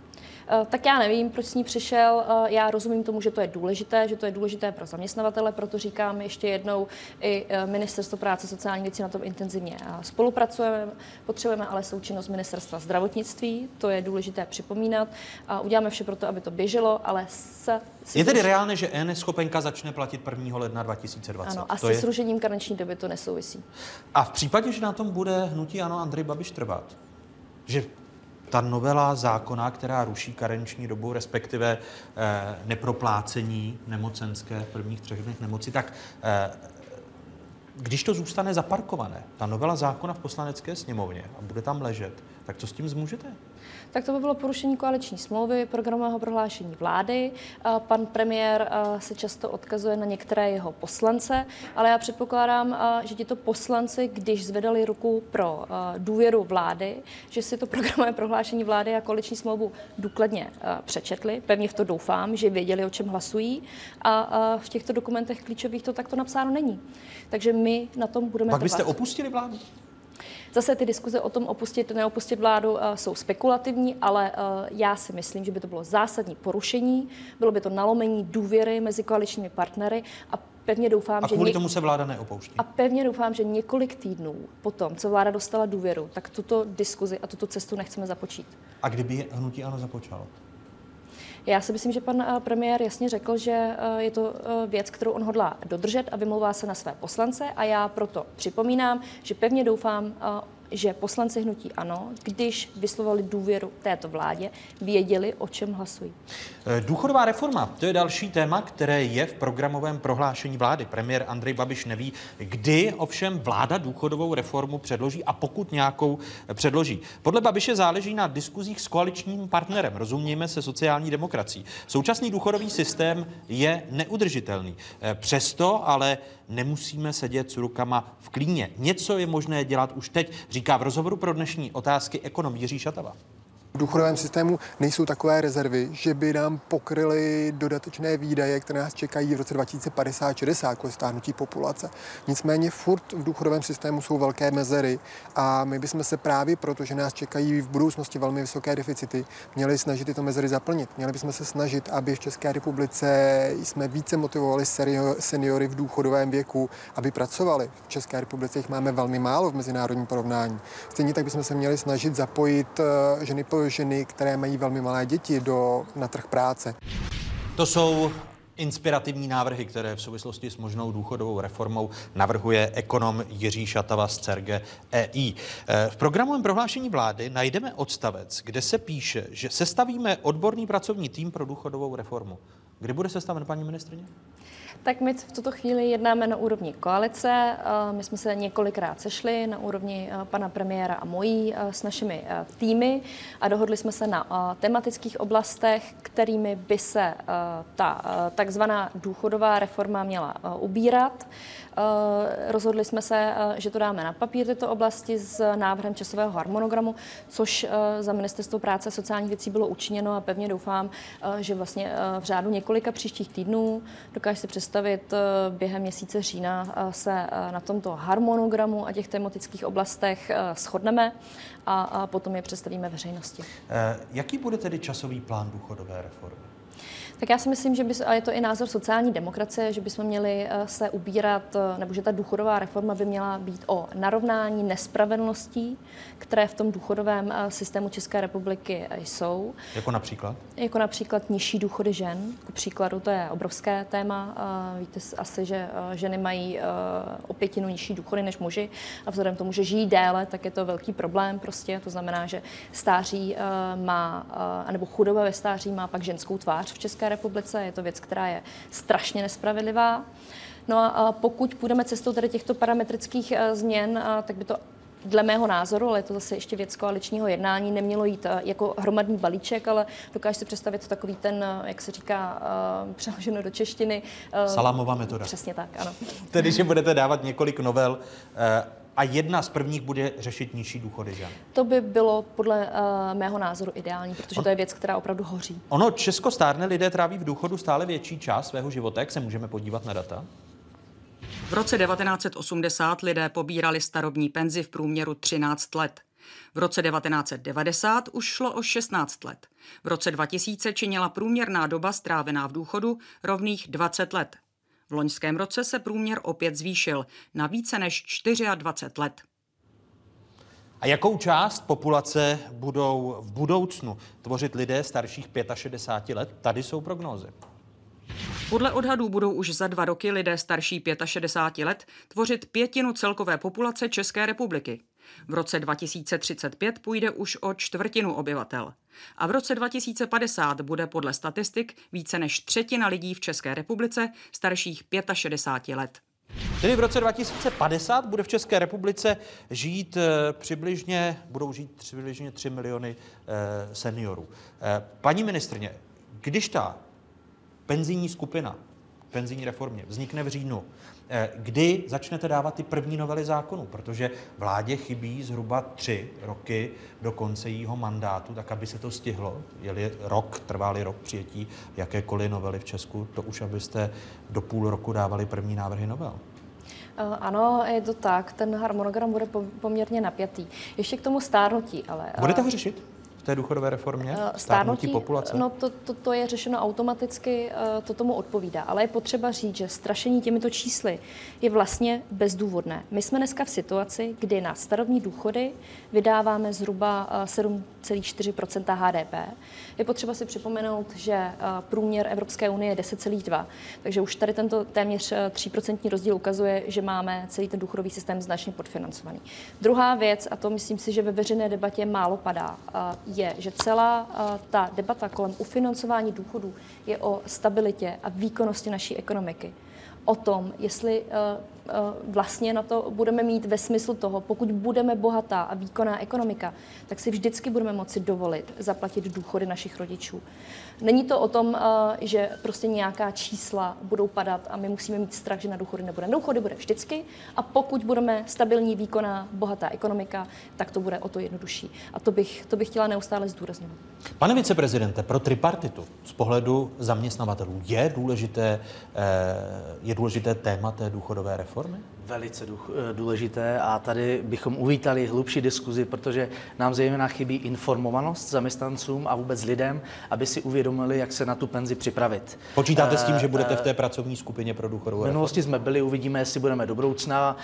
Speaker 6: Tak já nevím, proč s ní přišel. Já rozumím tomu, že to je důležité, že to je důležité pro zaměstnavatele, proto říkám ještě jednou, i Ministerstvo práce a sociální věcí na tom intenzivně spolupracujeme. Potřebujeme ale součinnost Ministerstva zdravotnictví, to je důležité připomínat. A uděláme vše pro to, aby to běželo, ale s...
Speaker 11: Je tedy reálné, že eNeschopenka začne platit prvního ledna dva tisíce dvacet?
Speaker 6: Ano, a
Speaker 11: to
Speaker 6: se
Speaker 11: je...
Speaker 6: zrušením karenční doby to nesouvisí.
Speaker 11: A v případě, že na tom bude hnutí ANO Andrej Babiš trvat, že ta novela zákona, která ruší karenční dobu, respektive eh, neproplácení nemocenské v prvních třech dnech nemoci, tak eh, když to zůstane zaparkované, ta novela zákona v Poslanecké sněmovně a bude tam ležet, tak co s tím zmůžete?
Speaker 6: Tak to by bylo porušení koaliční smlouvy, programového prohlášení vlády. Pan premiér se často odkazuje na některé jeho poslance, ale já předpokládám, že tito poslanci, když zvedali ruku pro důvěru vlády, že si to programové prohlášení vlády a koaliční smlouvu důkladně přečetli. Pevně v to doufám, že věděli, o čem hlasují. A v těchto dokumentech klíčových to takto napsáno není. Takže my na tom budeme
Speaker 11: Pak byste
Speaker 6: trvat.
Speaker 11: opustili vládu?
Speaker 6: Zase ty diskuze o tom opustit, neopustit vládu uh, jsou spekulativní, ale uh, já si myslím, že by to bylo zásadní porušení, bylo by to nalomení důvěry mezi koaličními partnery a pevně doufám,
Speaker 11: a
Speaker 6: že...
Speaker 11: kvůli
Speaker 6: něk...
Speaker 11: tomu se vláda neopouští.
Speaker 6: A pevně doufám, že několik týdnů potom, co vláda dostala důvěru, tak tuto diskuzi a tuto cestu nechceme započít.
Speaker 11: A kdyby hnutí ANO započalo?
Speaker 6: Já si myslím, že pan premiér jasně řekl, že je to věc, kterou on hodlá dodržet a vymlouvá se na své poslance a já proto připomínám, že pevně doufám, že poslanci hnutí ANO, když vyslovali důvěru této vládě, věděli, o čem hlasují.
Speaker 11: Důchodová reforma, to je další téma, které je v programovém prohlášení vlády. Premiér Andrej Babiš neví, kdy ovšem vláda důchodovou reformu předloží a pokud nějakou předloží. Podle Babiše záleží na diskuzích s koaličním partnerem, rozumějme se sociální demokracií. Současný důchodový systém je neudržitelný. Přesto ale nemusíme sedět s rukama v klíně. Něco je možné dělat už teď, říká v rozhovoru pro dnešní otázky ekonom Jiří Šatava.
Speaker 14: V důchodovém systému nejsou takové rezervy, že by nám pokryly dodatečné výdaje, které nás čekají v roce dva tisíce padesát šedesát kvůli stárnutí populace. Nicméně furt v důchodovém systému jsou velké mezery a my bychom se právě proto, že nás čekají v budoucnosti velmi vysoké deficity, měli snažit tyto mezery zaplnit. Měli bychom se snažit, aby v České republice jsme více motivovali seniory v důchodovém věku, aby pracovali. V České republice jich máme velmi málo v mezinárodním porovnání. Stejně tak bychom se měli snažit zapojit ženy po ženy, které mají velmi malé děti, do, na trh práce.
Speaker 11: To jsou inspirativní návrhy, které v souvislosti s možnou důchodovou reformou navrhuje ekonom Jiří Šatava z CERGE E I. V programovém prohlášení vlády najdeme odstavec, kde se píše, že sestavíme odborný pracovní tým pro důchodovou reformu. Kdy bude sestaven, paní ministryně?
Speaker 6: Tak my v tuto chvíli jednáme na úrovni koalice. My jsme se několikrát sešli na úrovni pana premiéra a mojí s našimi týmy a dohodli jsme se na tematických oblastech, kterými by se ta takzvaná důchodová reforma měla ubírat. Rozhodli jsme se, že to dáme na papír tyto oblasti s návrhem časového harmonogramu, což za Ministerstvo práce a sociálních věcí bylo učiněno a pevně doufám, že vlastně v řádu několika příštích týdnů, dokážu si představit, během měsíce října se na tomto harmonogramu a těch tematických oblastech shodneme a potom je představíme veřejnosti.
Speaker 11: Jaký bude tedy časový plán důchodové reformy?
Speaker 6: Tak já si myslím, že by, a je to i názor sociální demokracie, že bychom měli se ubírat, nebo že ta důchodová reforma by měla být o narovnání nespravedlností, které v tom důchodovém systému České republiky jsou.
Speaker 11: Jako například?
Speaker 6: Jako například nižší důchody žen. Ku příkladu to je obrovské téma. Víte asi, že ženy mají o pětinu nižší důchody než muži a vzhledem k tomu, že žijí déle, tak je to velký problém prostě. To znamená, že stáří má, nebo chudoba ve stáří má pak ženskou tvář v České republice. Je to věc, která je strašně nespravedlivá. No a pokud půjdeme cestou tady těchto parametrických změn, tak by to dle mého názoru, ale je to zase ještě věc koaličního jednání, nemělo jít jako hromadný balíček, ale dokážu si představit takový ten, jak se říká, přeloženo do češtiny.
Speaker 11: Salámová metoda.
Speaker 6: Přesně tak, ano.
Speaker 11: Tedy, že budete dávat několik novel a jedna z prvních bude řešit nižší důchody žen.
Speaker 6: To by bylo podle uh, mého názoru ideální, protože to je věc, která opravdu hoří.
Speaker 11: Ono Česko stárne, lidé tráví v důchodu stále větší část svého života. Jak se můžeme podívat na data?
Speaker 8: V roce devatenáct set osmdesát lidé pobírali starobní penzi v průměru třináct let. V roce devatenáct set devadesát už šlo o šestnáct let. V roce dva tisíce činila průměrná doba strávená v důchodu rovných dvacet let. V loňském roce se průměr opět zvýšil na více než dvacet čtyři let.
Speaker 11: A jakou část populace budou v budoucnu tvořit lidé starších šedesáti pěti let? Tady jsou prognózy.
Speaker 8: Podle odhadů budou už za dva roky lidé starší šedesáti pěti let tvořit pětinu celkové populace České republiky. V roce dva tisíce třicet pět půjde už o čtvrtinu obyvatel. A v roce dva tisíce padesát bude podle statistik více než třetina lidí v České republice starších šedesáti pěti let.
Speaker 11: Tedy v roce dva tisíce padesát bude v České republice žít e, přibližně, budou žít přibližně tři miliony e, seniorů. E, paní ministryně, když ta penzijní skupina, penzijní reformě vznikne v říjnu, kdy začnete dávat ty první novely zákonů, protože vládě chybí zhruba tři roky do konce jejího mandátu, tak aby se to stihlo, je-li rok, trvá-li rok přijetí jakékoliv novely v Česku, to už abyste do půl roku dávali první návrhy novel.
Speaker 6: Ano, je to tak, ten harmonogram bude poměrně napjatý. Ještě k tomu stárnutí, ale...
Speaker 11: Budete ho řešit? té důchodové reformě? Stárnutí populace?
Speaker 6: No to, to, to je řešeno automaticky, to tomu odpovídá. Ale je potřeba říct, že strašení těmito čísly je vlastně bezdůvodné. My jsme dneska v situaci, kdy na starobní důchody vydáváme zhruba sedm celá čtyři procenta H D P. Je potřeba si připomenout, že průměr Evropské unie je deset celá dva. Takže už tady tento téměř tři procentní rozdíl ukazuje, že máme celý ten důchodový systém značně podfinancovaný. Druhá věc, a to myslím si, že ve veřejné debatě málo padá, je, že celá ta debata kolem ufinancování důchodů je o stabilitě a výkonnosti naší ekonomiky. o tom, jestli vlastně na to budeme mít ve smyslu toho, pokud budeme bohatá a výkonná ekonomika, tak si vždycky budeme moci dovolit zaplatit důchody našich rodičů. Není to o tom, že prostě nějaká čísla budou padat a my musíme mít strach, že na důchody nebude. Na důchody bude vždycky a pokud budeme stabilní, výkonná, bohatá ekonomika, tak to bude o to jednodušší. A to bych, to bych chtěla neustále zdůrazňovat.
Speaker 11: Pane viceprezidente, pro tripartitu z pohledu zaměstnavatelů je důležité, je důležité téma té důchodové reformy?
Speaker 9: Velice důležité a tady bychom uvítali hlubší diskuzi, protože nám zejména chybí informovanost zaměstnancům a vůbec lidem, aby si uvědomili, jak se na tu penzi připravit.
Speaker 11: Počítáte s tím, že budete v té pracovní skupině pro důchodovou reformu?
Speaker 9: V minulosti jsme byli, uvidíme, jestli budeme do budoucna.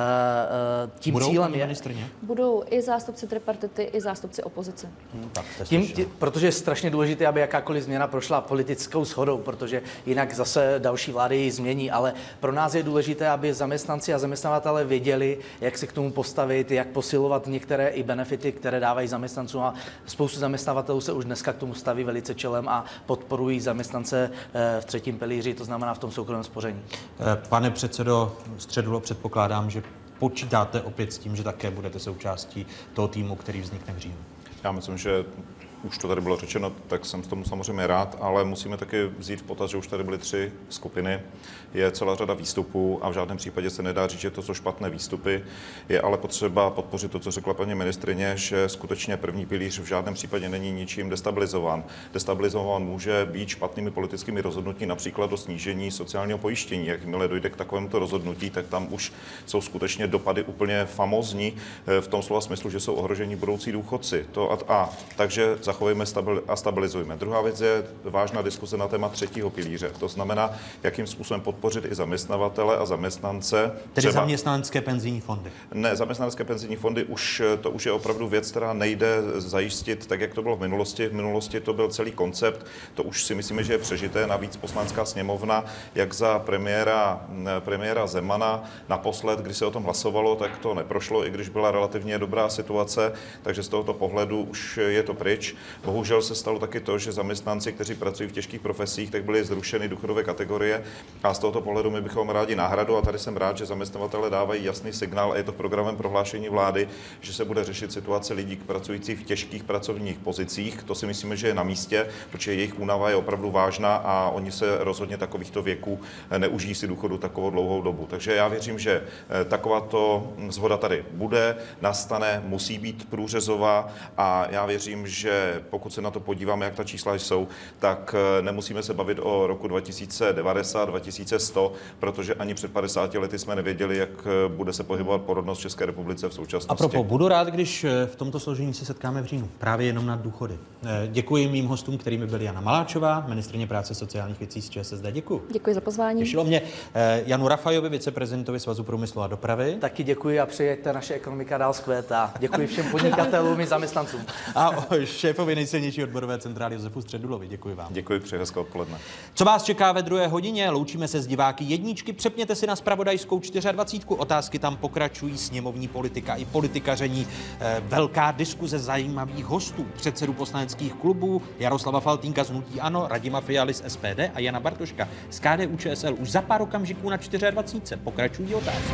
Speaker 9: Tím
Speaker 11: Budou,
Speaker 9: cílem je...
Speaker 11: ministryně?
Speaker 6: Budou i zástupci tripartity, i zástupci opozice.
Speaker 9: Hmm, tak, tím, tím, protože je strašně důležité, aby jakákoliv změna prošla politickou shodou, protože jinak zase další vlády ji změní, ale pro nás je důležité, aby zaměstnanci a zaměstnavatelé věděli, jak se k tomu postavit, jak posilovat některé i benefity, které dávají zaměstnancům a spoustu zaměstnavatelů se už dneska k tomu staví velice čelem a podporují zaměstnance v třetím pilíři, to znamená v tom soukromém spoření.
Speaker 11: Pane předsedo Středulo, předpokládám, že počítáte opět s tím, že také budete součástí toho týmu, který vznikne v říjnu.
Speaker 7: Já myslím, že už to tady bylo řečeno, tak jsem s tomu samozřejmě rád, ale musíme taky vzít v potaz, že už tady byly tři skupiny. Je celá řada výstupů a v žádném případě se nedá říct, že to jsou špatné výstupy. Je ale potřeba podpořit to, co řekla paní ministryně, že skutečně první pilíř v žádném případě není ničím destabilizován. Destabilizován může být špatnými politickými rozhodnutí, například do snížení sociálního pojištění. Jakmile dojde k takovémuto rozhodnutí, tak tam už jsou skutečně dopady úplně famózní v tom slova smyslu, že jsou ohroženi budoucí důchodci. To a, a takže zachovejme a stabilizujme. Druhá věc je vážná diskuse na téma třetího pilíře. To znamená, jakým způsobem podpořit i zaměstnavatele a zaměstnance.
Speaker 11: Tedy třeba zaměstnanecké penzijní fondy.
Speaker 7: Ne, zaměstnanecké penzijní fondy už to už je opravdu věc, která nejde zajistit tak, jak to bylo v minulosti. V minulosti to byl celý koncept. To už si myslíme, že je přežité. Navíc Poslanecká sněmovna, jak za premiéra, premiéra Zemana naposled, když se o tom hlasovalo, tak to neprošlo, i když byla relativně dobrá situace. Takže z tohoto pohledu už je to pryč. Bohužel se stalo taky to, že zaměstnanci, kteří pracují v těžkých profesích, tak byly zrušeny důchodové kategorie a z tohoto pohledu my bychom rádi náhradu a tady jsem rád, že zaměstnavatelé dávají jasný signál a je to v programovém prohlášení vlády, že se bude řešit situace lidí pracujících v těžkých pracovních pozicích. To si myslíme, že je na místě, protože jejich únava je opravdu vážná a oni se rozhodně takovýchto věků neužijí si důchodu takovou dlouhou dobu. Takže já věřím, že takováto shoda tady bude, nastane, musí být průřezová a já věřím, že pokud se na to podíváme, jak ta čísla jsou, tak nemusíme se bavit o roku dva tisíce devadesát, dva tisíce sto, protože ani před padesáti lety jsme nevěděli, jak bude se pohybovat porodnost v České republice v současnosti.
Speaker 11: A propos, budu rád, když v tomto složení se setkáme v říjnu, právě jenom na důchody. Děkuji mým hostům, kterými byli Jana Maláčová, ministryně práce sociálních věcí z ČSSD. Děkuji.
Speaker 6: Děkuji za pozvání.
Speaker 11: Těšilo mě Janu Rafajovi, viceprezidentovi Svazu průmyslu a dopravy.
Speaker 9: Taky děkuji a přeji, ať naše ekonomika dál vzkvétá. Děkuji všem podnikatelům i zaměstnancům.
Speaker 11: A šéfovi nejsilnější odborové centrály Josefu Středulovi. Děkuji vám.
Speaker 7: Děkuji, přeji hezké odpoledne.
Speaker 11: Co vás čeká ve druhé hodině? Loučíme se s diváky jedničky. Přepněte si na zpravodajskou dvacet čtyři. Otázky tam pokračují, sněmovní politika i politikaření. Velká diskuze zajímavých hostů. Předsedu poslaneckých klubů Jaroslava Faltýnka z hnutí ANO, Radima Fialy z S P D a Jana Bartoška z K D U Č S L. Už za pár okamžiků na dvacet čtyři. Pokračují otázky.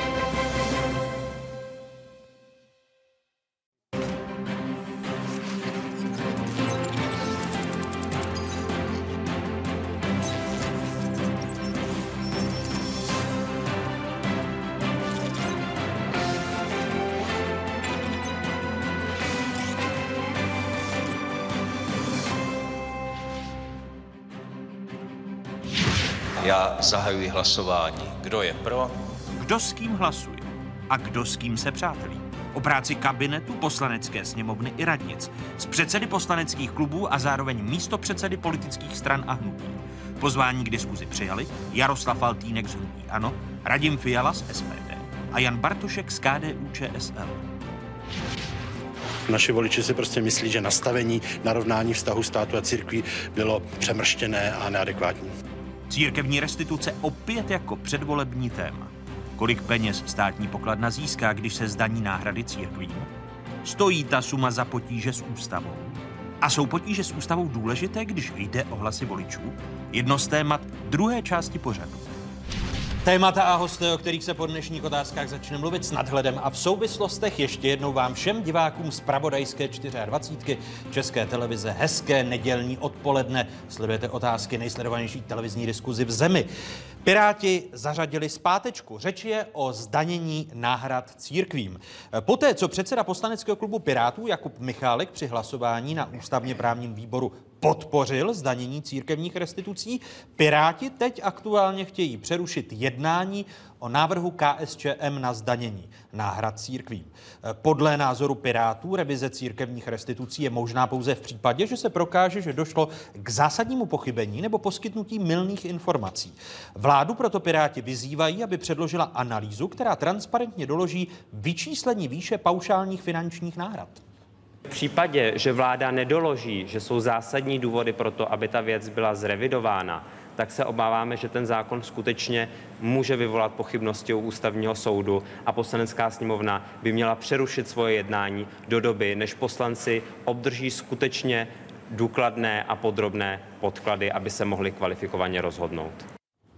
Speaker 3: Já zahajuji hlasování. Kdo je pro?
Speaker 2: Kdo s kým hlasuje? A kdo s kým se přátelí? O práci kabinetu, poslanecké sněmovny i radnic, z předsedy poslaneckých klubů a zároveň místopředsedy politických stran a hnutí. Pozvání k diskuzi přijali Jaroslav Faltýnek z hnutí ANO, Radim Fiala z S P D a Jan Bartošek z K D U Č S L.
Speaker 15: Naši voliči si prostě myslí, že nastavení narovnání vztahu státu a církví bylo přemrštěné a neadekvátní.
Speaker 2: Církevní restituce opět jako předvolební téma. Kolik peněz státní pokladna získá, když se zdaní náhrady církvím? Stojí ta suma za potíže s ústavou? A jsou potíže s ústavou důležité, když jde o hlasy voličů? Jedno z témat druhé části pořadu.
Speaker 11: Témata a hosté, o kterých se po dnešních otázkách začne mluvit s nadhledem a v souvislostech. Ještě jednou vám všem divákům z zpravodajské dvacet čtyři České televize hezké nedělní odpoledne. Sledujete otázky nejsledovanější televizní diskuzi v zemi. Piráti zařadili zpátečku. Řeč je o zdanění náhrad církvím. Poté, co předseda poslaneckého klubu Pirátů Jakub Michálek při hlasování na ústavně právním výboru podpořil zdanění církevních restitucí, Piráti teď aktuálně chtějí přerušit jednání o návrhu K S Č M na zdanění náhrad církvím. Podle názoru Pirátů revize církevních restitucí je možná pouze v případě, že se prokáže, že došlo k zásadnímu pochybení nebo poskytnutí mylných informací. Vládu proto Piráti vyzývají, aby předložila analýzu, která transparentně doloží vyčíslení výše paušálních finančních náhrad.
Speaker 16: V případě, že vláda nedoloží, že jsou zásadní důvody pro to, aby ta věc byla zrevidována, tak se obáváme, že ten zákon skutečně může vyvolat pochybnosti u ústavního soudu a Poslanecká sněmovna by měla přerušit svoje jednání do doby, než poslanci obdrží skutečně důkladné a podrobné podklady, aby se mohli kvalifikovaně rozhodnout.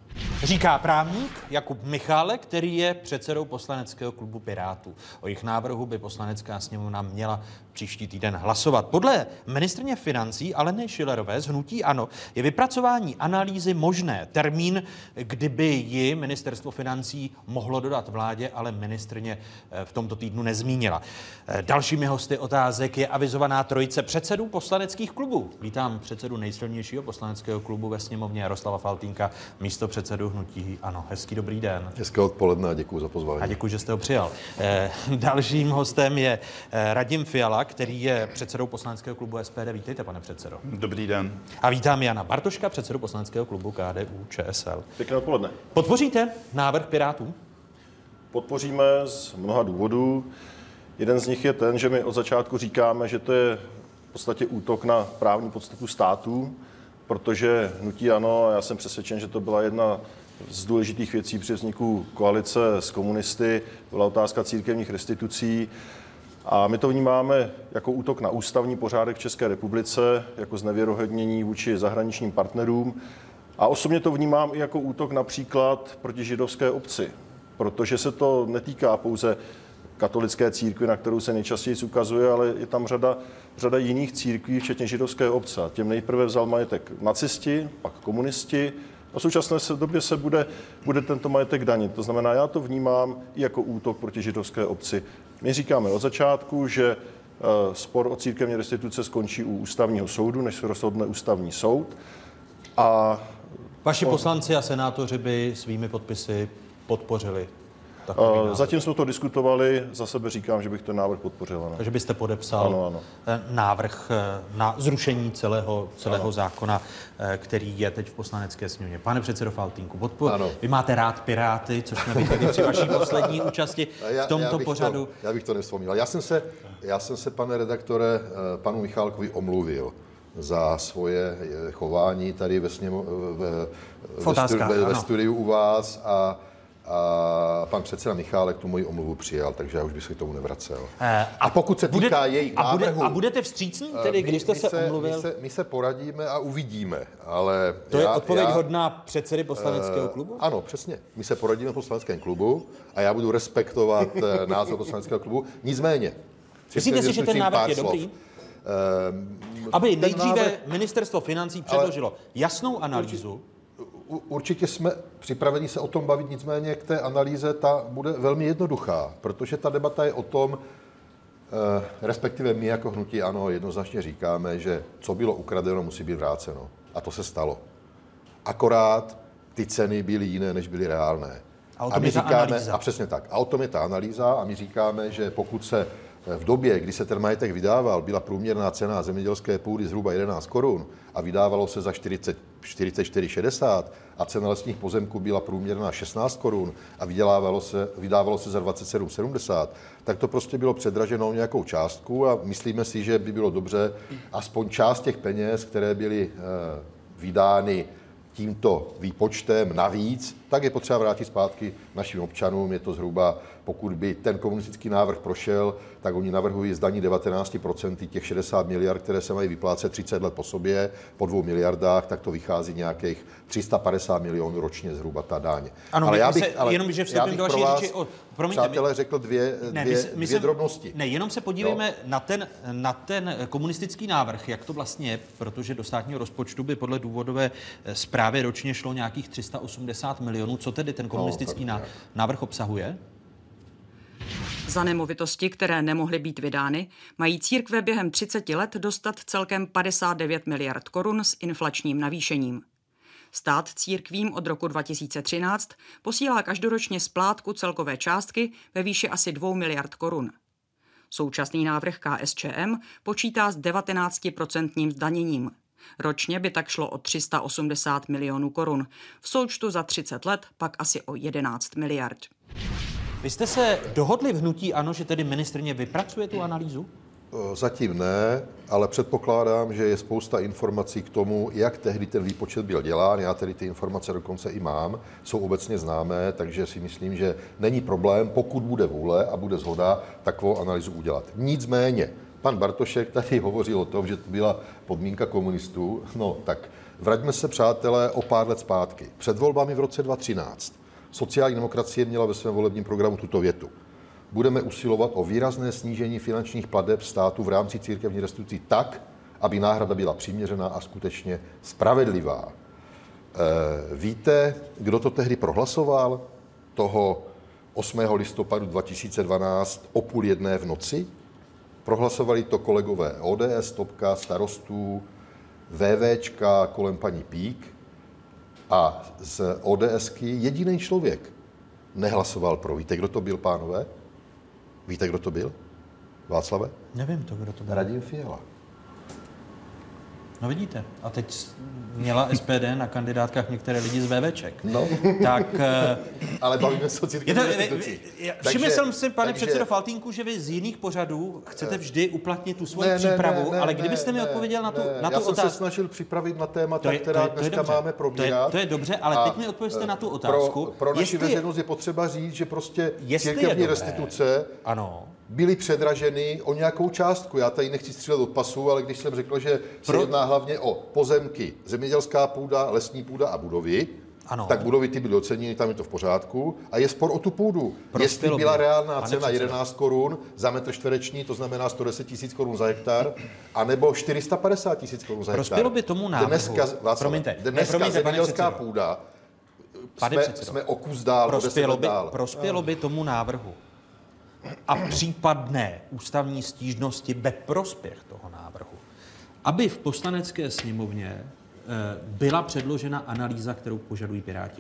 Speaker 11: Říká právník Jakub Michálek, který je předsedou poslaneckého klubu Pirátů. O jejich návrhu by Poslanecká sněmovna měla příští týden hlasovat. Podle ministryně financí Aleny Schillerové z hnutí ANO je vypracování analýzy možné. Termín, kdyby ji ministerstvo financí mohlo dodat vládě, ale ministryně v tomto týdnu nezmínila. Dalšími hosty otázek je avizovaná trojice předsedů poslaneckých klubů. Vítám předsedu nejsilnějšího poslaneckého klubu ve sněmovně Jaroslava Faltýnka, místo předsedu hnutí ANO. Hezký dobrý den.
Speaker 17: Hezké odpoledne a děkuji za pozvání.
Speaker 11: A děkuji, že jste ho přijal. Eh, dalším hostem je eh, Radim Fiala, který je předsedou poslaneckého klubu S P D. Vítejte, pane předsedo.
Speaker 5: Dobrý den.
Speaker 11: A vítám Jana Bartoška, předsedu poslaneckého klubu K D U Č S L.
Speaker 18: Pěkné odpoledne.
Speaker 11: Podpoříte návrh Pirátů?
Speaker 18: Podpoříme z mnoha důvodů. Jeden z nich je ten, že my od začátku říkáme, že to je v podstatě útok na právní podstatu státu, protože hnutí ANO, a já jsem přesvědčen, že to byla jedna z důležitých věcí při vzniku koalice s komunisty, byla otázka církevních restitucí. A my to vnímáme jako útok na ústavní pořádek v České republice, jako znevěrohodnění vůči zahraničním partnerům. A osobně to vnímám i jako útok například proti židovské obci, protože se to netýká pouze katolické církve, na kterou se nejčastěji ukazuje, ale je tam řada, řada jiných církví, včetně židovské obce. Těm nejprve vzal majetek nacisti, pak komunisti a v současné době se bude, bude tento majetek danit. To znamená, já to vnímám i jako útok proti židovské obci. My říkáme od začátku, že spor o církevní restituce skončí u ústavního soudu, než se rozhodne ústavní soud. A
Speaker 11: Vaši poslanci a senátoři by svými podpisy podpořili.
Speaker 18: Zatím jsme to diskutovali, za sebe říkám, že bych ten návrh podpořil. Ano.
Speaker 11: Takže byste podepsal
Speaker 18: ano, ano.
Speaker 11: návrh na zrušení celého, celého zákona, který je teď v poslanecké sněmovně. Pane předsedo Faltýnku, podpor... vy máte rád Piráty, což jsme viděli při vaší poslední účasti
Speaker 17: já,
Speaker 11: v tomto
Speaker 17: já
Speaker 11: pořadu.
Speaker 17: To, já bych to nevzpomněl. Já jsem se, já jsem se, pane redaktore, panu Michálkovi omluvil za svoje chování tady ve, sněmo, ve, ve, stu, ve, ve studiu u vás a A pan předseda Michálek tu moji omluvu přijal, takže já už bych se k tomu nevracel. A pokud se týká bude, jejich
Speaker 11: a bude,
Speaker 17: návrhu...
Speaker 11: A budete vstřícní tedy, když jste
Speaker 17: my
Speaker 11: se,
Speaker 17: se
Speaker 11: omluvil?
Speaker 17: My se, my se poradíme a uvidíme, ale...
Speaker 11: To
Speaker 17: já,
Speaker 11: je odpověď
Speaker 17: já,
Speaker 11: hodná předsedy poslaneckého klubu?
Speaker 17: Uh, ano, přesně. My se poradíme v poslaneckém klubu a já budu respektovat názor poslaneckého klubu. Nicméně...
Speaker 11: Myslíte si, že ten návrh je dobrý? Uh, Aby nejdříve návrh, ministerstvo financí předložilo ale, jasnou analýzu,
Speaker 17: určitě jsme připraveni se o tom bavit, nicméně k té analýze ta bude velmi jednoduchá, protože ta debata je o tom, eh, respektive my jako hnutí ANO jednoznačně říkáme, že co bylo ukradeno, musí být vráceno. A to se stalo. Akorát ty ceny byly jiné, než byly reálné.
Speaker 11: A, o tom
Speaker 17: a my
Speaker 11: je ta
Speaker 17: říkáme,
Speaker 11: analýza.
Speaker 17: a přesně tak. A o tom je ta analýza a my říkáme, že pokud se v době, kdy se ten majetek vydával, byla průměrná cena zemědělské půdy zhruba jedenáct korun a vydávalo se za čtyřicet, čtyřicet čtyři šedesát a cena lesních pozemků byla průměrná šestnáct korun a vydávalo se, vydávalo se za dvacet sedm sedmdesát, tak to prostě bylo předraženo o nějakou částku a myslíme si, že by bylo dobře aspoň část těch peněz, které byly eh, vydány tímto výpočtem navíc, tak je potřeba vrátit zpátky našim občanům. Je to zhruba, pokud by ten komunistický návrh prošel, tak oni navrhují zdaní devatenáct procent těch šedesát miliard, které se mají vyplácet třicet let po sobě, po dvou miliardách, tak to vychází nějakých tři sta padesát milionů ročně zhruba ta daň.
Speaker 11: Ano, ale já bych, se, ale jenom, že vstoupím do vaší řeči. Promiňte,
Speaker 17: přátelé, řekl dvě,
Speaker 11: ne,
Speaker 17: dvě,
Speaker 11: my se, my
Speaker 17: dvě
Speaker 11: se,
Speaker 17: drobnosti.
Speaker 11: Ne, jenom se podívejme na ten, na ten komunistický návrh, jak to vlastně je, protože do státního rozpočtu by podle důvodové zprávy ročně šlo nějakých tři sta osmdesát milionů. Co tedy ten komunistický no, návrh obsahuje?
Speaker 8: Za nemovitosti, které nemohly být vydány, mají církve během třiceti let dostat celkem padesát devět miliard korun s inflačním navýšením. Stát církvím od roku dva tisíce třináct posílá každoročně splátku celkové částky ve výši asi dvou miliard korun. Současný návrh K S Č M počítá s devatenáctiprocentním zdaněním. Ročně by tak šlo o tři sta osmdesát milionů korun, v součtu za třicet let pak asi o jedenáct miliard.
Speaker 11: Vy jste se dohodli v hnutí ANO, že tedy ministryně vypracuje tu analýzu?
Speaker 17: Zatím ne, ale předpokládám, že je spousta informací k tomu, jak tehdy ten výpočet byl dělán. Já tedy ty informace dokonce i mám, jsou obecně známé, takže si myslím, že není problém, pokud bude vůle a bude shoda, takovou analýzu udělat. Nicméně, pan Bartošek tady hovořil o tom, že to byla podmínka komunistů. No tak vraťme se, přátelé, o pár let zpátky. Před volbami v roce dva tisíce třináct sociální demokracie měla ve svém volebním programu tuto větu. Budeme usilovat o výrazné snížení finančních plateb státu v rámci církevních restitucí tak, aby náhrada byla přiměřená a skutečně spravedlivá. E, víte, kdo to tehdy prohlasoval? Toho osmého listopadu dva tisíce dvanáct o půl jedné v noci? Prohlasovali to kolegové O D S, Topka, Starostů, VVčka kolem paní Pík a z ODSky jediný člověk nehlasoval pro. Víte, kdo to byl, pánové? Víte, kdo to byl? Václave?
Speaker 11: Nevím to, kdo to byl.
Speaker 17: Radim Fiala.
Speaker 11: No vidíte, a teď měla S P D na kandidátkách některé lidi z VVček.
Speaker 17: No.
Speaker 11: Tak...
Speaker 17: Ale bavíme se o církevní restituci.
Speaker 11: Všiml jsem si, pane takže... předsedo Faltýnku, že vy z jiných pořadů chcete vždy uplatnit tu svoji ne, přípravu, ne, ne, ale kdybyste ne, mi odpověděl na tu,
Speaker 17: ne,
Speaker 11: na tu
Speaker 17: já
Speaker 11: otázku...
Speaker 17: Já jsem se snažil připravit na témata, je, která to je, to dneska máme probírat.
Speaker 11: To je, to je dobře, ale teď mi odpovězte na tu otázku.
Speaker 17: Pro, pro naši veřejnost je potřeba říct, že prostě církevní restituce...
Speaker 11: Ano.
Speaker 17: byly předraženy o nějakou částku. Já tady nechci střílet od pasu, ale když jsem řekl, že se
Speaker 11: Pro...
Speaker 17: jedná hlavně o pozemky, zemědělská půda, lesní půda a budovy, ano. tak budovy ty byly oceněny, tam je to v pořádku. A je spor o tu půdu. Prospělo Jestli byla by. reálná Pane cena předsedo. jedenáct korun za metr čtvereční, to znamená sto deset tisíc korun za hektar, anebo čtyři sta padesát tisíc korun za hektar.
Speaker 11: Prospělo by tomu návrhu.
Speaker 17: Dneska, Václav,
Speaker 11: promiňte,
Speaker 17: dneska
Speaker 11: ne, promiňte,
Speaker 17: zemědělská půda, jsme, jsme o kus dál,
Speaker 11: prospělo by,
Speaker 17: dál.
Speaker 11: Prospělo by tomu návrhu a případné ústavní stížnosti ve prospěch toho návrhu, aby v Poslanecké sněmovně byla předložena analýza, kterou požadují Piráti.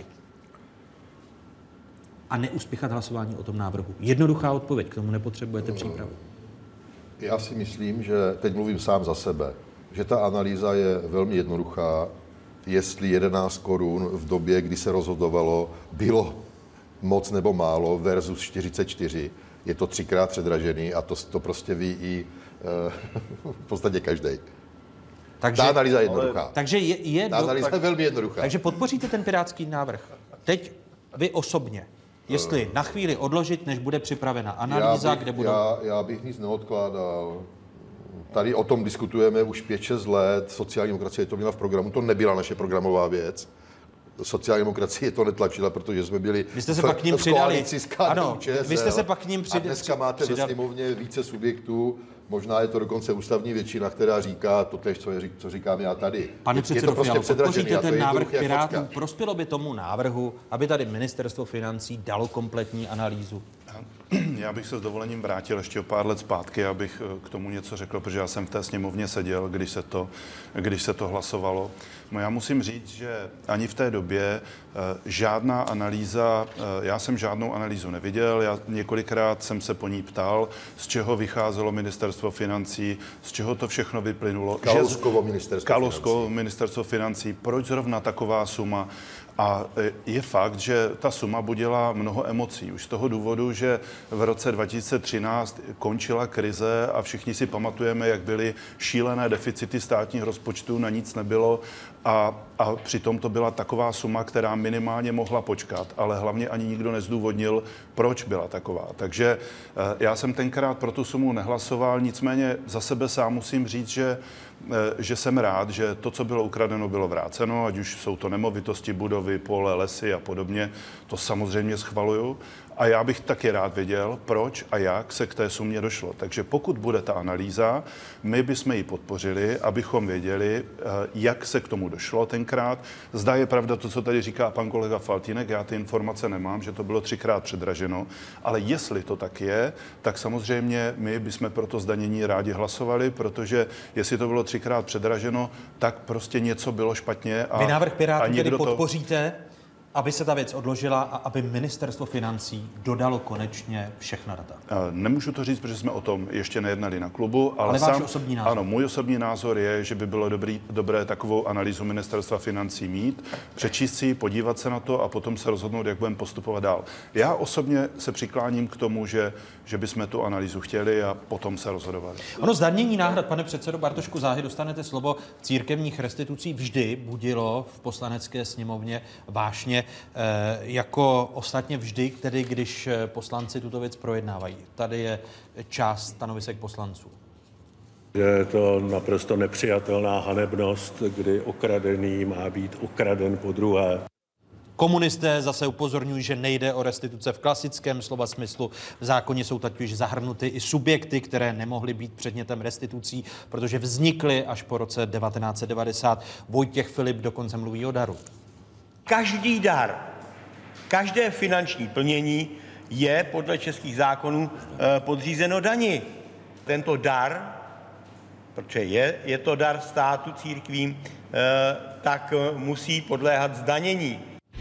Speaker 11: A neuspěchat hlasování o tom návrhu. Jednoduchá odpověď, k tomu nepotřebujete přípravu.
Speaker 17: Já si myslím, že teď mluvím sám za sebe, že ta analýza je velmi jednoduchá, jestli jedenáct korun v době, kdy se rozhodovalo, bylo moc nebo málo versus čtyřicet čtyři. Je to třikrát předražený a to, to prostě ví i uh, v podstatě každý. Takže, ta analýza je jednoduchá.
Speaker 11: Ale, takže je, je
Speaker 17: ta analýza
Speaker 11: tak,
Speaker 17: je velmi jednoduchá.
Speaker 11: Takže podpoříte ten pirátský návrh. Teď vy osobně. Jestli na chvíli odložit, než bude připravena analýza,
Speaker 17: já bych,
Speaker 11: kde budou...
Speaker 17: Já, já bych nic neodkládal. Tady o tom diskutujeme už pět šest let. Sociální demokracie to měla v programu. To nebyla naše programová věc. Sociální demokracie to netlačila, protože jsme byli
Speaker 11: vy jste se v, pak k ním přidali.
Speaker 17: Ano,
Speaker 11: vy jste se pak k ním přidali.
Speaker 17: A dneska máte přidali. ve sněmovně více subjektů. Možná je to dokonce ústavní většina, která říká to tež, co, je, co říkám já tady.
Speaker 11: Pane předsedo
Speaker 17: prostě
Speaker 11: Fialo, podpoříte ten návrh Pirátů?
Speaker 17: Fotka.
Speaker 11: Prospělo by tomu návrhu, aby tady ministerstvo financí dalo kompletní analýzu?
Speaker 5: Já bych se s dovolením vrátil ještě o pár let zpátky, abych k tomu něco řekl, protože já jsem v té sněmovně seděl, když se to, když se to hlasovalo. No já musím říct, že ani v té době žádná analýza, já jsem žádnou analýzu neviděl, já několikrát jsem se po ní ptal, z čeho vycházelo ministerstvo financí, z čeho to všechno vyplynulo.
Speaker 17: Kalouskovo ministerstvo
Speaker 5: Kalouskovo
Speaker 17: financí.
Speaker 5: ministerstvo financí, proč zrovna taková suma. A je fakt, že ta suma budila mnoho emocí. Už z toho důvodu, že v roce dva tisíce třináct končila krize a všichni si pamatujeme, jak byly šílené deficity státních rozpočtů, na nic nebylo a, a přitom to byla taková suma, která minimálně mohla počkat, ale hlavně ani nikdo nezdůvodnil, proč byla taková. Takže já jsem tenkrát pro tu sumu nehlasoval, nicméně za sebe sám musím říct, že že jsem rád, že to, co bylo ukradeno, bylo vráceno, ať už jsou to nemovitosti, budovy, pole, lesy a podobně, to samozřejmě schvaluju. A já bych taky rád věděl, proč a jak se k té sumě došlo. Takže pokud bude ta analýza, my bychom ji podpořili, abychom věděli, jak se k tomu došlo tenkrát. Zda je pravda to, co tady říká pan kolega Faltýnek, já ty informace nemám, že to bylo třikrát předraženo, ale jestli to tak je, tak samozřejmě my bychom pro to zdanění rádi hlasovali, protože jestli to bylo třikrát předraženo, tak prostě něco bylo špatně. A,
Speaker 11: Vy návrh Pirátů tedy
Speaker 5: to...
Speaker 11: podpoříte, aby se ta věc odložila a aby ministerstvo financí dodalo konečně všechna data?
Speaker 5: Nemůžu to říct, protože jsme o tom ještě nejednali na klubu, ale,
Speaker 11: ale
Speaker 5: sám,
Speaker 11: váš osobní názor?
Speaker 5: Ano, můj osobní názor je, že by bylo dobrý, dobré takovou analýzu ministerstva financí mít, přečíst si, podívat se na to a potom se rozhodnout, jak budeme postupovat dál. Já osobně se přikláním k tomu, že, že bychom tu analýzu chtěli a potom se rozhodovali.
Speaker 11: Ono zdanění náhrad, pane předsedo Bartošku, záhy dostanete slovo, církevních restitucí vždy budilo v Poslanecké sněmovně vášně, jako ostatně vždy, tedy když poslanci tuto věc projednávají. Tady je část stanovisek poslanců.
Speaker 19: Je to naprosto nepřijatelná hanebnost, kdy okradený má být okraden po druhé.
Speaker 11: Komunisté zase upozorňují, že nejde o restituce v klasickém slova smyslu. V zákoně jsou totiž zahrnuty i subjekty, které nemohly být předmětem restitucí, protože vznikly až po roce devatenáct set devadesát. Vojtěch Filip dokonce mluví o daru.
Speaker 20: Každý dar, každé finanční plnění je podle českých zákonů podřízeno dani. Tento dar, protože je, je to dar státu církvím, tak musí podléhat zdanění.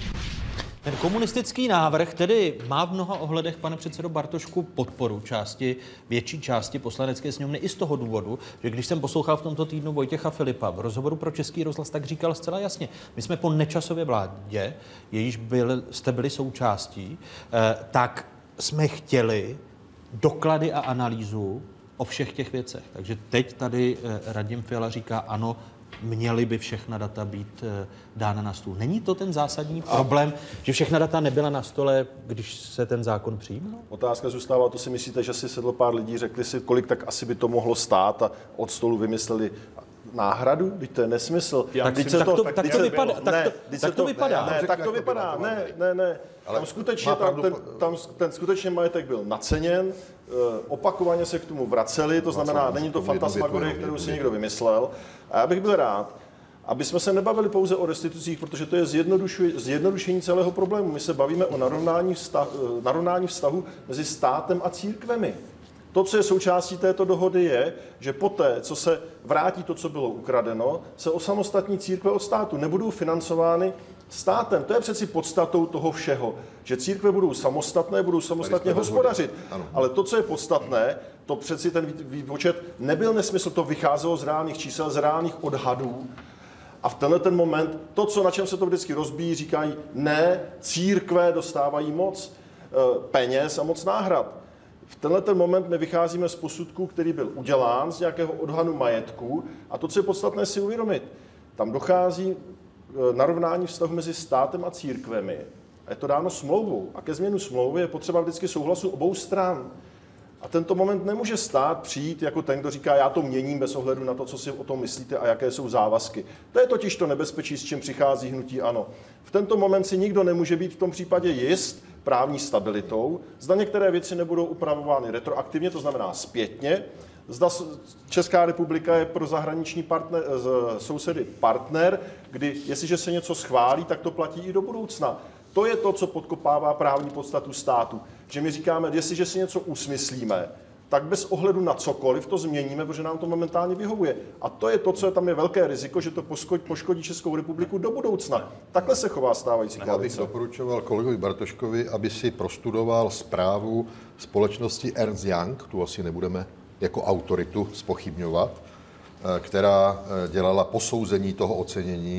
Speaker 11: Ten komunistický návrh tedy má v mnoha ohledech, pane předsedo Bartošku, podporu části, větší části Poslanecké sněmovny i z toho důvodu, že když jsem poslouchal v tomto týdnu Vojtěcha Filipa v rozhovoru pro Český rozhlas, tak říkal zcela jasně, my jsme po Nečasově vládě, jejíž byl, jste byli součástí, eh, tak jsme chtěli doklady a analýzu o všech těch věcech. Takže teď tady eh, Radim Fiala říká ano, měly by všechna data být e, dána na stůl. Není to ten zásadní problém, že všechna data nebyla na stole, když se ten zákon přijímal?
Speaker 18: Otázka zůstává, to si myslíte, že si sedlo pár lidí, řekli si, kolik tak asi by to mohlo stát a od stolu vymysleli náhradu? Teď to je nesmysl.
Speaker 11: Tak, tak, to, to, tak, tak to vypadá. Tak
Speaker 18: ne,
Speaker 11: to, tak to, to vypadá.
Speaker 18: Ne, ne, tak to vypadá. Ne, ne, ne. Tam skutečně, tam, ten, tam ten skutečně majetek byl naceněn, opakovaně se k tomu vraceli, to znamená, není to fantasmagorie, kterou si někdo vymyslel. A já bych byl rád, aby jsme se nebavili pouze o restitucích, protože to je zjednodušení celého problému. My se bavíme o narovnání, vztah, narovnání vztahu mezi státem a církvemi. To, co je součástí této dohody, je, že poté, co se vrátí to, co bylo ukradeno, se osamostatní církve od státu nebudou financovány státem. To je přeci podstatou toho všeho, že církve budou samostatné, budou samostatně hospodařit. Ale to, co je podstatné, to přeci ten výpočet nebyl nesmysl, to vycházelo z reálných čísel, z reálných odhadů. A v tenhle ten moment, to, co na čem se to vždycky rozbíjí, říkají, ne, církve dostávají moc peněz a moc náhrad. V tenhle ten moment my vycházíme z posudku, který byl udělán z nějakého odhadu majetku a to, co je podstatné si uvědomit, tam dochází narovnání vztahu mezi státem a církvemi a je to dáno smlouvou a ke změnu smlouvy je potřeba vždycky souhlasu obou stran. A tento moment nemůže stát přijít jako ten, kdo říká, já to měním bez ohledu na to, co si o tom myslíte a jaké jsou závazky. To je totiž to nebezpečí, s čím přichází hnutí ANO. V tento moment si nikdo nemůže být v tom případě jist právní stabilitou, zda některé věci nebudou upravovány retroaktivně, to znamená zpětně, zda Česká republika je pro zahraniční partner, sousedy partner, kdy jestliže se něco schválí, tak to platí i do budoucna. To je to, co podkopává právní podstatu státu. Že my říkáme, jestliže si něco usmyslíme, tak bez ohledu na cokoliv to změníme, protože nám to momentálně vyhovuje. A to je to, co je tam je velké riziko, že to poškodí Českou republiku do budoucna. Takhle se chová stávající koalice.
Speaker 17: Já bych doporučoval kolegovi Bartoškovi, aby si prostudoval zprávu společnosti Ernst Young, tu asi nebudeme jako autoritu zpochybňovat, která dělala posouzení toho ocenění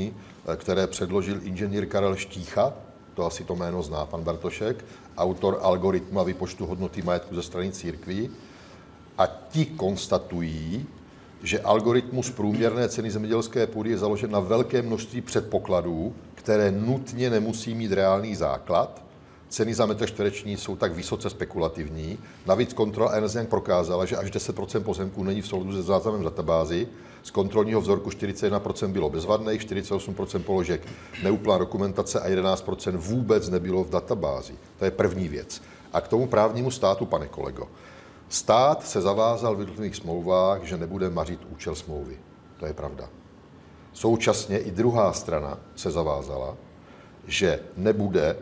Speaker 17: které předložil inženýr Karel Štícha, to asi to jméno zná pan Bartošek, autor algoritmu a výpočtu hodnoty majetku ze strany církví. A ti konstatují, že algoritmus průměrné ceny zemědělské půdy je založen na velké množství předpokladů, které nutně nemusí mít reálný základ. Ceny za metr čtvereční jsou tak vysoce spekulativní. Navíc kontrola Ernst Young prokázala, že až deset procent pozemků není v souladu se záznamem databázi. Z kontrolního vzorku čtyřicet jedna procent bylo bezvadných, čtyřicet osm procent položek neúplná dokumentace a jedenáct procent vůbec nebylo v databázi. To je první věc. A k tomu právnímu státu, pane kolego. Stát se zavázal v jednotlivých smlouvách, že nebude mařit účel smlouvy. To je pravda. Současně i druhá strana se zavázala, že nebude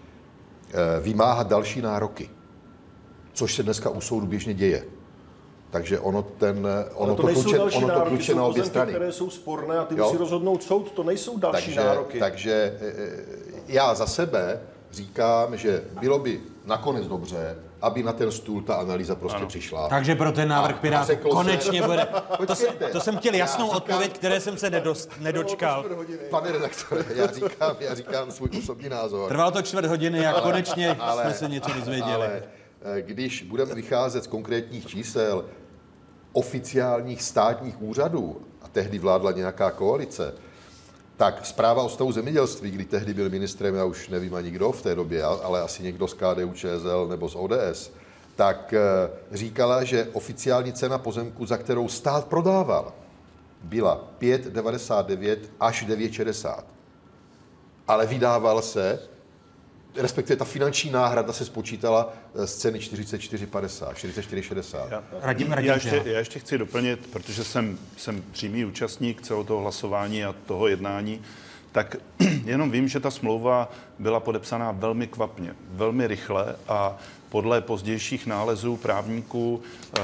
Speaker 17: vymáhat další nároky, což se dneska u soudu běžně děje. Takže ono, ten, ono
Speaker 18: to,
Speaker 17: to,
Speaker 18: nejsou
Speaker 17: kluče,
Speaker 18: další
Speaker 17: ono
Speaker 18: nároky,
Speaker 17: to kluče na obě strany.
Speaker 18: Které jsou sporné a ty
Speaker 17: jo?
Speaker 18: musí rozhodnout soud, to nejsou další
Speaker 17: takže,
Speaker 18: nároky.
Speaker 17: Takže já za sebe říkám, že bylo by nakonec dobře, aby na ten stůl ta analýza prostě ano. přišla.
Speaker 11: Takže pro ten návrh Pirátů konečně
Speaker 17: se...
Speaker 11: bude. To, se, to jsem chtěl jasnou říkám, odpověď, které jsem se nedost, nedočkal.
Speaker 17: Pane redaktore, já říkám, já říkám svůj osobní názor.
Speaker 11: Trvalo to čtvrt hodiny a
Speaker 17: ale,
Speaker 11: konečně
Speaker 17: ale,
Speaker 11: jsme se něco dozvěděli.
Speaker 17: Ale když budeme vycházet z konkrétních čísel oficiálních státních úřadů, a tehdy vládla nějaká koalice, tak zpráva o stavu zemědělství, kdy tehdy byl ministrem, já už nevím ani kdo v té době, ale asi někdo z K D U Č S L nebo z O D S, tak říkala, že oficiální cena pozemku, za kterou stát prodával, byla pět devadesát devět až devět šedesát. Ale vydával se, respektive ta finanční náhrada se spočítala z ceny čtyřicet čtyři padesát, čtyřicet čtyři šedesát.
Speaker 5: Já, Radim, Radim, já, ještě, já ještě chci doplnit, protože jsem, jsem přímý účastník celého toho hlasování a toho jednání, tak jenom vím, že ta smlouva byla podepsaná velmi kvapně, velmi rychle a podle pozdějších nálezů právníků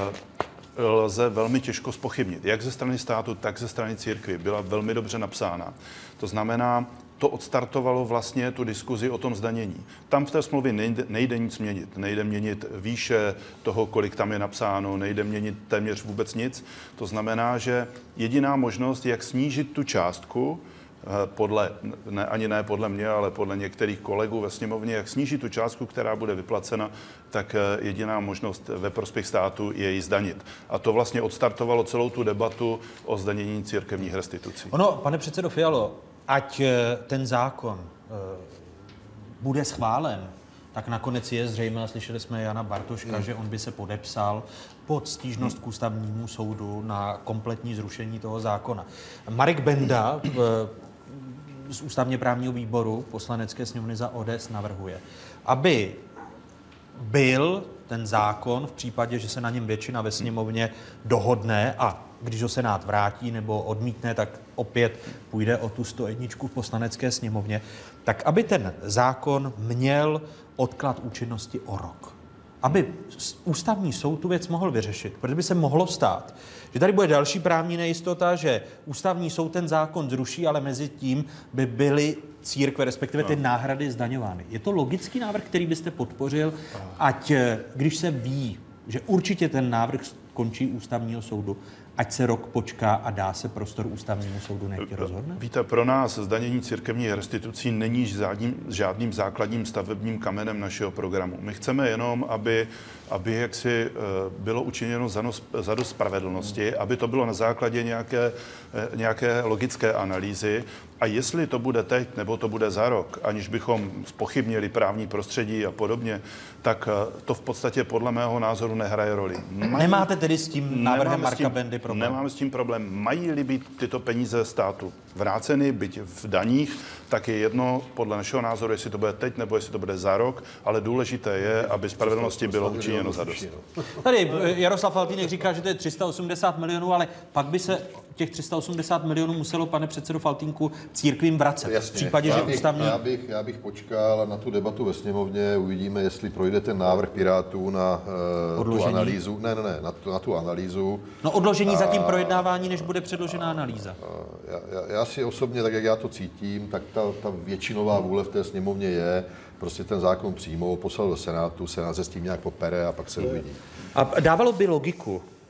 Speaker 5: lze velmi těžko zpochybnit. Jak ze strany státu, tak ze strany církvy byla velmi dobře napsána. To znamená, to odstartovalo vlastně tu diskuzi o tom zdanění. Tam v té smlouvě nejde, nejde nic měnit. Nejde měnit výše toho, kolik tam je napsáno, nejde měnit téměř vůbec nic. To znamená, že jediná možnost, jak snížit tu částku, podle, ne, ani ne podle mě, ale podle některých kolegů ve sněmovně, jak snížit tu částku, která bude vyplacena, tak jediná možnost ve prospěch státu je ji zdanit. A to vlastně odstartovalo celou tu debatu o zdanění církevních restitucí.
Speaker 11: Ono, pane předsedo Fialo, ať ten zákon bude schválen, tak nakonec je zřejmé, slyšeli jsme Jana Bartoška, hmm. že on by se podepsal pod stížnost k ústavnímu soudu na kompletní zrušení toho zákona. Marek Benda z ústavně právního výboru Poslanecké sněmovny za O D S navrhuje, aby byl ten zákon v případě, že se na něm většina ve sněmovně dohodne a když ho Senát vrátí nebo odmítne, tak opět půjde o tu sto jedna v Poslanecké sněmovně, tak aby ten zákon měl odklad účinnosti o rok. Aby ústavní soud tu věc mohl vyřešit, protože by se mohlo stát, že tady bude další právní nejistota, že ústavní soud ten zákon zruší, ale mezi tím by byly církve, respektive ty náhrady zdaňovány. Je to logický návrh, který byste podpořil, ať když se ví, že určitě ten návrh končí ústavního soudu, ať se rok počká a dá se prostor ústavnímu soudu, nechť rozhodne?
Speaker 5: Víte, pro nás zdanění církevních restitucí není žádným, žádným základním stavebním kamenem našeho programu. My chceme jenom, aby, aby jaksi bylo učiněno za dost spravedlnosti, aby to bylo na základě nějaké, nějaké logické analýzy. A jestli to bude teď, nebo to bude za rok, aniž bychom zpochybnili právní prostředí a podobně, tak to v podstatě podle mého názoru nehraje roli. Mají,
Speaker 11: Nemáte tedy s tím návrhem Marka Bendy problém?
Speaker 5: Nemáme s tím problém. Mají-li být tyto peníze státu vráceny, byť v daních, tak je jedno podle našeho názoru, jestli to bude teď, nebo jestli to bude za rok, ale důležité je, aby spravedlnosti bylo učiněno za dost.
Speaker 11: Tady Jaroslav Faltýnek říká, že to je tři sta osmdesát milionů, ale pak by se těch tři sta osmdesát milionů muselo, pane předsedo Faltýnku, církvím vracet.
Speaker 17: Jasně.
Speaker 11: V případě,
Speaker 17: já
Speaker 11: že
Speaker 17: bych,
Speaker 11: ústavní...
Speaker 17: Já bych, já bych počkal na tu debatu ve sněmovně, uvidíme, jestli projde ten návrh Pirátů na uh, tu analýzu. Ne, ne, ne, na tu, na tu analýzu.
Speaker 11: No odložení a, zatím projednávání, než bude předložena analýza.
Speaker 17: Já, já, já si osobně, tak jak já to cítím, tak ta, ta většinová vůle v té sněmovně je prostě ten zákon přijmout, poslat do Senátu, Senát se s tím nějak popere a pak se uvidí.
Speaker 11: A dávalo by logiku,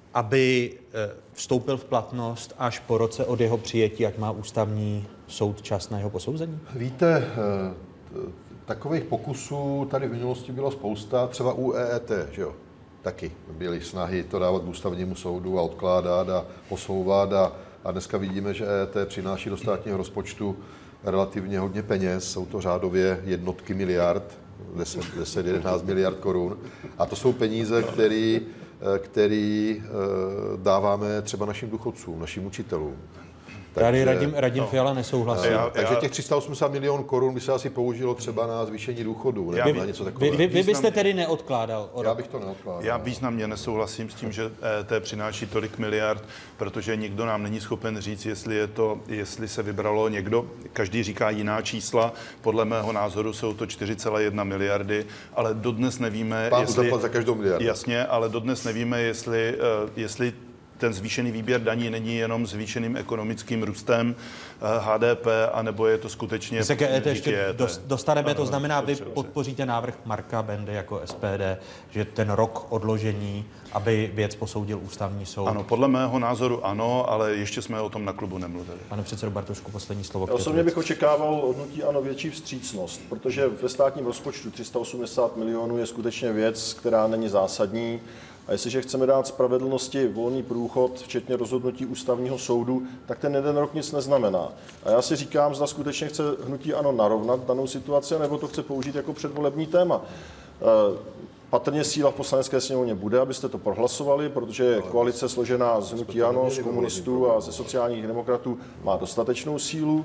Speaker 11: aby vstoupil v platnost až po roce od jeho přijetí, jak má ústavní soud čas na jeho posouzení?
Speaker 17: Víte, takových pokusů tady v minulosti bylo spousta, třeba u E E T, že jo? Taky byly snahy to dávat k ústavnímu soudu a odkládat a posouvat a, a dneska vidíme, že E E T přináší do státního rozpočtu relativně hodně peněz, jsou to řádově jednotky miliard, deset jedenáct miliard korun a to jsou peníze, které který dáváme třeba našim důchodcům, našim učitelům.
Speaker 11: Tady Radim, Radim no. Fiala nesouhlasí.
Speaker 17: Já, takže těch tři sta osmdesát milionů korun by se asi použilo třeba na zvýšení důchodů, nebo na něco takového.
Speaker 11: Vy, vy, vy byste tedy neodkládal?
Speaker 17: Já bych to neodkládal.
Speaker 5: Já významně nesouhlasím s tím, že E E T přináší tolik miliard, protože nikdo nám není schopen říct, jestli, je to, jestli se vybralo někdo. Každý říká jiná čísla. Podle mého názoru jsou to čtyři celé jedna miliardy, ale dodnes nevíme,
Speaker 17: Pán
Speaker 5: jestli...
Speaker 17: za každou miliardu.
Speaker 5: Jasně, ale dodnes nevíme, jestli, jestli ten zvýšený výběr daní není jenom zvýšeným ekonomickým růstem H D P, anebo je to skutečně...
Speaker 11: My se k E E T ještě
Speaker 5: E E T.
Speaker 11: dostaneme, to znamená, vy podpoříte návrh Marka Bendy jako S P D, že ten rok odložení, aby věc posoudil ústavní soud.
Speaker 5: Ano, podle mého názoru ano, ale ještě jsme o tom na klubu nemluvili.
Speaker 11: Pane předsedo Bartošku, poslední slovo.
Speaker 18: Já osobně bych očekával od hnutí ANO větší vstřícnost, protože ve státním rozpočtu tři sta osmdesát milionů je skutečně věc, která není zásadní. A jestliže chceme dát spravedlnosti volný průchod, včetně rozhodnutí ústavního soudu, tak ten jeden rok nic neznamená. A já si říkám, zda skutečně chce hnutí ANO narovnat danou situaci, nebo to chce použít jako předvolební téma. Patrně síla v Poslanecké sněmovně bude, abyste to prohlasovali, protože koalice složená z hnutí ANO, z komunistů a ze sociálních demokratů má dostatečnou sílu.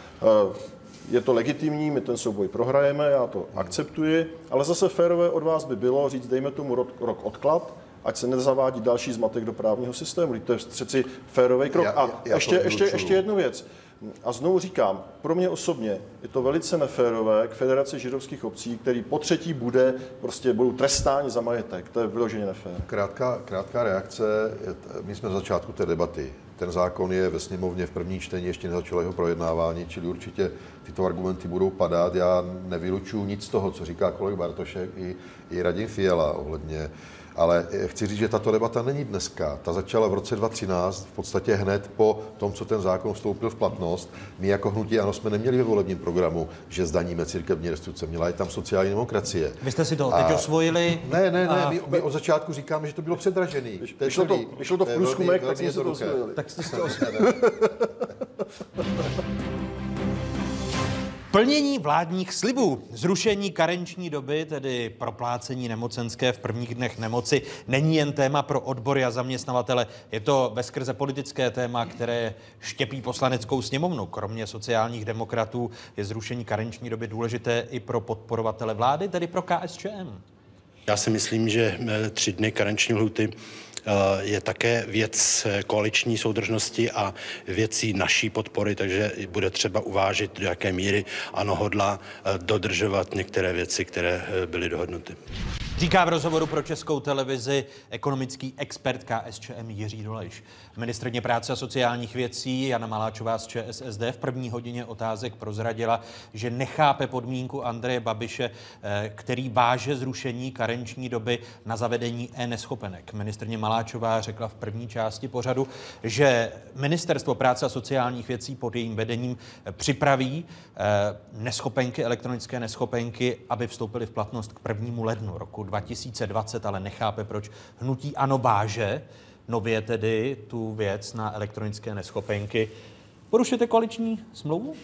Speaker 18: Je to legitimní, my ten souboj prohrajeme, já to akceptuji, ale zase férové od vás by bylo říct, dejme tomu rok, rok odklad, ať se nezavádí další zmatek do právního systému. To je přeci férový krok.
Speaker 17: Já,
Speaker 18: a
Speaker 17: já
Speaker 18: ještě, ještě, ještě jednu věc. A znovu říkám, pro mě osobně je to velice neférové k Federaci židovských obcí, který po třetí bude, prostě budou trestáni za majetek. To je vyloženě nefér.
Speaker 17: Krátká, krátká reakce. My jsme v začátku té debaty. Ten zákon je ve sněmovně v první čtení, ještě nezačalo jeho projednávání, čili určitě tyto argumenty budou padat. Já nevylučuju nic z toho, co říká kolega Bartošek i, i Radim Fiala ohledně. Ale chci říct, že tato debata není dneska. Ta začala v roce dva tisíce třináct, v podstatě hned po tom, co ten zákon vstoupil v platnost. My jako hnutí ANO jsme neměli ve volebním programu, že zdaníme církevní restituce. Měla je tam sociální demokracie.
Speaker 11: Vy jste si to teď osvojili?
Speaker 17: Ne, ne, ne.
Speaker 11: A...
Speaker 17: My, my od začátku říkáme, že to bylo předražený.
Speaker 18: Vyšlo to, vyšlo to v průzkumech, tak jsme si to osvojili.
Speaker 11: Tak jste si to osvojili. Plnění vládních slibů, zrušení karenční doby, tedy proplácení nemocenské v prvních dnech nemoci, není jen téma pro odbory a zaměstnavatele. Je to veskrze politické téma, které štěpí Poslaneckou sněmovnu. Kromě sociálních demokratů je zrušení karenční doby důležité i pro podporovatele vlády, tedy pro K S Č M.
Speaker 15: Já si myslím, že tři dny karenční lhůty je také věc koaliční soudržnosti a věcí naší podpory, takže bude třeba uvážit, do jaké míry ANO hodlá dodržovat některé věci, které byly dohodnuty.
Speaker 11: Říká v rozhovoru pro Českou televizi ekonomický expert K S Č M Jiří Dolejš. Ministryně práce a sociálních věcí Jana Maláčová z Č S S D v první hodině otázek prozradila, že nechápe podmínku Andreje Babiše, který váže zrušení karenční doby na zavedení e-neschopenek. Ministryně Maláčová řekla v první části pořadu, že Ministerstvo práce a sociálních věcí pod jejím vedením připraví neschopenky, elektronické neschopenky, aby vstoupily v platnost k prvnímu lednu roku dva tisíce dvacet, ale nechápe, proč hnutí ANO váže nově tedy tu věc na elektronické neschopenky. Porušujete koaliční smlouvu?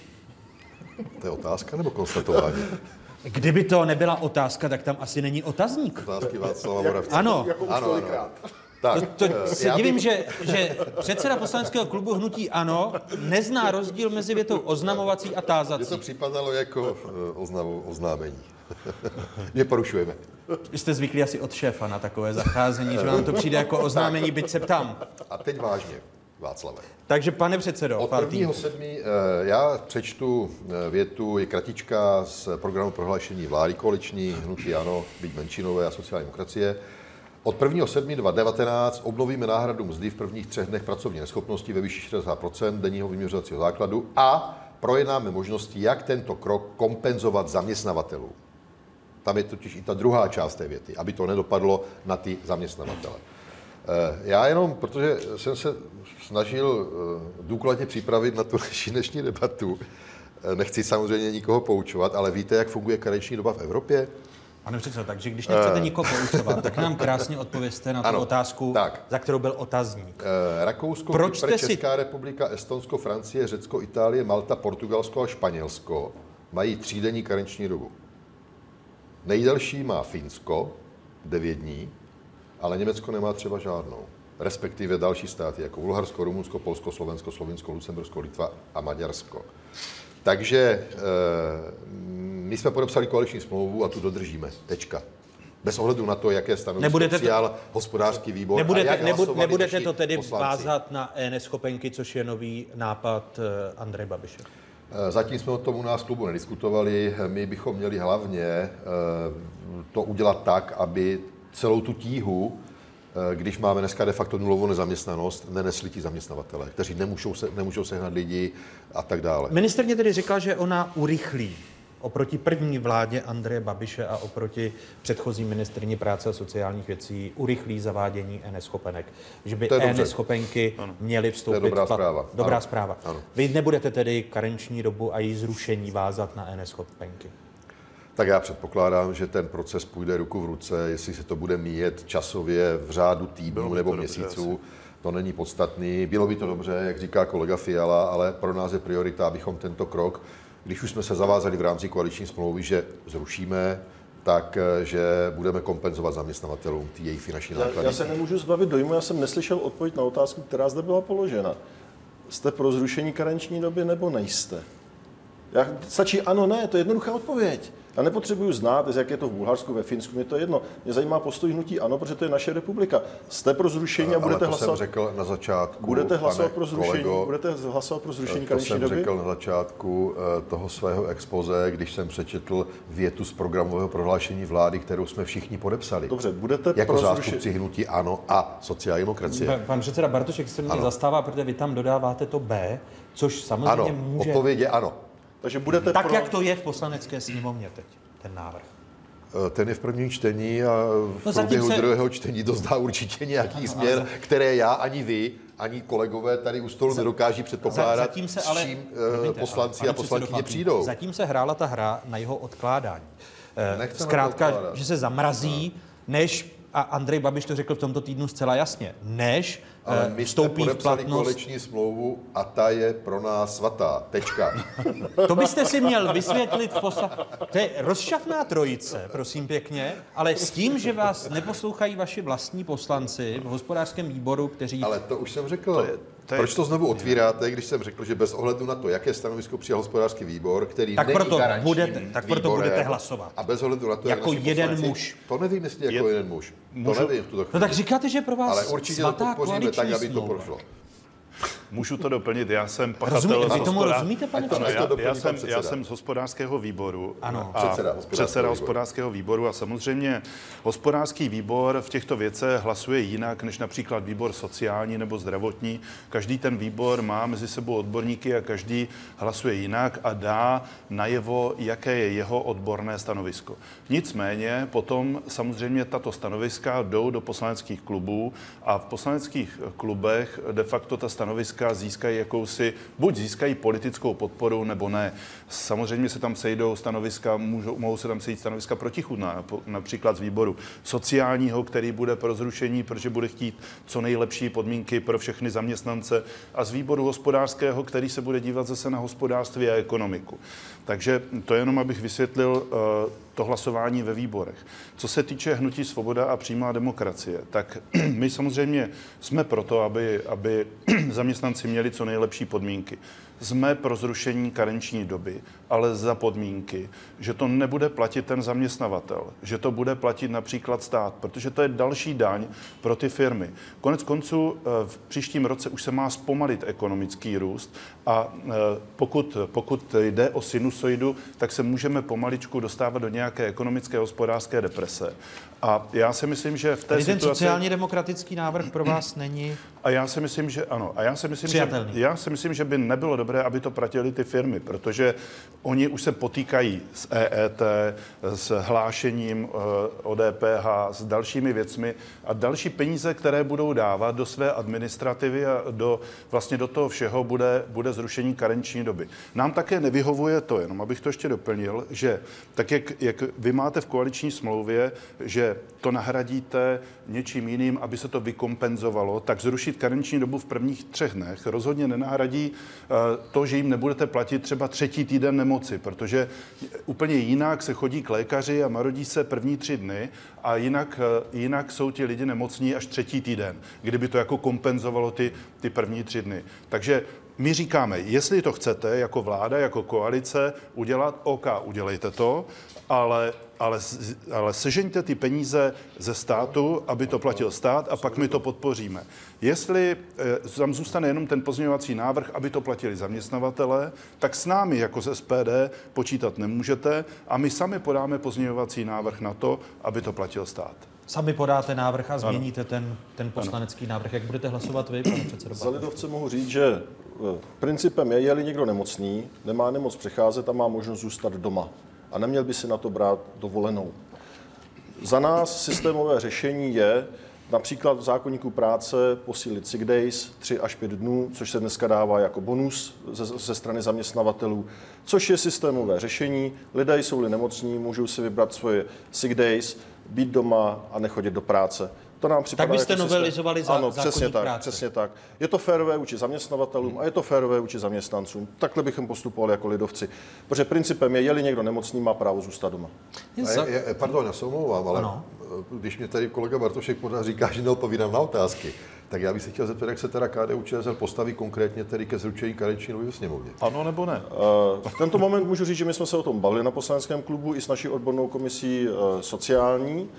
Speaker 17: To je otázka nebo konstatování?
Speaker 11: Kdyby to nebyla otázka, tak tam asi není otazník.
Speaker 17: Otázky Václava Moravce.
Speaker 11: Ano.
Speaker 18: Jako už
Speaker 17: ano,
Speaker 18: tolikrát.
Speaker 17: Tak,
Speaker 11: to, to se divím,
Speaker 17: bych...
Speaker 11: že, že předseda poslaneckého klubu hnutí ANO nezná rozdíl mezi větou oznamovací a tázací.
Speaker 17: Mně to připadalo jako oznamu, oznámení. Neporušujeme.
Speaker 11: Vy jste zvyklí asi od šéfa na takové zacházení, že vám to přijde jako oznámení, byť se ptám.
Speaker 17: A teď vážně, Václave.
Speaker 11: Takže pane předsedo.
Speaker 17: Od prvního sedmi já přečtu větu, je kratička z programu prohlášení vlády koaliční, hnutí ANO, byť menšinové a sociální demokracie. Od prvního sedmého dva tisíce devatenáct obnovíme náhradu mzdy v prvních třech dnech pracovní neschopnosti ve výši šedesát procent denního vyměřovacího základu a projednáme možnosti, jak tento krok kompenzovat zaměstnavatelům. Tam je totiž i ta druhá část té věty, aby to nedopadlo na ty zaměstnavatele. Já jenom, protože jsem se snažil důkladně připravit na tu naši dnešní debatu, nechci samozřejmě nikoho poučovat, ale víte, jak funguje karenční doba v Evropě?
Speaker 11: Pane předsedo, takže když nechcete nikoho poučovat, tak nám krásně odpovězte na tu ano, otázku, tak. za kterou byl otazník.
Speaker 17: Rakousko, Kypr, Česká si... republika, Estonsko, Francie, Řecko, Itálie, Malta, Portugalsko a Španělsko mají třídenní karenční dobu. Nejdelší má Finsko, devět dní, ale Německo nemá třeba žádnou. Respektive další státy, jako Bulharsko, Rumunsko, Polsko, Slovensko, Slovinsko, Lucembursko, Litva a Maďarsko. Takže e, my jsme podepsali koaliční smlouvu a tu dodržíme. Tečka. Bez ohledu na to, jaké stanovisko přijal hospodářský výbor
Speaker 11: nebudete,
Speaker 17: a jak
Speaker 11: nebu, Nebudete to tedy
Speaker 17: poslanci.
Speaker 11: vázat na eNeschopenky, což je nový nápad Andreje Babiše?
Speaker 17: Zatím jsme o tom u nás klubu nediskutovali. My bychom měli hlavně to udělat tak, aby celou tu tíhu, když máme dneska de facto nulovou nezaměstnanost, nenesli ti zaměstnavatele, kteří nemůžou, se, nemůžou sehnat lidi a tak dále.
Speaker 11: Ministryně tedy řekla, že ona urychlí oproti první vládě Andreje Babiše a oproti předchozí ministryni práce a sociálních věcí urychlí zavádění eNeschopenek. Že by eNeschopenky měly vstoupit.
Speaker 17: To je dobrá
Speaker 11: plat...
Speaker 17: zpráva.
Speaker 11: Dobrá
Speaker 17: ano.
Speaker 11: zpráva.
Speaker 17: Ano.
Speaker 11: Vy nebudete tedy karenční dobu a její zrušení vázat na eNeschopenky?
Speaker 17: Tak já předpokládám, že ten proces půjde ruku v ruce, jestli se to bude míjet časově v řádu týdnů nebo měsíců, dobře, to není podstatný. Bylo by to dobře, jak říká kolega Fiala, ale pro nás je priorita, abychom tento krok, když už jsme se zavázali v rámci koaliční smlouvy, že zrušíme, tak že budeme kompenzovat zaměstnavatelům ty jejich finanční náklady.
Speaker 18: Já, já se nemůžu zbavit dojmu, já jsem neslyšel odpověď na otázku, která zde byla položena. Jste pro zrušení karenční doby nebo nejste? Já, stačí ano, ne, to je jednoduchá odpověď. Já nepotřebuju znát, jak je to v Bulharsku, ve Finsku, mě to je jedno. Mě zajímá postoj hnutí ano, protože to je naše republika. Jste pro zrušení a budete
Speaker 17: to
Speaker 18: hlasovat.
Speaker 17: Jsem řekl na začátku,
Speaker 18: budete hlasovat pro zrušení,
Speaker 17: kolego,
Speaker 18: budete hlasovat pro zrušení
Speaker 17: to
Speaker 18: karenční
Speaker 17: jsem
Speaker 18: doby?
Speaker 17: řekl na začátku toho svého expoze, když jsem přečetl větu z programového prohlášení vlády, kterou jsme všichni podepsali.
Speaker 18: Dobře, budete
Speaker 17: jako
Speaker 18: pro
Speaker 17: zástupci
Speaker 18: zrušení
Speaker 17: hnutí ano a sociální demokracie.
Speaker 11: Pan předseda Bartošek se mě zastává, protože vy tam dodáváte to B, což samozřejmě
Speaker 17: ano,
Speaker 11: může...
Speaker 17: odpověď je ano.
Speaker 18: Takže budete
Speaker 11: tak,
Speaker 18: pro...
Speaker 11: jak to je v Poslanecké sněmovně teď, ten návrh.
Speaker 17: Ten je v prvním čtení a v
Speaker 11: no
Speaker 17: průběhu
Speaker 11: se...
Speaker 17: druhého čtení dozdá určitě nějaký no, směr, za... které já, ani vy, ani kolegové tady u stolu za... nedokáží předpokládat, se ale... s čím Promiňte, poslanci ale, a poslankyně přijdou.
Speaker 11: Zatím se hrála ta hra na jeho odkládání. Nechceme zkrátka, že se zamrazí, no. než, a Andrej Babiš to řekl v tomto týdnu zcela jasně, než
Speaker 17: ale my
Speaker 11: vstoupí
Speaker 17: jsme
Speaker 11: v platnost...
Speaker 17: koaliční smlouvu a ta je pro nás svatá. Tečka.
Speaker 11: To byste si měl vysvětlit v posla... To je rozšafná trojice, prosím pěkně, ale s tím, že vás neposlouchají vaši vlastní poslanci v hospodářském výboru, kteří...
Speaker 17: Ale to už jsem řekl. To je, to je... Proč to znovu otvíráte, když jsem řekl, že bez ohledu na to, jaké stanovisko přijal hospodářský výbor, který
Speaker 11: tak
Speaker 17: není
Speaker 11: proto
Speaker 17: garančním
Speaker 11: budete, Tak proto budete hlasovat.
Speaker 17: A bez ohledu na to,
Speaker 11: jako
Speaker 17: jak
Speaker 11: jeden
Speaker 17: poslanci,
Speaker 11: muž.
Speaker 17: To nevím, jestli jako je... jeden muž. Můžu... To nevím v tuto chvíli.
Speaker 11: No tak říkáte, že pro vás
Speaker 17: ale určitě to podpoříme tak, aby to prošlo.
Speaker 5: Můžu to doplnit, já jsem pachatel...
Speaker 11: Rozumí, vy tomu rozumíte, pane
Speaker 5: ano, já, já, jsem, já jsem z hospodářského výboru
Speaker 11: ano.
Speaker 5: a předseda, předseda hospodářského výboru a samozřejmě hospodářský výbor v těchto věcech hlasuje jinak než například výbor sociální nebo zdravotní. Každý ten výbor má mezi sebou odborníky a každý hlasuje jinak a dá najevo, jaké je jeho odborné stanovisko. Nicméně potom samozřejmě tato stanoviska jdou do poslaneckých klubů a v poslaneckých klubech de facto ta stanoviska získají jakousi, buď získají politickou podporu, nebo ne. Samozřejmě se tam sejdou stanoviska, můžou, mohou se tam sejít stanoviska protichůdná, například z výboru sociálního, který bude pro zrušení, protože bude chtít co nejlepší podmínky pro všechny zaměstnance, a z výboru hospodářského, který se bude dívat zase na hospodářství a ekonomiku. Takže to jenom, abych vysvětlil uh, to hlasování ve výborech. Co se týče hnutí Svoboda a přímá demokracie, tak my samozřejmě jsme proto, aby, aby zaměstnanci měli co nejlepší podmínky. Jsme pro zrušení karenční doby, ale za podmínky, že to nebude platit ten zaměstnavatel, že to bude platit například stát, protože to je další daň pro ty firmy. Konec konců v příštím roce už se má zpomalit ekonomický růst a pokud, pokud jde o sinusoidu, tak se můžeme pomaličku dostávat do nějaké ekonomické hospodářské deprese. A já si myslím, že v té
Speaker 11: Tady ten
Speaker 5: situaci...
Speaker 11: sociálně demokratický návrh pro vás není...
Speaker 5: A já si myslím, že ano. A já si myslím, že, já si myslím, že by nebylo dobré, aby to platili ty firmy, protože oni už se potýkají s E E T, s hlášením o D P H, s dalšími věcmi a další peníze, které budou dávat do své administrativy a do, vlastně do toho všeho bude, bude zrušení karenční doby. Nám také nevyhovuje to, jenom abych to ještě doplnil, že tak, jak, jak vy máte v koaliční smlouvě, že to nahradíte něčím jiným, aby se to vykompenzovalo, tak zrušit karenční dobu v prvních třech dnech rozhodně nenahradí to, že jim nebudete platit třeba třetí týden nemoci, protože úplně jinak se chodí k lékaři a marodí se první tři dny a jinak, jinak jsou ti lidi nemocní až třetí týden, kdyby to jako kompenzovalo ty, ty první tři dny. Takže my říkáme, jestli to chcete jako vláda, jako koalice udělat, OK, udělejte to, ale, ale, ale sežeňte ty peníze ze státu, aby to platil stát a pak my to podpoříme. Jestli e, tam zůstane jenom ten pozměňovací návrh, aby to platili zaměstnavatele, tak s námi jako z S P D počítat nemůžete a my sami podáme pozměňovací návrh na to, aby to platil stát.
Speaker 11: Sami podáte návrh a změníte ten, ten poslanecký ano. návrh. Jak budete hlasovat vy, pane předsedo?
Speaker 18: Za lidovce mohu říct, že principem je, je-li někdo nemocný, nemá nemoc přecházet a má možnost zůstat doma. A neměl by si na to brát dovolenou. Za nás systémové řešení je například v zákoníku práce posílit sick days tři až pět dnů, což se dneska dává jako bonus ze, ze strany zaměstnavatelů, což je systémové řešení. Lidé jsou-li nemocní, můžou si vybrat svoje sick days, být doma a nechodit do práce. To nám připadá
Speaker 11: tak byste
Speaker 18: jako
Speaker 11: novelizovali za
Speaker 18: ano, přesně tak,
Speaker 11: práce.
Speaker 18: přesně tak. Je to férové vůči zaměstnavatelům hmm. a je to férové vůči zaměstnancům. Takhle bychom postupovali jako lidovci. Protože principem je, je-li někdo nemocný, má právo zůstat doma.
Speaker 17: Je, je, pardon, já se omlouvám, ale ano. když mě tady kolega Bartošek pořád říká, že neodpovídám na otázky, tak já bych se chtěl zeptat, jak se teda K D U Č S L postaví konkrétně tedy ke zrušení karenční doby ve sněmovně.
Speaker 5: Ano nebo ne?
Speaker 18: V tento moment můžu říct, že my jsme se o tom bavili na poslaneckém klubu i s naší odbornou komisí sociální.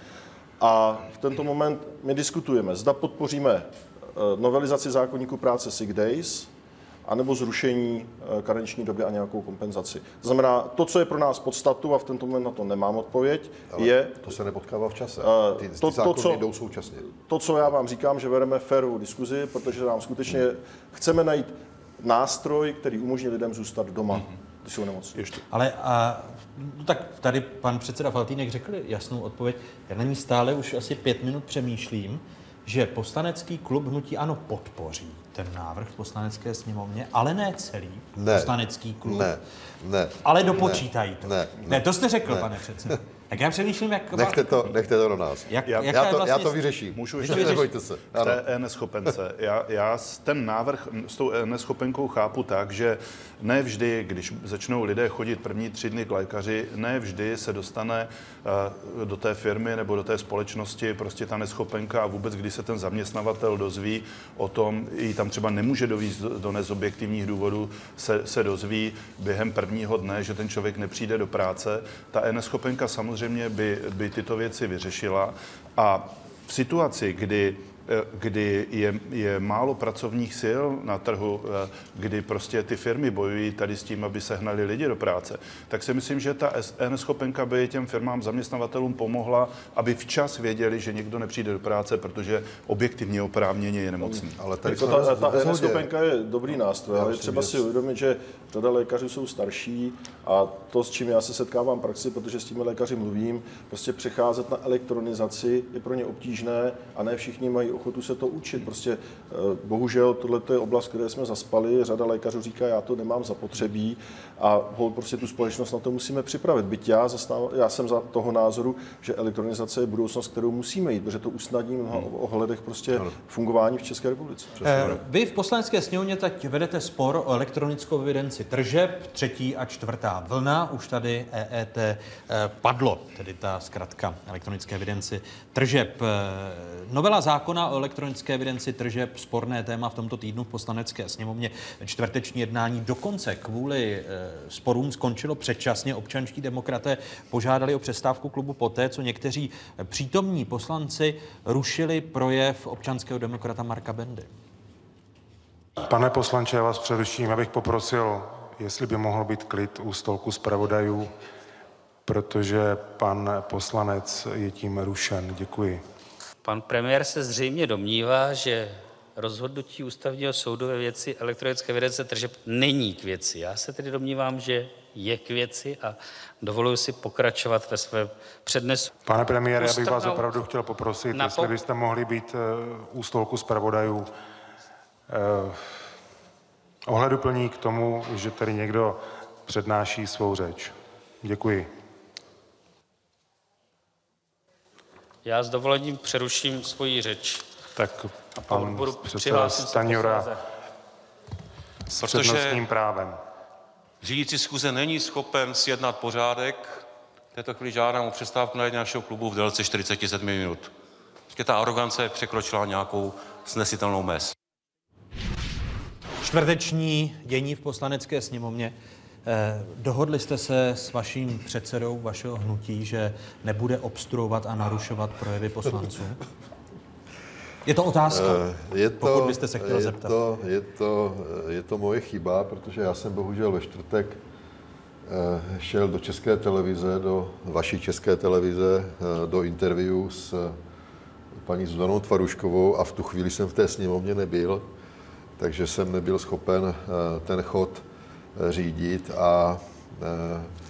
Speaker 18: A v tento moment my diskutujeme, zda podpoříme novelizaci zákoníku práce sick days, anebo zrušení karenční doby a nějakou kompenzaci. To znamená, to, co je pro nás podstatu, a v tento moment na to nemám odpověď,
Speaker 17: ale
Speaker 18: je...
Speaker 17: to se nepotkává v čase. Ty, ty
Speaker 18: to,
Speaker 17: zákony
Speaker 18: to, co,
Speaker 17: jdou současně.
Speaker 18: To, co já vám říkám, že vedeme férovou diskuzi, protože nám skutečně hmm. chceme najít nástroj, který umožní lidem zůstat doma. Hmm. Jsou nemocní.
Speaker 11: Ještě. Ale a, no tak tady pan předseda Faltýnek řekl jasnou odpověď. Já na ní stále už asi pět minut přemýšlím, že poslanecký klub Hnutí ANO podpoří ten návrh v poslanecké sněmovně, ale ne celý
Speaker 17: ne,
Speaker 11: poslanecký klub.
Speaker 17: Ne, ne.
Speaker 11: Ale dopočítají
Speaker 17: ne,
Speaker 11: to.
Speaker 17: Ne, ne,
Speaker 11: ne, to jste řekl,
Speaker 17: ne.
Speaker 11: pane předsedo. Tak já přemýšlím, jak...
Speaker 17: Nechte to, nechte to do nás.
Speaker 11: Jak,
Speaker 17: já,
Speaker 11: jak
Speaker 17: já, to,
Speaker 11: vlastně...
Speaker 17: já to vyřeším.
Speaker 5: Můžu ještě
Speaker 17: nebojte se.
Speaker 5: K té eNeschopence. Já, já ten návrh s tou eNeschopenkou chápu tak, že ne vždy, když začnou lidé chodit první tři dny k lékaři, ne vždy se dostane uh, do té firmy nebo do té společnosti prostě ta neschopenka a vůbec, když se ten zaměstnavatel dozví o tom, i tam třeba nemůže dovízt do, do nezobjektivních důvodů, se, se dozví během prvního dne, že ten člověk nepřijde do práce. Ta eNeschopenka samozřejmě by, by tyto věci vyřešila a v situaci, kdy kdy je, je málo pracovních sil na trhu, kdy prostě ty firmy bojují tady s tím, aby sehnali lidi do práce, tak si myslím, že ta eNeschopenka by těm firmám, zaměstnavatelům pomohla, aby včas věděli, že někdo nepřijde do práce, protože objektivně oprávněně je nemocný.
Speaker 18: Ale tady to, ta, ta eNeschopenka je dobrý nástroj, ale je třeba si uvědomit, že řada lékařů jsou starší a to, s čím já se setkávám v praxi, protože s těmi lékaři mluvím, prostě přecházet na elektronizaci je pro ně obtížné a ne všichni mají ochotu se to učit. Prostě bohužel tohle je oblast, které jsme zaspali. Řada lékařů říká, já to nemám zapotřebí a hol, prostě tu společnost na to musíme připravit. Byť já, zastáv, já jsem za toho názoru, že elektronizace je budoucnost, kterou musíme jít, protože to usnadní v mnoha ohledech prostě fungování v České republice.
Speaker 11: Eh, vy v poslanecké sněmovně teď vedete spor o elektronickou evidenci tržeb, třetí a čtvrtá vlna, už tady E E T eh, padlo, tedy ta zkratka elektronické evidenci tržeb. Eh, novela zákona o elektronické evidenci tržeb, sporné téma v tomto týdnu v poslanecké sněmovně, čtvrteční jednání dokonce kvůli e, sporům skončilo předčasně. Občanští demokraté požádali o přestávku klubu poté, co někteří přítomní poslanci rušili projev občanského demokrata Marka Bendy.
Speaker 21: Pane poslanče, já vás přeruším, abych poprosil, jestli by mohl být klid u stolku zpravodajů. protože pan poslanec je tím rušen. Děkuji.
Speaker 1: Pan premiér se zřejmě domnívá, že rozhodnutí Ústavního soudu ve věci elektronické evidence tržeb není k věci. Já se tedy domnívám, že je k věci a dovoluji si pokračovat ve svém přednesu.
Speaker 21: Pane premiére, já bych vás
Speaker 1: Ustrhnout
Speaker 21: opravdu chtěl poprosit,
Speaker 1: na
Speaker 21: jestli
Speaker 1: po-
Speaker 21: byste mohli být uh, u stolku zpravodajů uh, ohleduplní k tomu, že tady někdo přednáší svou řeč. Děkuji.
Speaker 1: Já s dovolením přeruším svoji řeč.
Speaker 21: Tak
Speaker 1: a
Speaker 21: pan
Speaker 1: budu
Speaker 21: předseda
Speaker 1: přihlásím se
Speaker 21: Stanjura
Speaker 1: posléze.
Speaker 21: s
Speaker 22: Protože
Speaker 21: přednostním právem.
Speaker 22: řídící schůze není schopen sjednat pořádek, v této chvíli žádám o přestávku na jednání našeho klubu v délce čtyřicet sedm minut. Prostě ta arogance překročila nějakou snesitelnou mez.
Speaker 11: Čtvrteční dění v Poslanecké sněmovně. Eh, dohodli jste se s vaším předsedou vašeho hnutí, že nebude obstruovat a narušovat projevy poslanců? Je to otázka,
Speaker 17: je to,
Speaker 11: pokud byste se chtěl
Speaker 17: je
Speaker 11: zeptat.
Speaker 17: To, je, to, je to moje chyba, protože já jsem bohužel ve čtvrtek eh, šel do České televize, do vaší České televize, eh, do interview s paní Zuzanou Tvaruškovou a v tu chvíli jsem v té sněmovně nebyl, takže jsem nebyl schopen eh, ten chod eh, řídit a eh,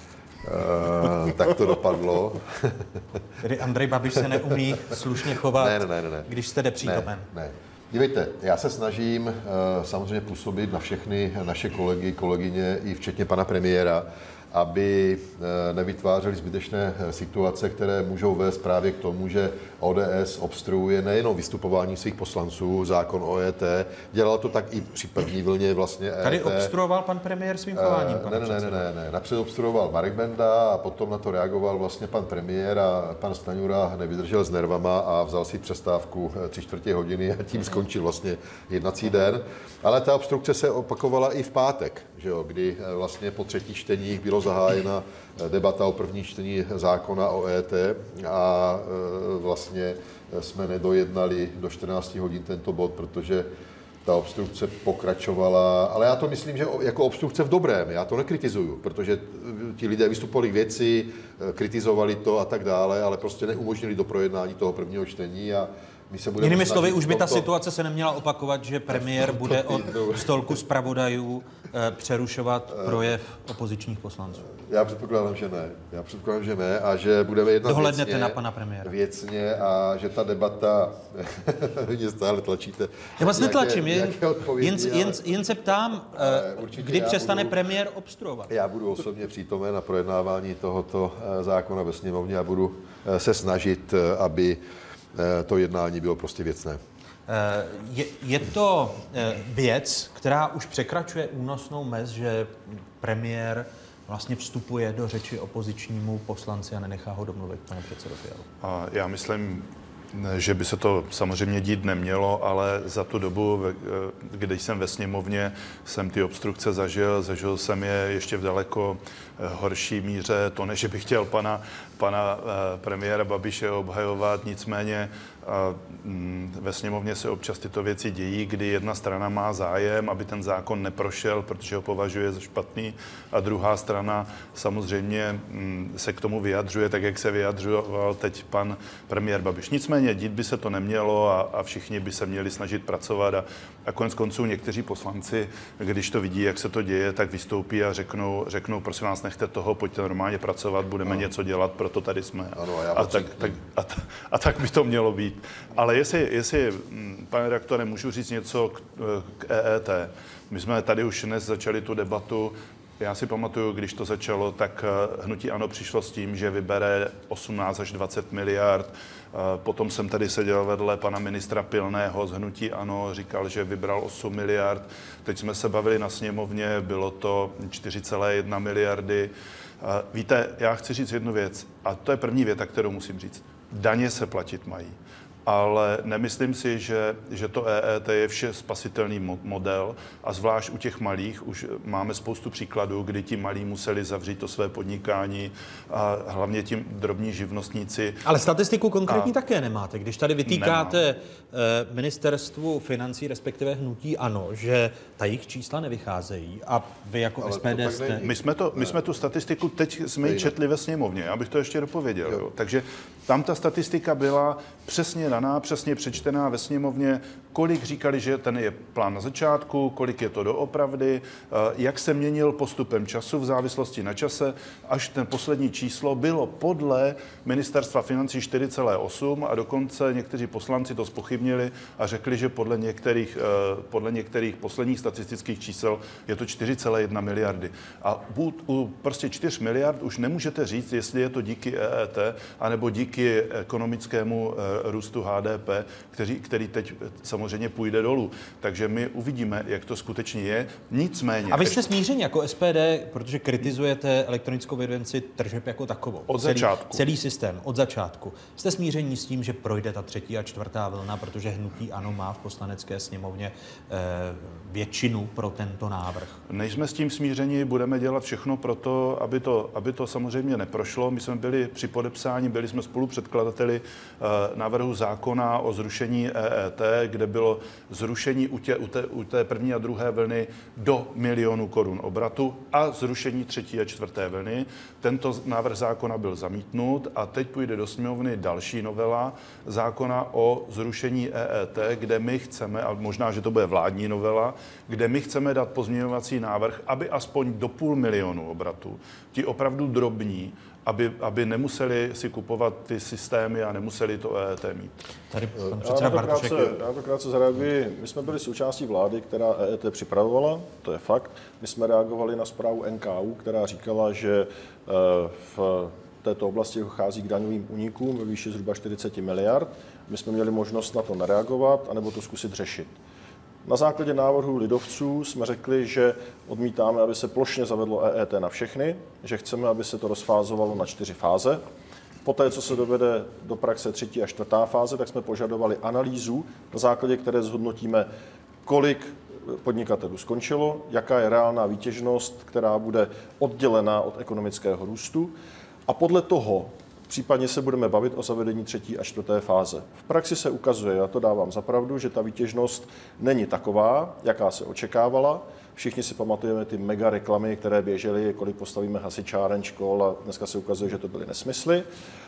Speaker 17: Uh, tak to dopadlo.
Speaker 11: Tedy Andrej Babiš se neumí slušně chovat,
Speaker 17: ne, ne, ne, ne.
Speaker 11: když jste nepřítomen.
Speaker 17: Ne, ne. Dívejte, já se snažím uh, samozřejmě působit na všechny naše kolegy, kolegyně i včetně pana premiéra, aby uh, nevytvářeli zbytečné situace, které můžou vést právě k tomu, že O D S obstruuje nejenom vystupování svých poslanců, zákon o E T, dělal to tak i při první vlně vlastně E T.
Speaker 11: Tady obstruoval pan premiér svým chováním,
Speaker 17: Uh,
Speaker 11: pane
Speaker 17: ne, ne, ne, ne, ne. Napřed obstruoval Marek Benda a potom na to reagoval vlastně pan premiér a pan Stanjura nevydržel s nervama a vzal si přestávku tři čtvrtě hodiny a tím skončil vlastně jednací den. Ale ta obstrukce se opakovala i v pátek, že jo, kdy vlastně po třetích čteních bylo zahájena debata o první čtení zákona o E T a vlastně jsme nedojednali do čtrnácti hodin tento bod, protože ta obstrukce pokračovala, ale já to myslím, že jako obstrukce v dobrém, já to nekritizuju, protože ti lidé vystupovali k věci, kritizovali to a tak dále, ale prostě neumožnili doprojednání toho prvního čtení a my se budeme
Speaker 11: Jinými slovy, už by ta
Speaker 17: tomto...
Speaker 11: situace se neměla opakovat, že premiér bude od stolku zpravodajů eh, přerušovat projev opozičních poslanců.
Speaker 17: Já předpokládám, že ne. Já předpokládám, že ne a že budeme jednat
Speaker 11: Dohlednete
Speaker 17: věcně,
Speaker 11: na pana premiéra.
Speaker 17: věcně a že ta debata, vy mě stále tlačíte.
Speaker 11: Já vás
Speaker 17: nějaké,
Speaker 11: netlačím, jen, jen,
Speaker 17: ale...
Speaker 11: jen, jen se ptám, uh, kdy přestane
Speaker 17: budu,
Speaker 11: premiér obstruovat.
Speaker 17: Já budu osobně přítomen na projednávání tohoto zákona ve sněmovně a budu se snažit, aby to jednání bylo prostě věcné.
Speaker 11: Je, je to věc, která už překračuje únosnou mez, že premiér vlastně vstupuje do řeči opozičnímu poslanci a nenechá ho domluvit, pane předsedo Fialo?
Speaker 5: A já myslím, že by se to samozřejmě dít nemělo, ale za tu dobu, když jsem ve sněmovně, jsem ty obstrukce zažil, zažil jsem je ještě v daleko horší míře. To ne, že bych chtěl pana, pana premiéra Babiše obhajovat, nicméně ve sněmovně se občas tyto věci dějí, kdy jedna strana má zájem, aby ten zákon neprošel, protože ho považuje za špatný, a druhá strana samozřejmě se k tomu vyjadřuje, tak jak se vyjadřoval teď pan premiér Babiš. Nicméně dít by se to nemělo a, a všichni by se měli snažit pracovat a, a konec konců někteří poslanci, když to vidí, jak se to děje, tak vystoupí a řeknou, řeknou prosím vás, nechte toho, pojďte normálně pracovat, budeme no. něco dělat, proto tady jsme.
Speaker 17: Ano,
Speaker 5: a, a, tak, tak, a, a tak by to mělo být. Ale jestli, jestli pane redaktore, můžu říct něco k, k E E T. My jsme tady už dnes začali tu debatu. Já si pamatuju, když to začalo, tak hnutí ANO přišlo s tím, že vybere osmnáct až dvacet miliard. Potom jsem tady seděl vedle pana ministra Pilného z hnutí ANO, říkal, že vybral osm miliard. Teď jsme se bavili na sněmovně, bylo to čtyři celé jedna miliardy. Víte, já chci říct jednu věc, a to je první věta, kterou musím říct. Daně se platit mají. ale nemyslím si, že, že to E E T je vše spasitelný model a zvlášť u těch malých už máme spoustu příkladů, kdy ti malí museli zavřít to své podnikání a hlavně tím drobní živnostníci.
Speaker 11: Ale statistiku konkrétní
Speaker 5: a...
Speaker 11: také nemáte. Když tady vytýkáte Nemám. ministerstvu financí, respektive hnutí ANO, že ta jejich čísla nevycházejí a vy jako ale S P D jste...
Speaker 5: My jsme, to, my jsme tu statistiku teď jsme ji četli ve sněmovně, já bych to ještě dopověděl. Jo. Jo. Takže tam ta statistika byla přesně daná, přesně přečtená ve sněmovně, kolik říkali, že ten je plán na začátku, kolik je to doopravdy, jak se měnil postupem času v závislosti na čase, až ten poslední číslo bylo podle ministerstva financí čtyři celé osm a dokonce někteří poslanci to zpochybnili a řekli, že podle některých, podle některých posledních statistických čísel je to čtyři celé jedna miliardy. A u prostě čtyři miliard už nemůžete říct, jestli je to díky E E T, anebo díky ekonomickému růstu H D P, který, který teď samozřejmě půjde dolů. Takže my uvidíme, jak to skutečně je. Nicméně...
Speaker 11: A vy jste smíření jako S P D, protože kritizujete elektronickou evidenci tržeb jako takovou.
Speaker 5: Od
Speaker 11: celý,
Speaker 5: začátku.
Speaker 11: Celý systém, od začátku. Jste smíření s tím, že projde ta třetí a čtvrtá vlna, protože hnutí ANO má v poslanecké sněmovně eh, většinu pro tento návrh?
Speaker 5: Nejsme s tím smíření, budeme dělat všechno pro to, aby to, aby to samozřejmě neprošlo. My jsme byli při podepsání, byli jsme spolupředkladateli eh, návrhu zákona o zrušení E E T, kde bylo zrušení u, tě, u, té, u té první a druhé vlny do milionu korun obratu a zrušení třetí a čtvrté vlny. Tento návrh zákona byl zamítnut a teď půjde do sněmovny další novela zákona o zrušení E E T, kde my chceme, a možná, že to bude vládní novela, kde my chceme dát pozměňovací návrh, aby aspoň do půl milionu obratu ti opravdu drobní, aby, aby nemuseli si kupovat ty systémy a nemuseli to E E T mít.
Speaker 11: Tady pan
Speaker 18: předseda Bartošek. Já to krátce zareaguji. My jsme byli součástí vlády, která E E T připravovala, to je fakt. My jsme reagovali na zprávu N K U, která říkala, že v této oblasti dochází k daňovým únikům ve výši zhruba čtyřicet miliard. My jsme měli možnost na to nereagovat, anebo to zkusit řešit. Na základě návrhu lidovců jsme řekli, že odmítáme, aby se plošně zavedlo E E T na všechny, že chceme, aby se to rozfázovalo na čtyři fáze. Poté, co se dovede do praxe třetí a čtvrtá fáze, tak jsme požadovali analýzu, na základě které zhodnotíme, kolik podnikatelů skončilo, jaká je reálná výtěžnost, která bude oddělená od ekonomického růstu. A podle toho případně se budeme bavit o zavedení třetí a čtvrté fáze. V praxi se ukazuje, já to dávám za pravdu, že ta výtěžnost není taková, jaká se očekávala. Všichni si pamatujeme ty mega reklamy, které běžely, kolik postavíme hasičáren, škol, a dneska se ukazuje, že to byly nesmysly.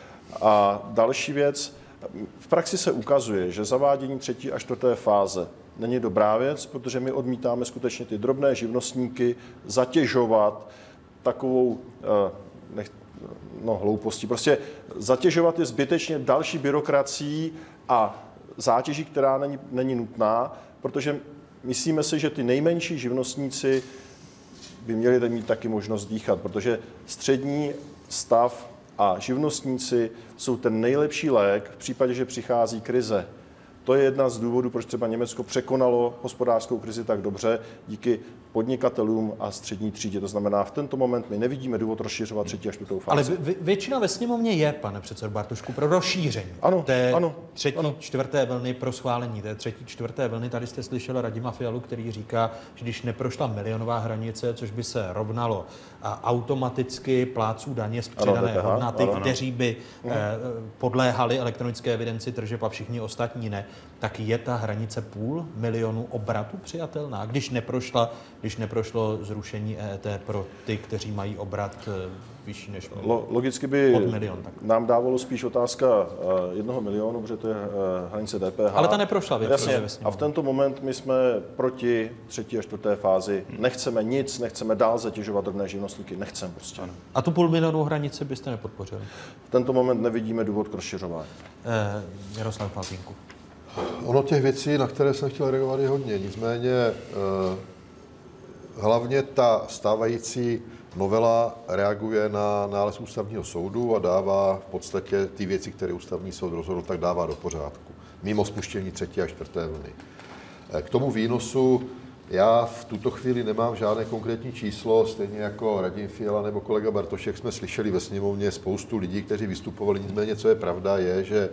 Speaker 18: A další věc, v praxi se ukazuje, že zavádění třetí a čtvrté fáze není dobrá věc, protože my odmítáme skutečně ty drobné živnostníky zatěžovat takovou nech, no, hloupostí. Prostě zatěžovat je zbytečně další byrokracií a zátěží, která není, není nutná, protože myslíme si, že ty nejmenší živnostníci by měli mít taky možnost dýchat, protože střední stav a živnostníci jsou ten nejlepší lék v případě, že přichází krize. To je jedna z důvodů, proč třeba Německo překonalo hospodářskou krizi tak dobře, díky podnikatelům a střední třídě. To znamená, v tento moment my nevidíme důvod rozšiřovat třetí a čtvrtou fázi.
Speaker 11: Ale většina ve sněmovně je, pane předsedo Bartošku, pro rozšíření
Speaker 18: ano,
Speaker 11: té
Speaker 18: ano,
Speaker 11: třetí,
Speaker 18: ano.
Speaker 11: čtvrté vlny, pro schválení té třetí, čtvrté vlny. Tady jste slyšel Radima Fialu, který říká, že když neprošla milionová hranice, což by se rovnalo a automaticky plátců daně z přidané ano, hodnoty, ano, kteří by ano. eh, podléhali elektronické evidenci tržeb a všichni ostatní ne, tak je ta hranice půl milionu obratu přijatelná, když neprošla, když neprošlo zrušení E E T pro ty, kteří mají obrat vyšší než milion.
Speaker 18: Logicky by
Speaker 11: od milion, tak.
Speaker 18: Nám dávalo spíš otázka jednoho milionu, protože to je hranice D P H.
Speaker 11: Ale ta neprošla většinou.
Speaker 18: A v tento moment my jsme proti třetí a čtvrté fázi. Nechceme nic, nechceme dál zatěžovat drobné živnostníky, nechceme prostě. Ano.
Speaker 11: A tu půl milionu hranici byste nepodpořili?
Speaker 18: V tento moment nevidíme důvod k rozšiřování.
Speaker 11: Eh, Jaroslav Faltýnku.
Speaker 17: Ono těch věcí, na které jsem chtěl reagovat, je hodně. Nicméně eh, hlavně ta stávající novela reaguje na nález ústavního soudu a dává v podstatě ty věci, které ústavní soud rozhodl, tak dává do pořádku. Mimo spuštění třetí a čtvrté vlny. K tomu výnosu já v tuto chvíli nemám žádné konkrétní číslo, stejně jako Radim Fiala nebo kolega Bartošek jsme slyšeli ve sněmovně spoustu lidí, kteří vystupovali. Nicméně, co je pravda, je, že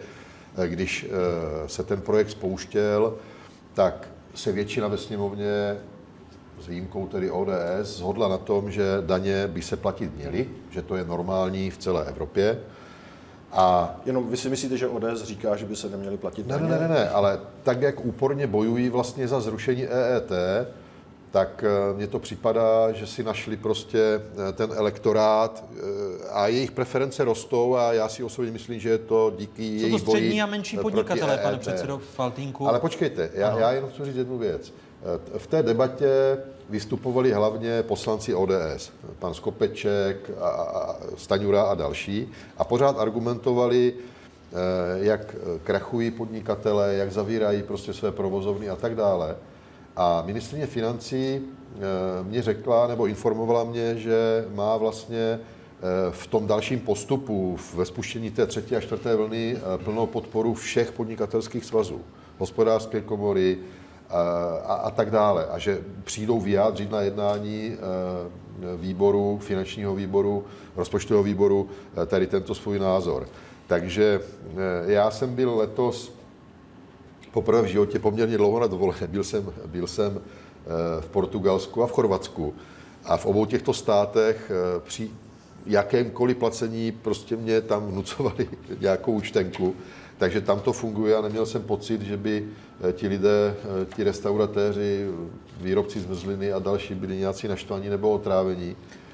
Speaker 17: když se ten projekt spouštěl, tak se většina ve sněmovně, s výjimkou tedy O D S, shodla na tom, že daně by se platit měly, že to je normální v celé Evropě. A
Speaker 18: jenom vy si myslíte, že O D S říká, že by se neměly platit
Speaker 17: ne,
Speaker 18: daně?
Speaker 17: Ne, ne, ne, ale tak, jak úporně bojují vlastně za zrušení E E T, tak mně to připadá, že si našli prostě ten elektorát a jejich preference rostou a já si osobně myslím, že je to díky jejich boji.
Speaker 11: Jsou to střední a menší podnikatelé, pane předsedo Faltýnku.
Speaker 17: Ale počkejte, já, já jenom chci říct jednu věc. V té debatě vystupovali hlavně poslanci O D S, pan Skopeček, a, a Staňura a další, a pořád argumentovali, jak krachují podnikatele, jak zavírají prostě své provozovny a tak dále. A ministryně financí mě řekla, nebo informovala mě, že má vlastně v tom dalším postupu, ve spuštění té třetí a čtvrté vlny, plnou podporu všech podnikatelských svazů, hospodářské komory a, a tak dále. A že přijdou vyjádřit na jednání výboru, finančního výboru, rozpočtového výboru, tady tento svůj názor. Takže já jsem byl letos poprvé v životě poměrně dlouho na dovolené. Byl jsem, byl jsem v Portugalsku a v Chorvatsku. A v obou těchto státech při jakémkoliv placení prostě mě tam vnucovali nějakou účtenku. Takže tam to funguje a neměl jsem pocit, že by ti lidé, ti restauratéři, výrobci zmrzliny a další byli nějací naštvaní nebo otrávení.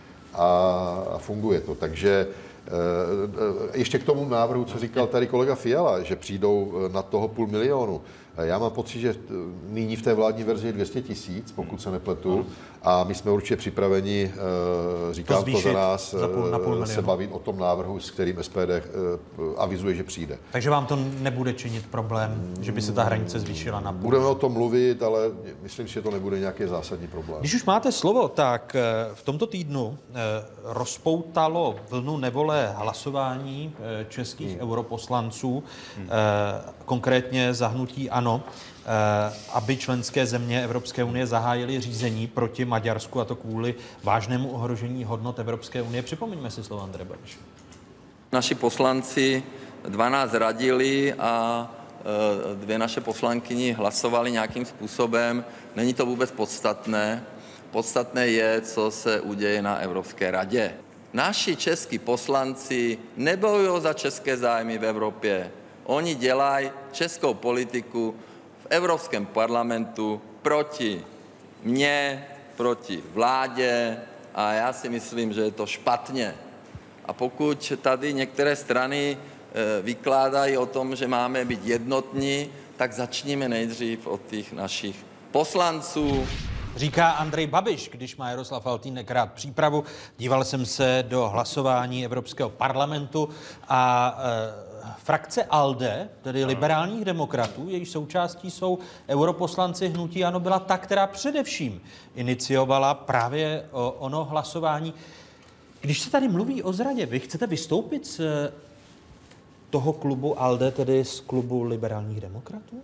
Speaker 17: A funguje to. Takže ještě k tomu návrhu, co říkal tady kolega Fiala, že přijdou na toho půl milionu. Já mám pocit, že nyní v té vládní verzi je dvě stě tisíc, pokud se nepletu, a my jsme určitě připraveni, říkám to, to za nás,
Speaker 11: za půl, na půl
Speaker 17: se bavit o tom návrhu, s kterým S P D avizuje, že přijde.
Speaker 11: Takže vám to nebude činit problém, že by se ta hranice zvýšila na půl?
Speaker 17: Budeme o tom mluvit, ale myslím si, že to nebude nějaký zásadní problém.
Speaker 11: Když už máte slovo, tak v tomto týdnu rozpoutalo vlnu nevole hlasování českých hmm. europoslanců, hmm. konkrétně za hnutí ANO, aby členské země Evropské unie zahájily řízení proti Maďarsku, a to kvůli vážnému ohrožení hodnot Evropské unie. Připomeňme si slovo Andreje Babiše.
Speaker 13: Naši poslanci dvanáct radili a dvě naše poslankyni hlasovali nějakým způsobem. Není to vůbec podstatné. Podstatné je, co se uděje na Evropské radě. Naši český poslanci nebojují za české zájmy v Evropě. Oni dělají českou politiku v Evropském parlamentu proti mně, proti vládě, a já si myslím, že je to špatně. A pokud tady některé strany vykládají o tom, že máme být jednotní, tak začněme nejdřív od těch našich poslanců.
Speaker 11: Říká Andrej Babiš, když má Jaroslav Faltýnek rád přípravu. Díval jsem se do hlasování Evropského parlamentu a e, frakce ALDE, tedy liberálních demokratů, jejíž součástí jsou europoslanci hnutí ANO, byla ta, která především iniciovala právě o, ono hlasování. Když se tady mluví o zradě, vy chcete vystoupit z toho klubu ALDE, tedy z klubu liberálních demokratů?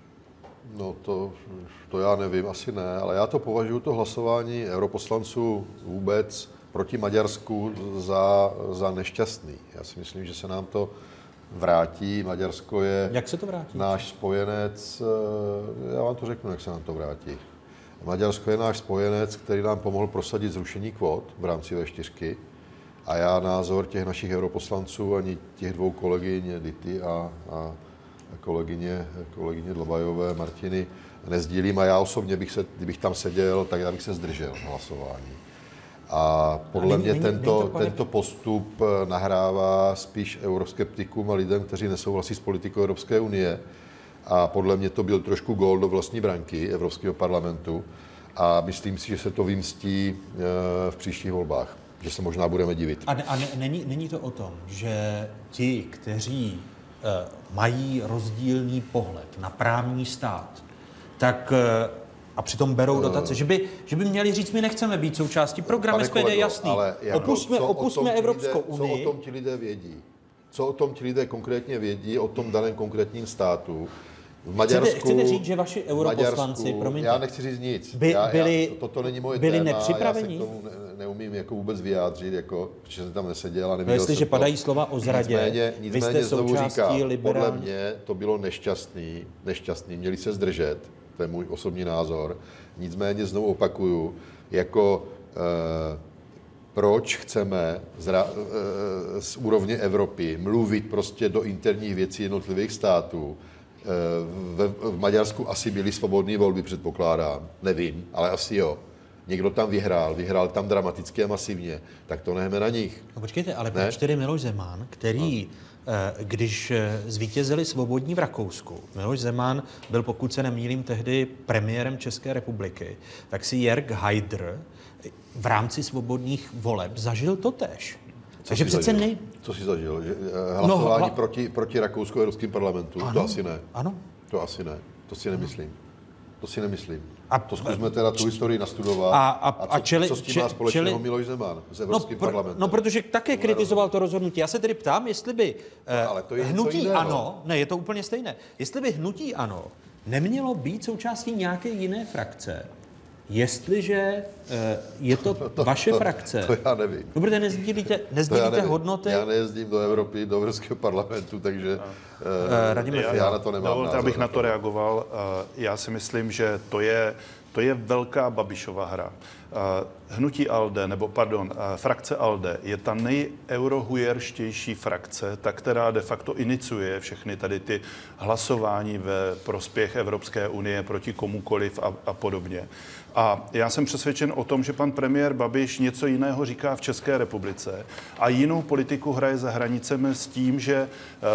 Speaker 17: No to, to já nevím, asi ne, ale já to považuji, to hlasování europoslanců vůbec proti Maďarsku za, za nešťastný. Já si myslím, že se nám to vrátí. Maďarsko je
Speaker 11: jak se to vrátí?
Speaker 17: Náš spojenec, já vám to řeknu, jak se nám to vrátí. Maďarsko je náš spojenec, který nám pomohl prosadit zrušení kvót v rámci V čtyři. A já názor těch našich europoslanců, ani těch dvou kolegyň Dity a, a kolegyně, kolegyně Dlabajové, Martiny, nezdílím, a já osobně bych se, kdybych tam seděl, tak já bych se zdržel hlasování. A podle mě tento, tento postup nahrává spíš euroskeptikům a lidem, kteří nesouhlasí s politikou Evropské unie. A podle mě to byl trošku gól do vlastní branky Evropského parlamentu. A myslím si, že se to vymstí v příštích volbách, že se možná budeme divit.
Speaker 11: A, a ne, není, není to o tom, že ti, kteří uh, mají rozdílný pohled na právní stát, tak uh, a přitom berou dotace, že by, že by měli říct, my nechceme být součástí. Program S P D je jasný. Opustme, opustme Evropskou unii.
Speaker 17: Co o tom ti lidé vědí? Co o tom ti lidé konkrétně vědí, o tom daném konkrétním státu? V Maďarsku,
Speaker 11: chcete, chcete říct, že vaši europoslanci,
Speaker 17: Maďarsku,
Speaker 11: promiňte,
Speaker 17: já nechci říct nic.
Speaker 11: By,
Speaker 17: já,
Speaker 11: byli,
Speaker 17: já, toto není moje
Speaker 11: byli
Speaker 17: téma,
Speaker 11: nepřipraveni?
Speaker 17: Já se k tomu ne, neumím jako vůbec vyjádřit, jako, protože jsem tam neseděl a neviděl
Speaker 11: no, jestliže
Speaker 17: jsem
Speaker 11: padají
Speaker 17: to.
Speaker 11: slova o zradě,
Speaker 17: nicméně,
Speaker 11: vy
Speaker 17: nicméně
Speaker 11: jste
Speaker 17: znovu říkám,
Speaker 11: liberální...
Speaker 17: podle mě to bylo nešťastný, nešťastný, měli se zdržet, to je můj osobní názor, nicméně znovu opakuju, jako eh, proč chceme z, ra, eh, z úrovně Evropy mluvit prostě do interních věcí jednotlivých států. V, v Maďarsku asi byly svobodné volby, předpokládám. Nevím, ale asi jo. Někdo tam vyhrál, vyhrál tam dramaticky a masivně. Tak to nechme na nich.
Speaker 11: No počkejte, ale proč tedy Miloš Zeman, který, no. když zvítězili svobodní v Rakousku, Miloš Zeman byl, pokud se nemýlím, tehdy premiérem České republiky, tak si Jörg Haider v rámci svobodných voleb zažil totéž.
Speaker 17: Co
Speaker 11: Takže přece
Speaker 17: zažil?
Speaker 11: nej...
Speaker 17: Co jsi zažil? Že, hlasování no, hla... proti, proti Rakousku a Evropském parlamentu?
Speaker 11: Ano,
Speaker 17: to asi ne.
Speaker 11: Ano.
Speaker 17: To asi ne. To si nemyslím. To si nemyslím. A to zkusme teda tu historii nastudovat.
Speaker 11: A, a,
Speaker 17: a, co,
Speaker 11: a čeli,
Speaker 17: co s tím má společného čeli... Miloš Zeman s Evropským
Speaker 11: no, pr-
Speaker 17: parlamentem?
Speaker 11: No, protože také kritizoval to rozhodnutí. Já se tedy ptám, jestli by
Speaker 17: no, ale to je
Speaker 11: hnutí ANO, ne, je to úplně stejné, jestli by hnutí ANO nemělo být součástí nějaké jiné frakce, jestliže je to, to vaše
Speaker 17: to,
Speaker 11: frakce.
Speaker 17: To, to já nevím.
Speaker 11: No, protože nezdílíte, nezdílíte já hodnoty.
Speaker 17: Já nejezdím do Evropy, do Evropského parlamentu, takže uh, já,
Speaker 5: já
Speaker 17: na to nemám
Speaker 5: dovolte,
Speaker 17: názor.
Speaker 5: abych na to reagoval. Já si myslím, že to je, to je velká Babišova hra. Hnutí ALDE, nebo pardon, frakce ALDE je ta nejeurohujerštější frakce, ta, která de facto iniciuje všechny tady ty hlasování ve prospěch Evropské unie proti komukoliv a, a podobně. A já jsem přesvědčen o tom, že pan premiér Babiš něco jiného říká v České republice a jinou politiku hraje za hranicemi s tím, že,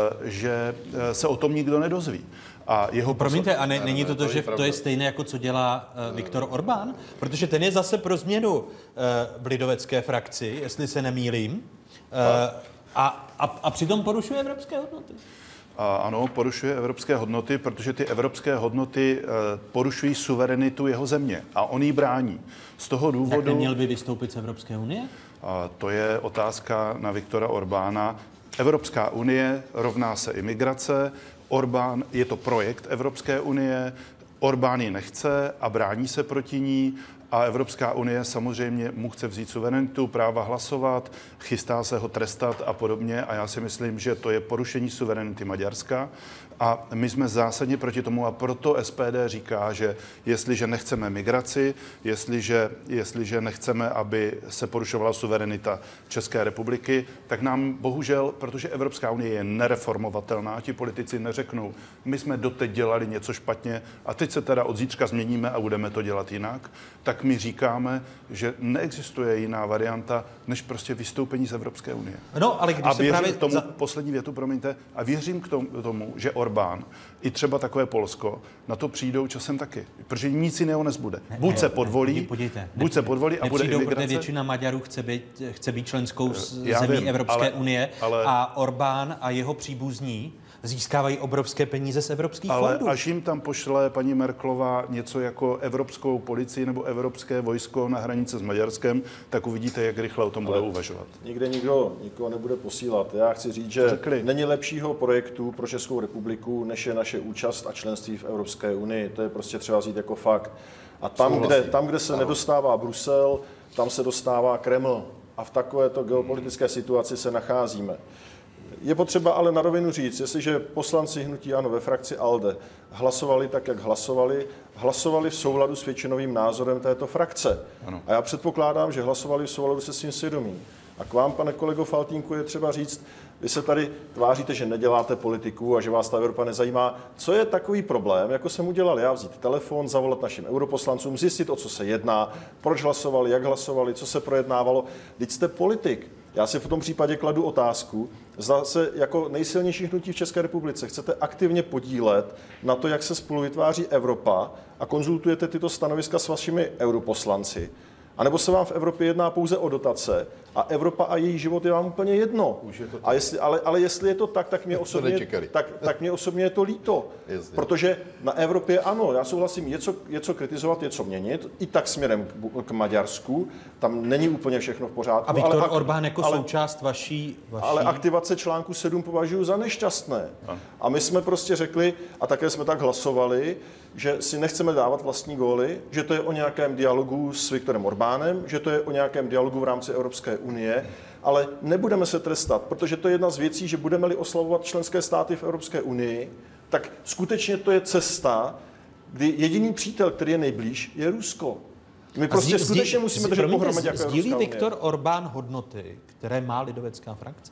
Speaker 5: že se o tom nikdo nedozví. A jeho
Speaker 11: Promiňte, a ne, není to to, že to je stejné, jako co dělá uh, Viktor Orbán? Protože ten je zase pro změnu uh, v lidovecké frakci, jestli se nemýlím, uh, a, a, a přitom porušuje evropské hodnoty.
Speaker 5: A ano, porušuje evropské hodnoty, protože ty evropské hodnoty uh, porušují suverenitu jeho země a on ji brání. Z toho důvodu...
Speaker 11: Tak neměl by vystoupit z Evropské unie?
Speaker 5: A to je otázka na Viktora Orbána. Evropská unie rovná se imigrace, Orbán, je to projekt Evropské unie, Orbán ji nechce a brání se proti ní a Evropská unie samozřejmě mu chce vzít suverenitu, práva hlasovat, chystá se ho trestat a podobně a já si myslím, že to je porušení suverenity Maďarska a my jsme zásadně proti tomu a proto S P D říká, že jestliže nechceme migraci, jestliže, jestliže nechceme, aby se porušovala suverenita České republiky, tak nám bohužel, protože Evropská unie je nereformovatelná, ti politici neřeknou, my jsme doteď dělali něco špatně a teď se teda od zítřka změníme a budeme to dělat jinak, tak my říkáme, že neexistuje jiná varianta, než prostě vystoupení z Evropské unie.
Speaker 11: No, ale když
Speaker 5: a
Speaker 11: se
Speaker 5: věřím
Speaker 11: právě...
Speaker 5: k tomu,
Speaker 11: za...
Speaker 5: poslední větu, promiňte, a věřím k tomu, tomu, že Orbán, i třeba takové Polsko, na to přijdou časem taky, protože nic jiného nezbude.
Speaker 11: Ne,
Speaker 5: buď
Speaker 11: ne,
Speaker 5: se podvolí,
Speaker 11: ne, podívejte,
Speaker 5: buď se podvolí a bude
Speaker 11: nepřijdou,
Speaker 5: imigrace.
Speaker 11: protože většina Maďarů chce být, chce být členskou
Speaker 5: Já
Speaker 11: zemí
Speaker 5: vím,
Speaker 11: Evropské
Speaker 5: ale,
Speaker 11: unie
Speaker 5: ale,
Speaker 11: a Orbán a jeho příbuzní získávají obrovské peníze z evropských
Speaker 5: ale
Speaker 11: fondů.
Speaker 5: Ale až jim tam pošle paní Merkelová něco jako evropskou policii nebo evropské vojsko na hranice s Maďarskem, tak uvidíte, jak rychle o tom bude uvažovat.
Speaker 18: Nikde nikdo nikoho nebude posílat. Já chci říct, že Řekli. není lepšího projektu pro Českou republiku, než je naše účast a členství v Evropské unii. To je prostě třeba vzít jako fakt. A tam, kde, tam, kde se ano. nedostává Brusel, tam se dostává Kreml. A v takovéto geopolitické situaci se nacházíme. Je potřeba ale na rovinu říct, jestliže poslanci hnutí ANO ve frakci ALDE hlasovali tak, jak hlasovali, hlasovali v souladu s většinovým názorem této frakce. Ano. A já předpokládám, že hlasovali v souladu se svým svědomím. A k vám, pane kolego Faltínku, je třeba říct, vy se tady tváříte, že neděláte politiku a že vás ta Evropa nezajímá. Co je takový problém, jako jsem udělal já, vzít telefon, zavolat našim europoslancům, zjistit, o co se jedná, proč hlasovali, jak hlasovali, co se projednávalo. Vždyť jste politik. Já si v tom případě kladu otázku, zda se jako nejsilnější hnutí v České republice chcete aktivně podílet na to, jak se spolu vytváří Evropa a konzultujete tyto stanoviska s vašimi europoslanci. A nebo se vám v Evropě jedná pouze o dotace A Evropa a její život je vám úplně jedno. A jestli, ale, ale jestli je to tak, tak mě, osobně, tak, tak mě osobně je to líto. Jasně. Protože na Evropě ano, já souhlasím, je co, je co kritizovat, je co měnit, i tak směrem k, k Maďarsku, tam není úplně všechno v pořádku.
Speaker 11: A Viktor
Speaker 18: ale,
Speaker 11: Orbán jako
Speaker 18: ale,
Speaker 11: součást vaší, vaší...
Speaker 18: Ale aktivace článku sedm považuji za nešťastné. A. a my jsme prostě řekli, a také jsme tak hlasovali, že si nechceme dávat vlastní góly, že to je o nějakém dialogu s Viktorem Orbánem, že to je o nějakém dialogu v rámci Evropské unie, ale nebudeme se trestat, protože to je jedna z věcí, že budeme-li oslavovat členské státy v Evropské unii, tak skutečně to je cesta, kdy jediný přítel, který je nejblíž, je Rusko. My prostě zdí, skutečně zdí, musíme držet pohromadě jako Evropská
Speaker 11: Sdílí
Speaker 18: unie.
Speaker 11: Viktor Orbán hodnoty, které má lidovecká frakce?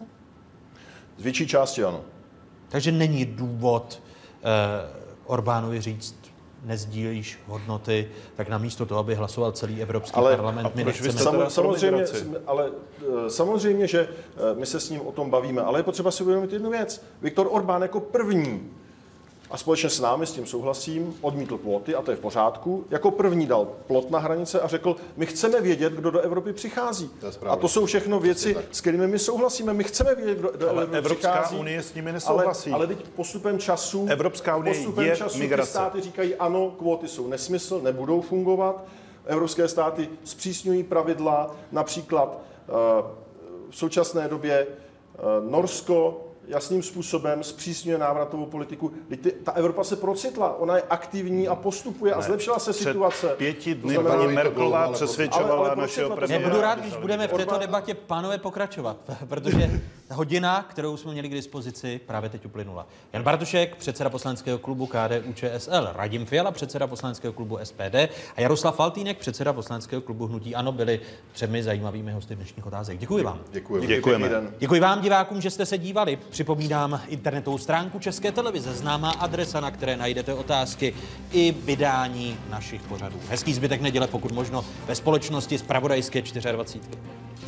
Speaker 18: Z větší části ano.
Speaker 11: Takže není důvod eh, Orbánovi říct, nezdílíš hodnoty, tak namísto toho, aby hlasoval celý Evropský ale, parlament, my nechceme...
Speaker 18: Sam, samozřejmě, ale samozřejmě, že my se s ním o tom bavíme, ale je potřeba si uvědomit jednu věc. Viktor Orbán jako první, a společně s námi, s tím souhlasím, odmítl kvóty, a to je v pořádku, jako první dal plot na hranice a řekl, my chceme vědět, kdo do Evropy přichází. To a to jsou všechno věci, s kterými my souhlasíme. My chceme vědět, kdo do
Speaker 5: ale
Speaker 18: Evropy
Speaker 5: Evropská
Speaker 18: přichází.
Speaker 5: unie s nimi nesouhlasí.
Speaker 18: Ale, ale teď postupem času,
Speaker 5: Evropská unie
Speaker 18: postupem
Speaker 5: je
Speaker 18: času
Speaker 5: migrace.
Speaker 18: ty státy říkají, ano, kvóty jsou nesmysl, nebudou fungovat. Evropské státy zpřísňují pravidla, například uh, v současné době uh, Norsko jasným způsobem zpřísňuje návratovou politiku. Ty, ta Evropa se procitla, ona je aktivní a postupuje a zlepšila se situace.
Speaker 5: Před pěti dny znamená, paní Merkelová přesvědčovala ale, ale našeho premiéra.
Speaker 11: Budu rád, když budeme v této debatě, pánové, pokračovat, protože hodina, kterou jsme měli k dispozici, právě teď uplynula. Jan Bartošek, předseda poslaneckého klubu K D U Č S L, Radim Fiala, předseda poslaneckého klubu S P D a Jaroslav Faltýnek, předseda poslaneckého klubu Hnutí ANO, byli třemi zajímavými hosty dnešních otázek. Děkuji vám.
Speaker 18: Děkujeme.
Speaker 5: Děkujeme.
Speaker 11: Děkuji vám, divákům, že jste se dívali. Připomínám internetovou stránku České televize, známá adresa, na které najdete otázky i vydání našich pořadů. Hezký zbytek neděle, pokud možno ve společnosti zpravodajské dvacet čtyři.